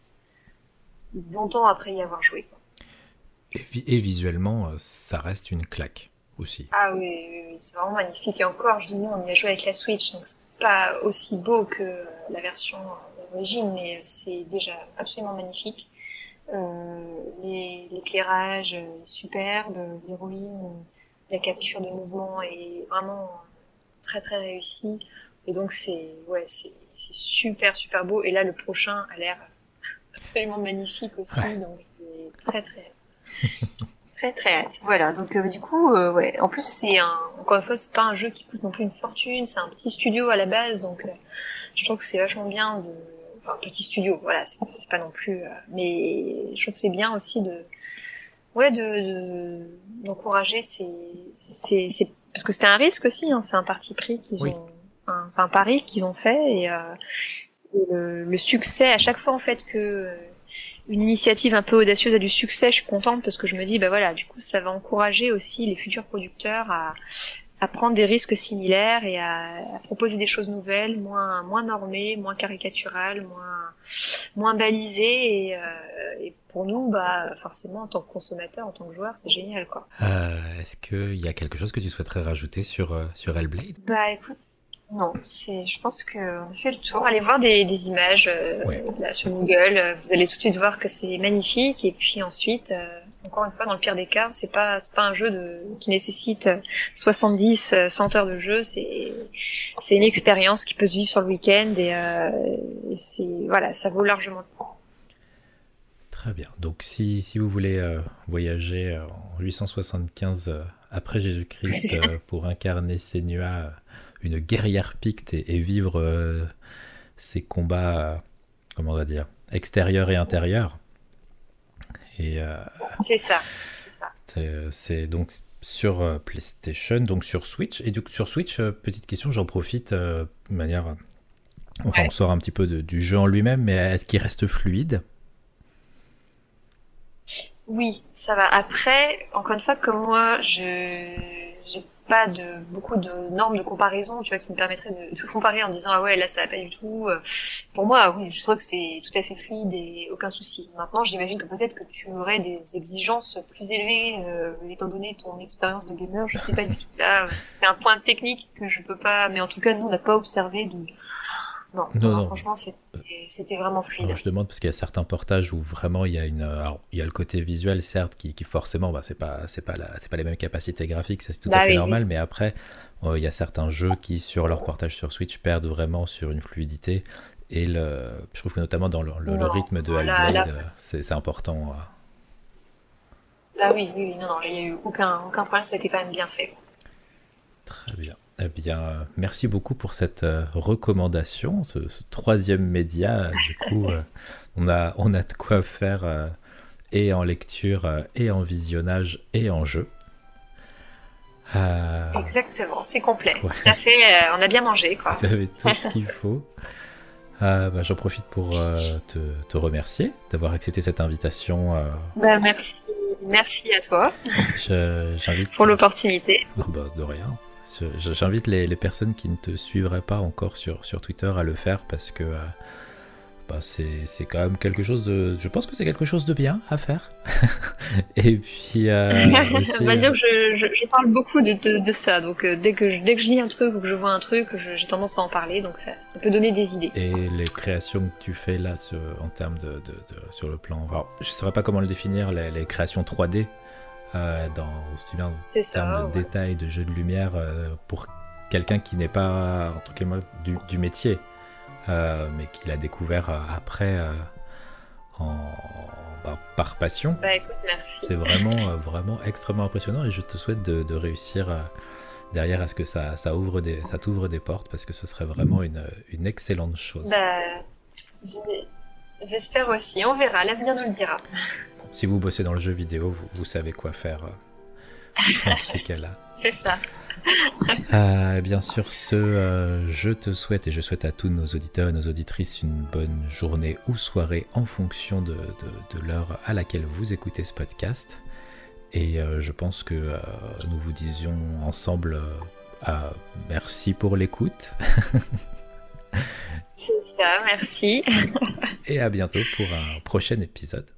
longtemps après y avoir joué, quoi. Et, et visuellement, ça reste une claque aussi. Ah oui, oui, oui, c'est vraiment magnifique. Et encore, je dis nous, on y a joué avec la Switch, donc c'est pas aussi beau que la version d'origine, mais c'est déjà absolument magnifique. Euh, les, l'éclairage est superbe, l'héroïne, la capture de mouvement est vraiment très très réussie. Et donc c'est ouais, c'est, c'est super super beau. Et là, le prochain a l'air absolument magnifique aussi, ouais. Donc j'ai très très hâte. Très très hâte. Voilà, donc euh, du coup, euh, ouais. En plus, c'est un, encore une fois, c'est pas un jeu qui coûte non plus une fortune. C'est un petit studio à la base, donc euh, je trouve que c'est vachement bien de, enfin, petit studio. Voilà, c'est, c'est pas non plus, euh, mais je trouve que c'est bien aussi de, ouais, de, de d'encourager ces, ces, ces, parce que c'était un risque aussi. Hein, c'est un parti pris qu'ils oui. ont, un, c'est un pari qu'ils ont fait, et, euh, et le, le succès à chaque fois en fait que euh, une initiative un peu audacieuse a du succès, je suis contente parce que je me dis, bah voilà, du coup, ça va encourager aussi les futurs producteurs à, à prendre des risques similaires et à, à proposer des choses nouvelles, moins, moins normées, moins caricaturales, moins, moins balisées, et, euh, et pour nous, bah, forcément, en tant que consommateur, en tant que joueur, c'est génial, quoi. Euh, est-ce qu'il y a quelque chose que tu souhaiterais rajouter sur, euh, sur Hellblade? Bah, écoute, non, c'est, je pense qu'on a fait le tour. Allez voir des, des images euh, Ouais. là, sur Google. euh, Vous allez tout de suite voir que c'est magnifique. Et puis ensuite, euh, encore une fois, dans le pire des cas, c'est pas, c'est pas un jeu de, qui nécessite euh, soixante-dix, euh, cent heures de jeu. C'est, c'est une expérience qui peut se vivre sur le week-end et, euh, et c'est, voilà, ça vaut largement le coup. Très bien. Donc, si, si vous voulez euh, voyager euh, en huit cent soixante-quinze euh, après Jésus-Christ euh, pour incarner Senua, euh, une guerrière picte, et, et vivre euh, ces combats, euh, comment on va dire, extérieurs et intérieurs. Et euh, C'est ça, c'est ça. c'est, c'est donc sur euh, PlayStation, donc sur Switch. Et donc sur Switch, euh, petite question, j'en profite euh, de manière. euh, Enfin, Ouais. on sort un petit peu de- du jeu en lui-même, mais est-ce qu'il reste fluide? Oui, ça va. Après, encore une fois, comme moi, je j'ai pas de beaucoup de normes de comparaison, tu vois, qui me permettraient de, de comparer en disant ah ouais là ça va pas du tout. Euh, Pour moi, oui, je trouve que c'est tout à fait fluide et aucun souci. Maintenant, j'imagine que peut-être que tu aurais des exigences plus élevées, euh, étant donné ton expérience de gamer. Je sais pas du tout. Là, euh, c'est un point technique que je peux pas. Mais en tout cas, nous, on n'a pas observé de. Non, non, Non, non, non. franchement, c'était c'était vraiment Non, fluide. je demande parce qu'il y a certains portages où vraiment il y a une. Alors, il y a le côté visuel, certes, qui, qui forcément, bah, c'est pas, c'est pas, la, c'est pas les mêmes capacités graphiques, ça, c'est tout à Bah fait oui, oui. normal. Mais après, euh, il y a certains jeux qui, sur leur portage sur Switch, perdent vraiment sur une fluidité. Et le, je trouve que notamment dans le, le- le Non, rythme de non, là, Hellblade, là, euh, c'est, c'est important. euh. ah oui, oui, oui, non, non, il y a eu aucun, aucun problème, ça a été quand même bien fait. Très bien. Eh bien, euh, merci beaucoup pour cette euh, recommandation, ce, ce troisième média. Du coup, euh, on a, on a de quoi faire euh, et en lecture, euh, et en visionnage, et en jeu. Euh, Exactement, c'est complet. ouais, Ça fait, euh, on a bien mangé, quoi. vous avez tout ce qu'il faut. Euh, bah, j'en profite pour euh, te, te remercier d'avoir accepté cette invitation. euh. Bah, merci, merci à toi Je- j'invite. pour l'opportunité. Non, bah, de rien. Je- J'invite les, les personnes qui ne te suivraient pas encore sur, sur Twitter à le faire parce que euh, bah, c'est c'est quand même quelque chose de. Je pense que c'est quelque chose de bien à faire. Et puis euh, aussi. On va euh, dire que je, je, je parle beaucoup de, de, de ça, donc euh, dès que je, dès que je lis un truc ou que je vois un truc, je- j'ai tendance à en parler, donc ça, ça peut donner des idées. Et les créations que tu fais là sur- en termes de, de- de- sur le plan. Alors, je ne saurais pas comment le définir, les, les créations trois D, euh, dans, aussi bien en C'est termes ça, de ouais. détails, de jeux de lumière, euh, pour quelqu'un qui n'est pas, en tout cas moi, du, du métier, euh, mais qui l'a découvert euh, après euh, en, bah, par passion. Bah écoute, merci. C'est vraiment, euh, vraiment extrêmement impressionnant et je te souhaite de, de réussir euh, derrière à ce que ça, ça, ouvre des, ça t'ouvre des portes parce que ce serait vraiment une, une excellente chose. Bah, j'ai- j'espère aussi, on verra, l'avenir nous le dira. Si vous bossez dans le jeu vidéo, vous, vous savez quoi faire euh, dans ces cas-là. C'est ça. Euh, bien sûr, ce, euh, je te souhaite et je souhaite à tous nos auditeurs et nos auditrices une bonne journée ou soirée en fonction de, de- de l'heure à laquelle vous écoutez ce podcast. Et euh, je pense que euh, nous vous disions ensemble euh, ah, merci pour l'écoute C'est ça, merci. et à bientôt pour un prochain épisode.